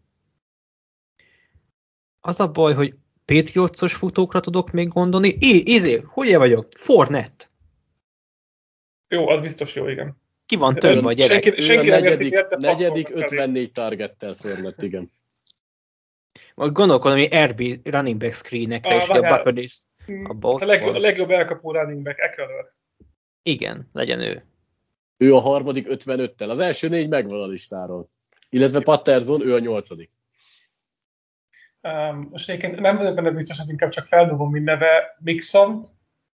Az a baj, hogy Patriots-os futókra tudok még gondolni. Hogy vagyok? Fournette. Jó, az biztos jó, igen. Ki van több a gyerek? Senki negyedik 54 targettel Fournette, igen. Majd gondolkodom, hogy RB running back screenekre, és a Buccaneers. A legjobb elkapó running back, Eckler. Igen, legyen ő. Ő a harmadik 55-tel. Az első 4 megvan a listáról. Illetve Patterson, ő a 8. Most egyébként nem vagyok benne biztos, ez inkább csak feldobom, mint neve. Mixon.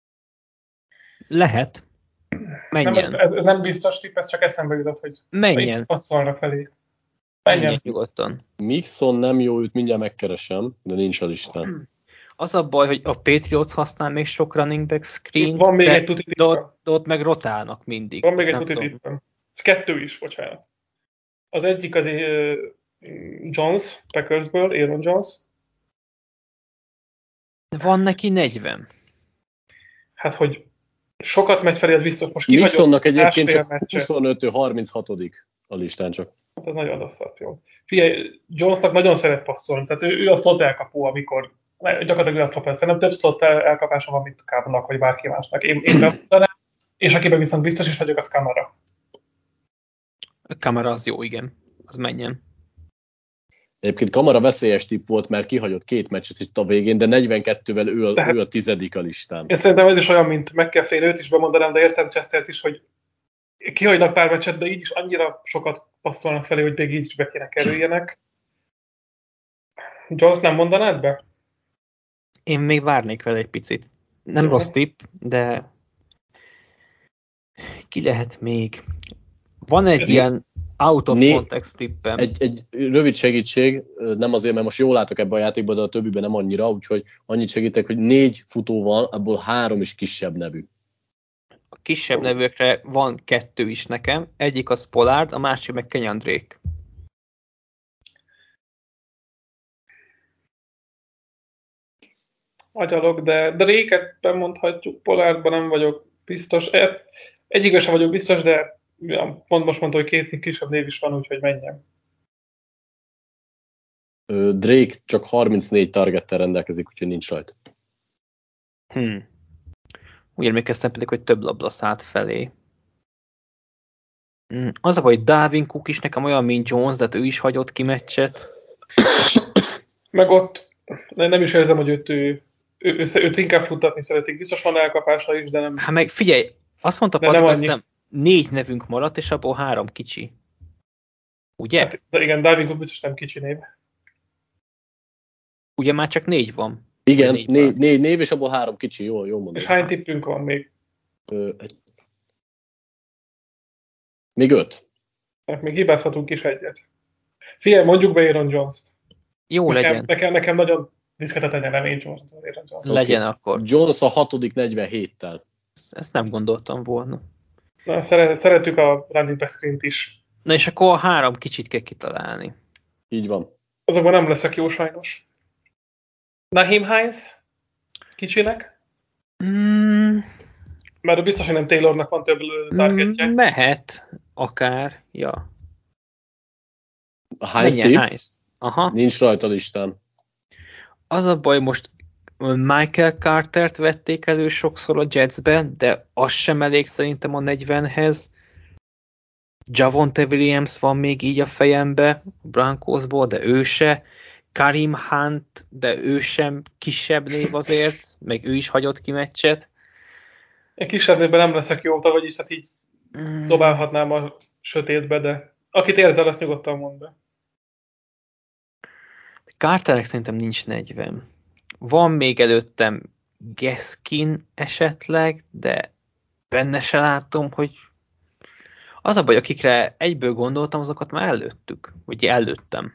Lehet. Menjen. Nem, ez nem biztos tipp, ez csak eszembe jutott, hogy menjen. Passzolnak felé. Menjen nyugodtan. Mixon nem jó, őt mindjárt megkeresem, de nincs a listán. Az a baj, hogy a Patriots használ még sok running back screen, van még egy tuti de ott meg rotálnak mindig. Van még egy tuti tippem. 2 is, bocsánat. Az egyik az Jones, Packersből, Aaron Jones. De van neki 40. Hát, hogy sokat megy felé, az biztos. Most Mixonnak egyébként csak 25-36. a listán csak. Hát ez nagyon rosszabb, jó. Figyelj, Jonesnak nagyon szeret passzolni, tehát ő a slot elkapó, amikor gyakorlatilag ő a slot, szerintem több slot elkapása van, mint Kábnak, vagy bárki másnak. Én bemondanám, és akiben viszont biztos is vagyok, az Kamara. A Kamara az jó, igen. Az menjen. Egyébként Kamara veszélyes tipp volt, mert kihagyott 2 meccset itt a végén, de 42-vel ő a 10. a listán. Én szerintem ez is olyan, mint McCaffrey, őt is bemondanám, de értem Chestert is, hogy kihagynak pár meccset, de így is annyira sokat passzolnak felé, hogy még így is be kéne kerüljenek. Jones nem mondanád be? Én még várnék vele egy picit. Nem rossz tipp, de ki lehet még? Van egy ilyen out of context tippem. Egy rövid segítség, nem azért, mert most jól látok ebben a játékban, de a többiben nem annyira, úgyhogy annyit segítek, hogy 4 futó van, abból 3 is kisebb nevű. A kisebb nevűkre van 2 is nekem. Egyik az Pollard, a másik meg Kenyan Drake. Agyalok, de Drake-et bemondhatjuk, Pollardban nem vagyok biztos. Egyikben sem vagyok biztos, de pont most mondta, hogy 2 kisebb név is van, úgyhogy menjem. Drake csak 34 targettel rendelkezik, úgyhogy nincs rajta. Úgy emlékeztem pedig, hogy több labda szállt felé. Az a baj, hogy Dalvin Cook is nekem olyan, mint Jones, de ő is hagyott ki meccset. Meg ott nem is érzem, hogy őt inkább futtatni szeretik. Biztos van elkapása is, de nem... Hát meg figyelj, azt mondta Pati, hogy hiszem 4 nevünk maradt, és abból 3 kicsi. Ugye? Hát, de igen, Dalvin Cook biztos nem kicsi név. Ugye már csak 4 van. Igen, 4 név, és abból 3 kicsi, jól mondom. És hány tippünk van még? Még 5. Még hibázhatunk is egyet. Figyelj, mondjuk be Aaron Jones-t. Jó legyen. Nekem nagyon diszketetlen nem Aaron Jones. Legyen akkor. Jones a 6. 47-tel. Ezt nem gondoltam volna. Na, szeretjük a running back screen-t is. Na és akkor a 3 kicsit kell kitalálni. Így van. Azokban nem leszek jó sajnos. Naheem Hines? Kicsinek? Mert biztos, hogy nem Taylornak van több targetje. Mehet, akár, ja. A Hines. Aha. Nincs rajta listán. Az a baj, most Michael Cartert vették elő sokszor a Jetsbe, de az sem elég szerintem a 40-hez. Javonte Williams van még így a fejembe, Broncosból, de ő se. Kareem Hunt, de ő sem kisebb név azért, meg ő is hagyott ki meccset. Én kisebb névben nem leszek jó, vagyis tehát így dobálhatnám a sötétbe, de akit érzel, azt nyugodtan mondd be. Carternek szerintem nincs 40. Van még előttem Gaskin esetleg, de benne se látom, hogy az a baj, akikre egyből gondoltam, azokat már előttük, vagy előttem.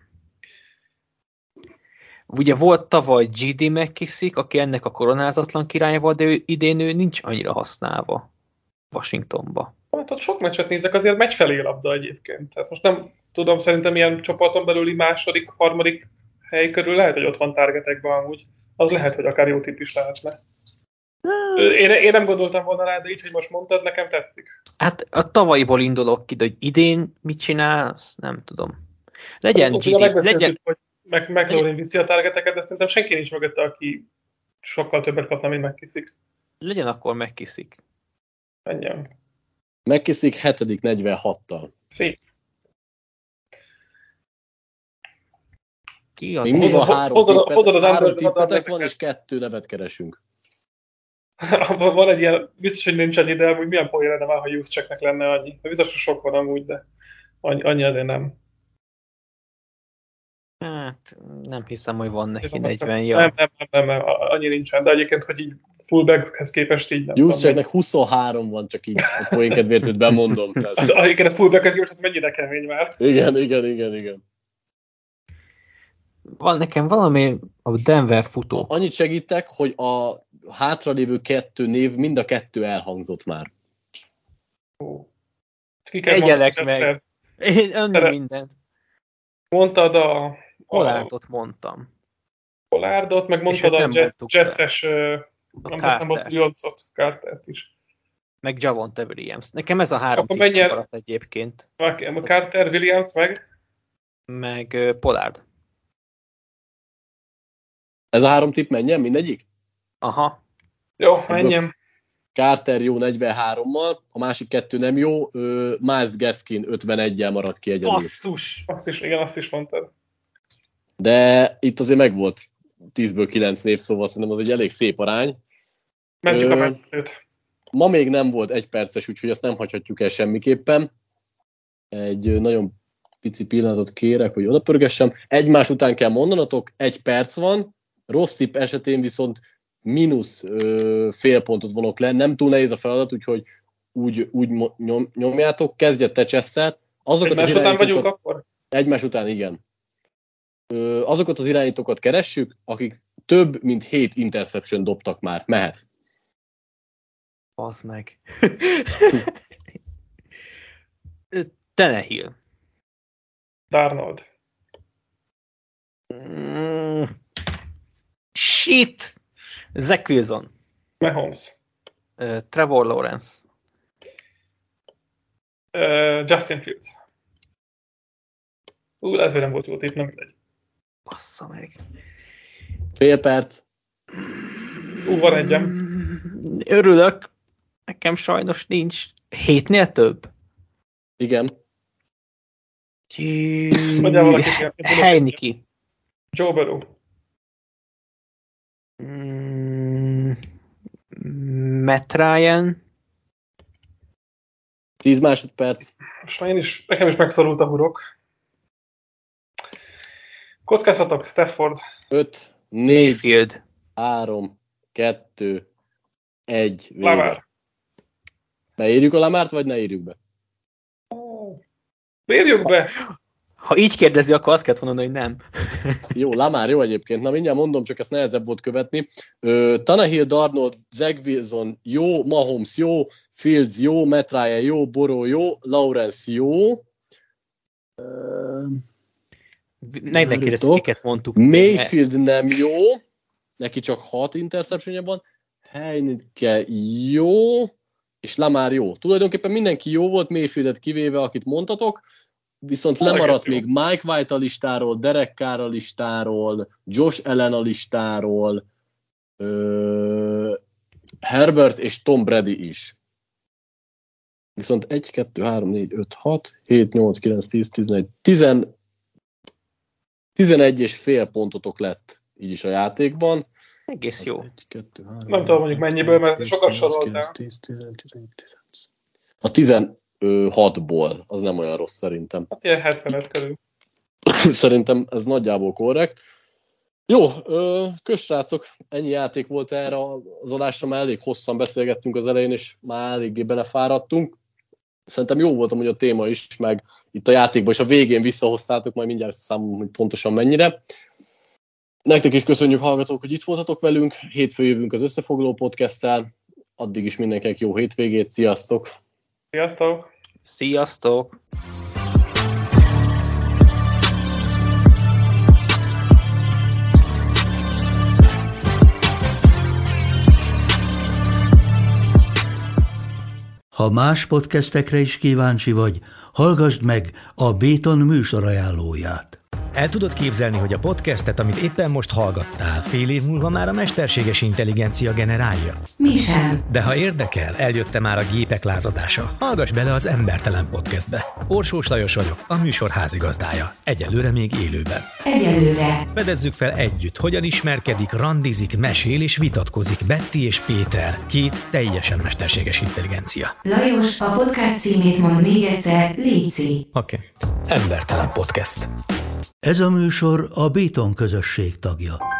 Ugye volt tavaly G.D. McKissick, aki ennek a koronázatlan királya volt, de idén ő nincs annyira használva Washingtonba. Hát ott sok meccset nézek, azért meccs felé labda egyébként. Tehát most nem tudom, szerintem ilyen csapaton belüli második, harmadik hely körül lehet, hogy ott van targetekben amúgy. Az lehet, hogy akár jó tipp is lehetne. Én nem gondoltam volna rá, de így, hogy most mondtad, nekem tetszik. Hát a tavalyiból indulok ki, de hogy idén mit csinál, azt nem tudom. Legyen GD. Legyen... hogy McLaurin viszi a targeteket, de szerintem senki nincs mögötte, aki sokkal többet kapna, mint McKissick. Legyen akkor McKissick. Menjen. McKissick 7. 46-tal. Szép. Ki az? Még van 3 tippetek van, és 2 nevet keresünk. Van egy ilyen, biztos, hogy nincs annyi, de amúgy milyen poén lenne már, ha Juszcseknek lenne annyi. Biztos, hogy sok van amúgy, de annyi azért nem. Hát nem hiszem, hogy van neki 40 Nem, annyi nincsen, de egyébként, hogy így fullbackhez képest így nem. Juszcseknek 23 van, csak így a poén kedvéért őt bemondom. Igen, a fullbackhez képest ez mennyire kemény már. Igen. Van nekem valami a Denver futó. Annyit segítek, hogy a hátralévő 2 név mind a 2 elhangzott már. Egyelek meg. Én önni mindent. Mondtad a Pollardot mondtam. Pollardot, meg mondtad a Jetses Cartert is. Meg Javonte Williams. Nekem ez a 3 tippem maradt egyébként. Carter, Williams, meg Pollard. Ez a 3 tipp menjen mindegyik? Aha. Jó, menjen. Carter jó 43-mal, a másik 2 nem jó, Miles Gaskin 51-jel maradt ki egyedül. Basszus, azt is mondtad. De itt azért megvolt 10-ből 9 név, szóval szerintem az egy elég szép arány. Mentjük a meccset. Ma még nem volt 1 perces, úgyhogy azt nem hagyhatjuk el semmiképpen. Egy nagyon pici pillanatot kérek, hogy odapörgessem. Egymás után kell mondanatok, 1 perc van, rossz tipp esetén viszont mínusz fél pontot vonok le, nem túl nehéz a feladat, úgyhogy úgy nyomjátok, kezdje te Csesszer. Egymás után vagyunk akkor? Egymás után, igen. Azokat az irányítókat keressük, akik több mint 7 interception dobtak már. Mehet. Bazd meg. Tannehill. Darnold. Shit! Zach Wilson. Mahomes. Trevor Lawrence. Justin Fields. Lehet, hogy nem volt jó tipp, nem mindegy. Bassza meg. Fél perc. Van egyem. Örülök. Nekem sajnos nincs 7-nél több. Igen. Heineke. Joe Burrow. Matt Ryan. 10 másodperc. Most nekem is megszorult a hurok. Kockáztatok, Stafford. 5, 4, 3, 2, 1. Lamar. Ne írjuk a Lamárt, vagy ne írjuk be? Írjuk be! Ha így kérdezi, akkor azt kellett mondani, hogy nem. Jó, Lamar jó egyébként. Na mindjárt mondom, csak ezt nehezebb volt követni. Tannehill, Darnold, Zach Wilson jó, Mahomes jó, Fields jó, Matt Ryan jó, Burrow jó, Lawrence jó. Ne kérdezzük, kiket mondtuk. Mayfield nem jó, neki csak 6 interceptionje van. Heineke jó, és Lamar jó. Tulajdonképpen mindenki jó volt, Mayfieldet kivéve, akit mondtatok, viszont lemaradt még Mike White a listáról, Derek Carr a listáról, Josh Allen a listáról, Herbert és Tom Brady is. Viszont 1, 2, 3, 4, 5, 6, 7, 8, 9, 10, 11, 11 és fél pontotok lett így is a játékban. Egész jó. 1, 2, 3, nem tudom mondjuk mennyiből, mert ez sokat soroltál. 10, 11, 11, 12. A 16-ból, az nem olyan rossz szerintem. Hát ilyen 75 körül. Szerintem ez nagyjából korrekt. Jó, kösrácok, ennyi játék volt erre az adásra, már elég hosszan beszélgettünk az elején, és már eléggé belefáradtunk. Szerintem jó volt amúgy a téma is, meg itt a játékban, és a végén visszahoztátok, majd mindjárt számolom, hogy pontosan mennyire. Nektek is köszönjük, hallgatók, hogy itt voltatok velünk. Hétfőn jövünk az Összefoglaló Podcasttel. Addig is mindenkinek jó hétvégét. Sziasztok! Sziasztok! Sziasztok! Ha más podcastekre is kíváncsi vagy, hallgassd meg a Béton műsor ajánlóját. El tudod képzelni, hogy a podcastet, amit éppen most hallgattál, fél év múlva már a mesterséges intelligencia generálja? Mi sem. De ha érdekel, eljött már a gépek lázadása. Hallgass bele az Embertelen Podcastbe. Orsós Lajos vagyok, a műsor házigazdája. Egyelőre még élőben. Egyelőre. Fedezzük fel együtt, hogyan ismerkedik, randizik, mesél és vitatkozik Betty és Péter, 2 teljesen mesterséges intelligencia. Lajos, a podcast címét mond még egyszer, léci. Oké. Embertelen Podcast. Ez a műsor a Béton közösség tagja.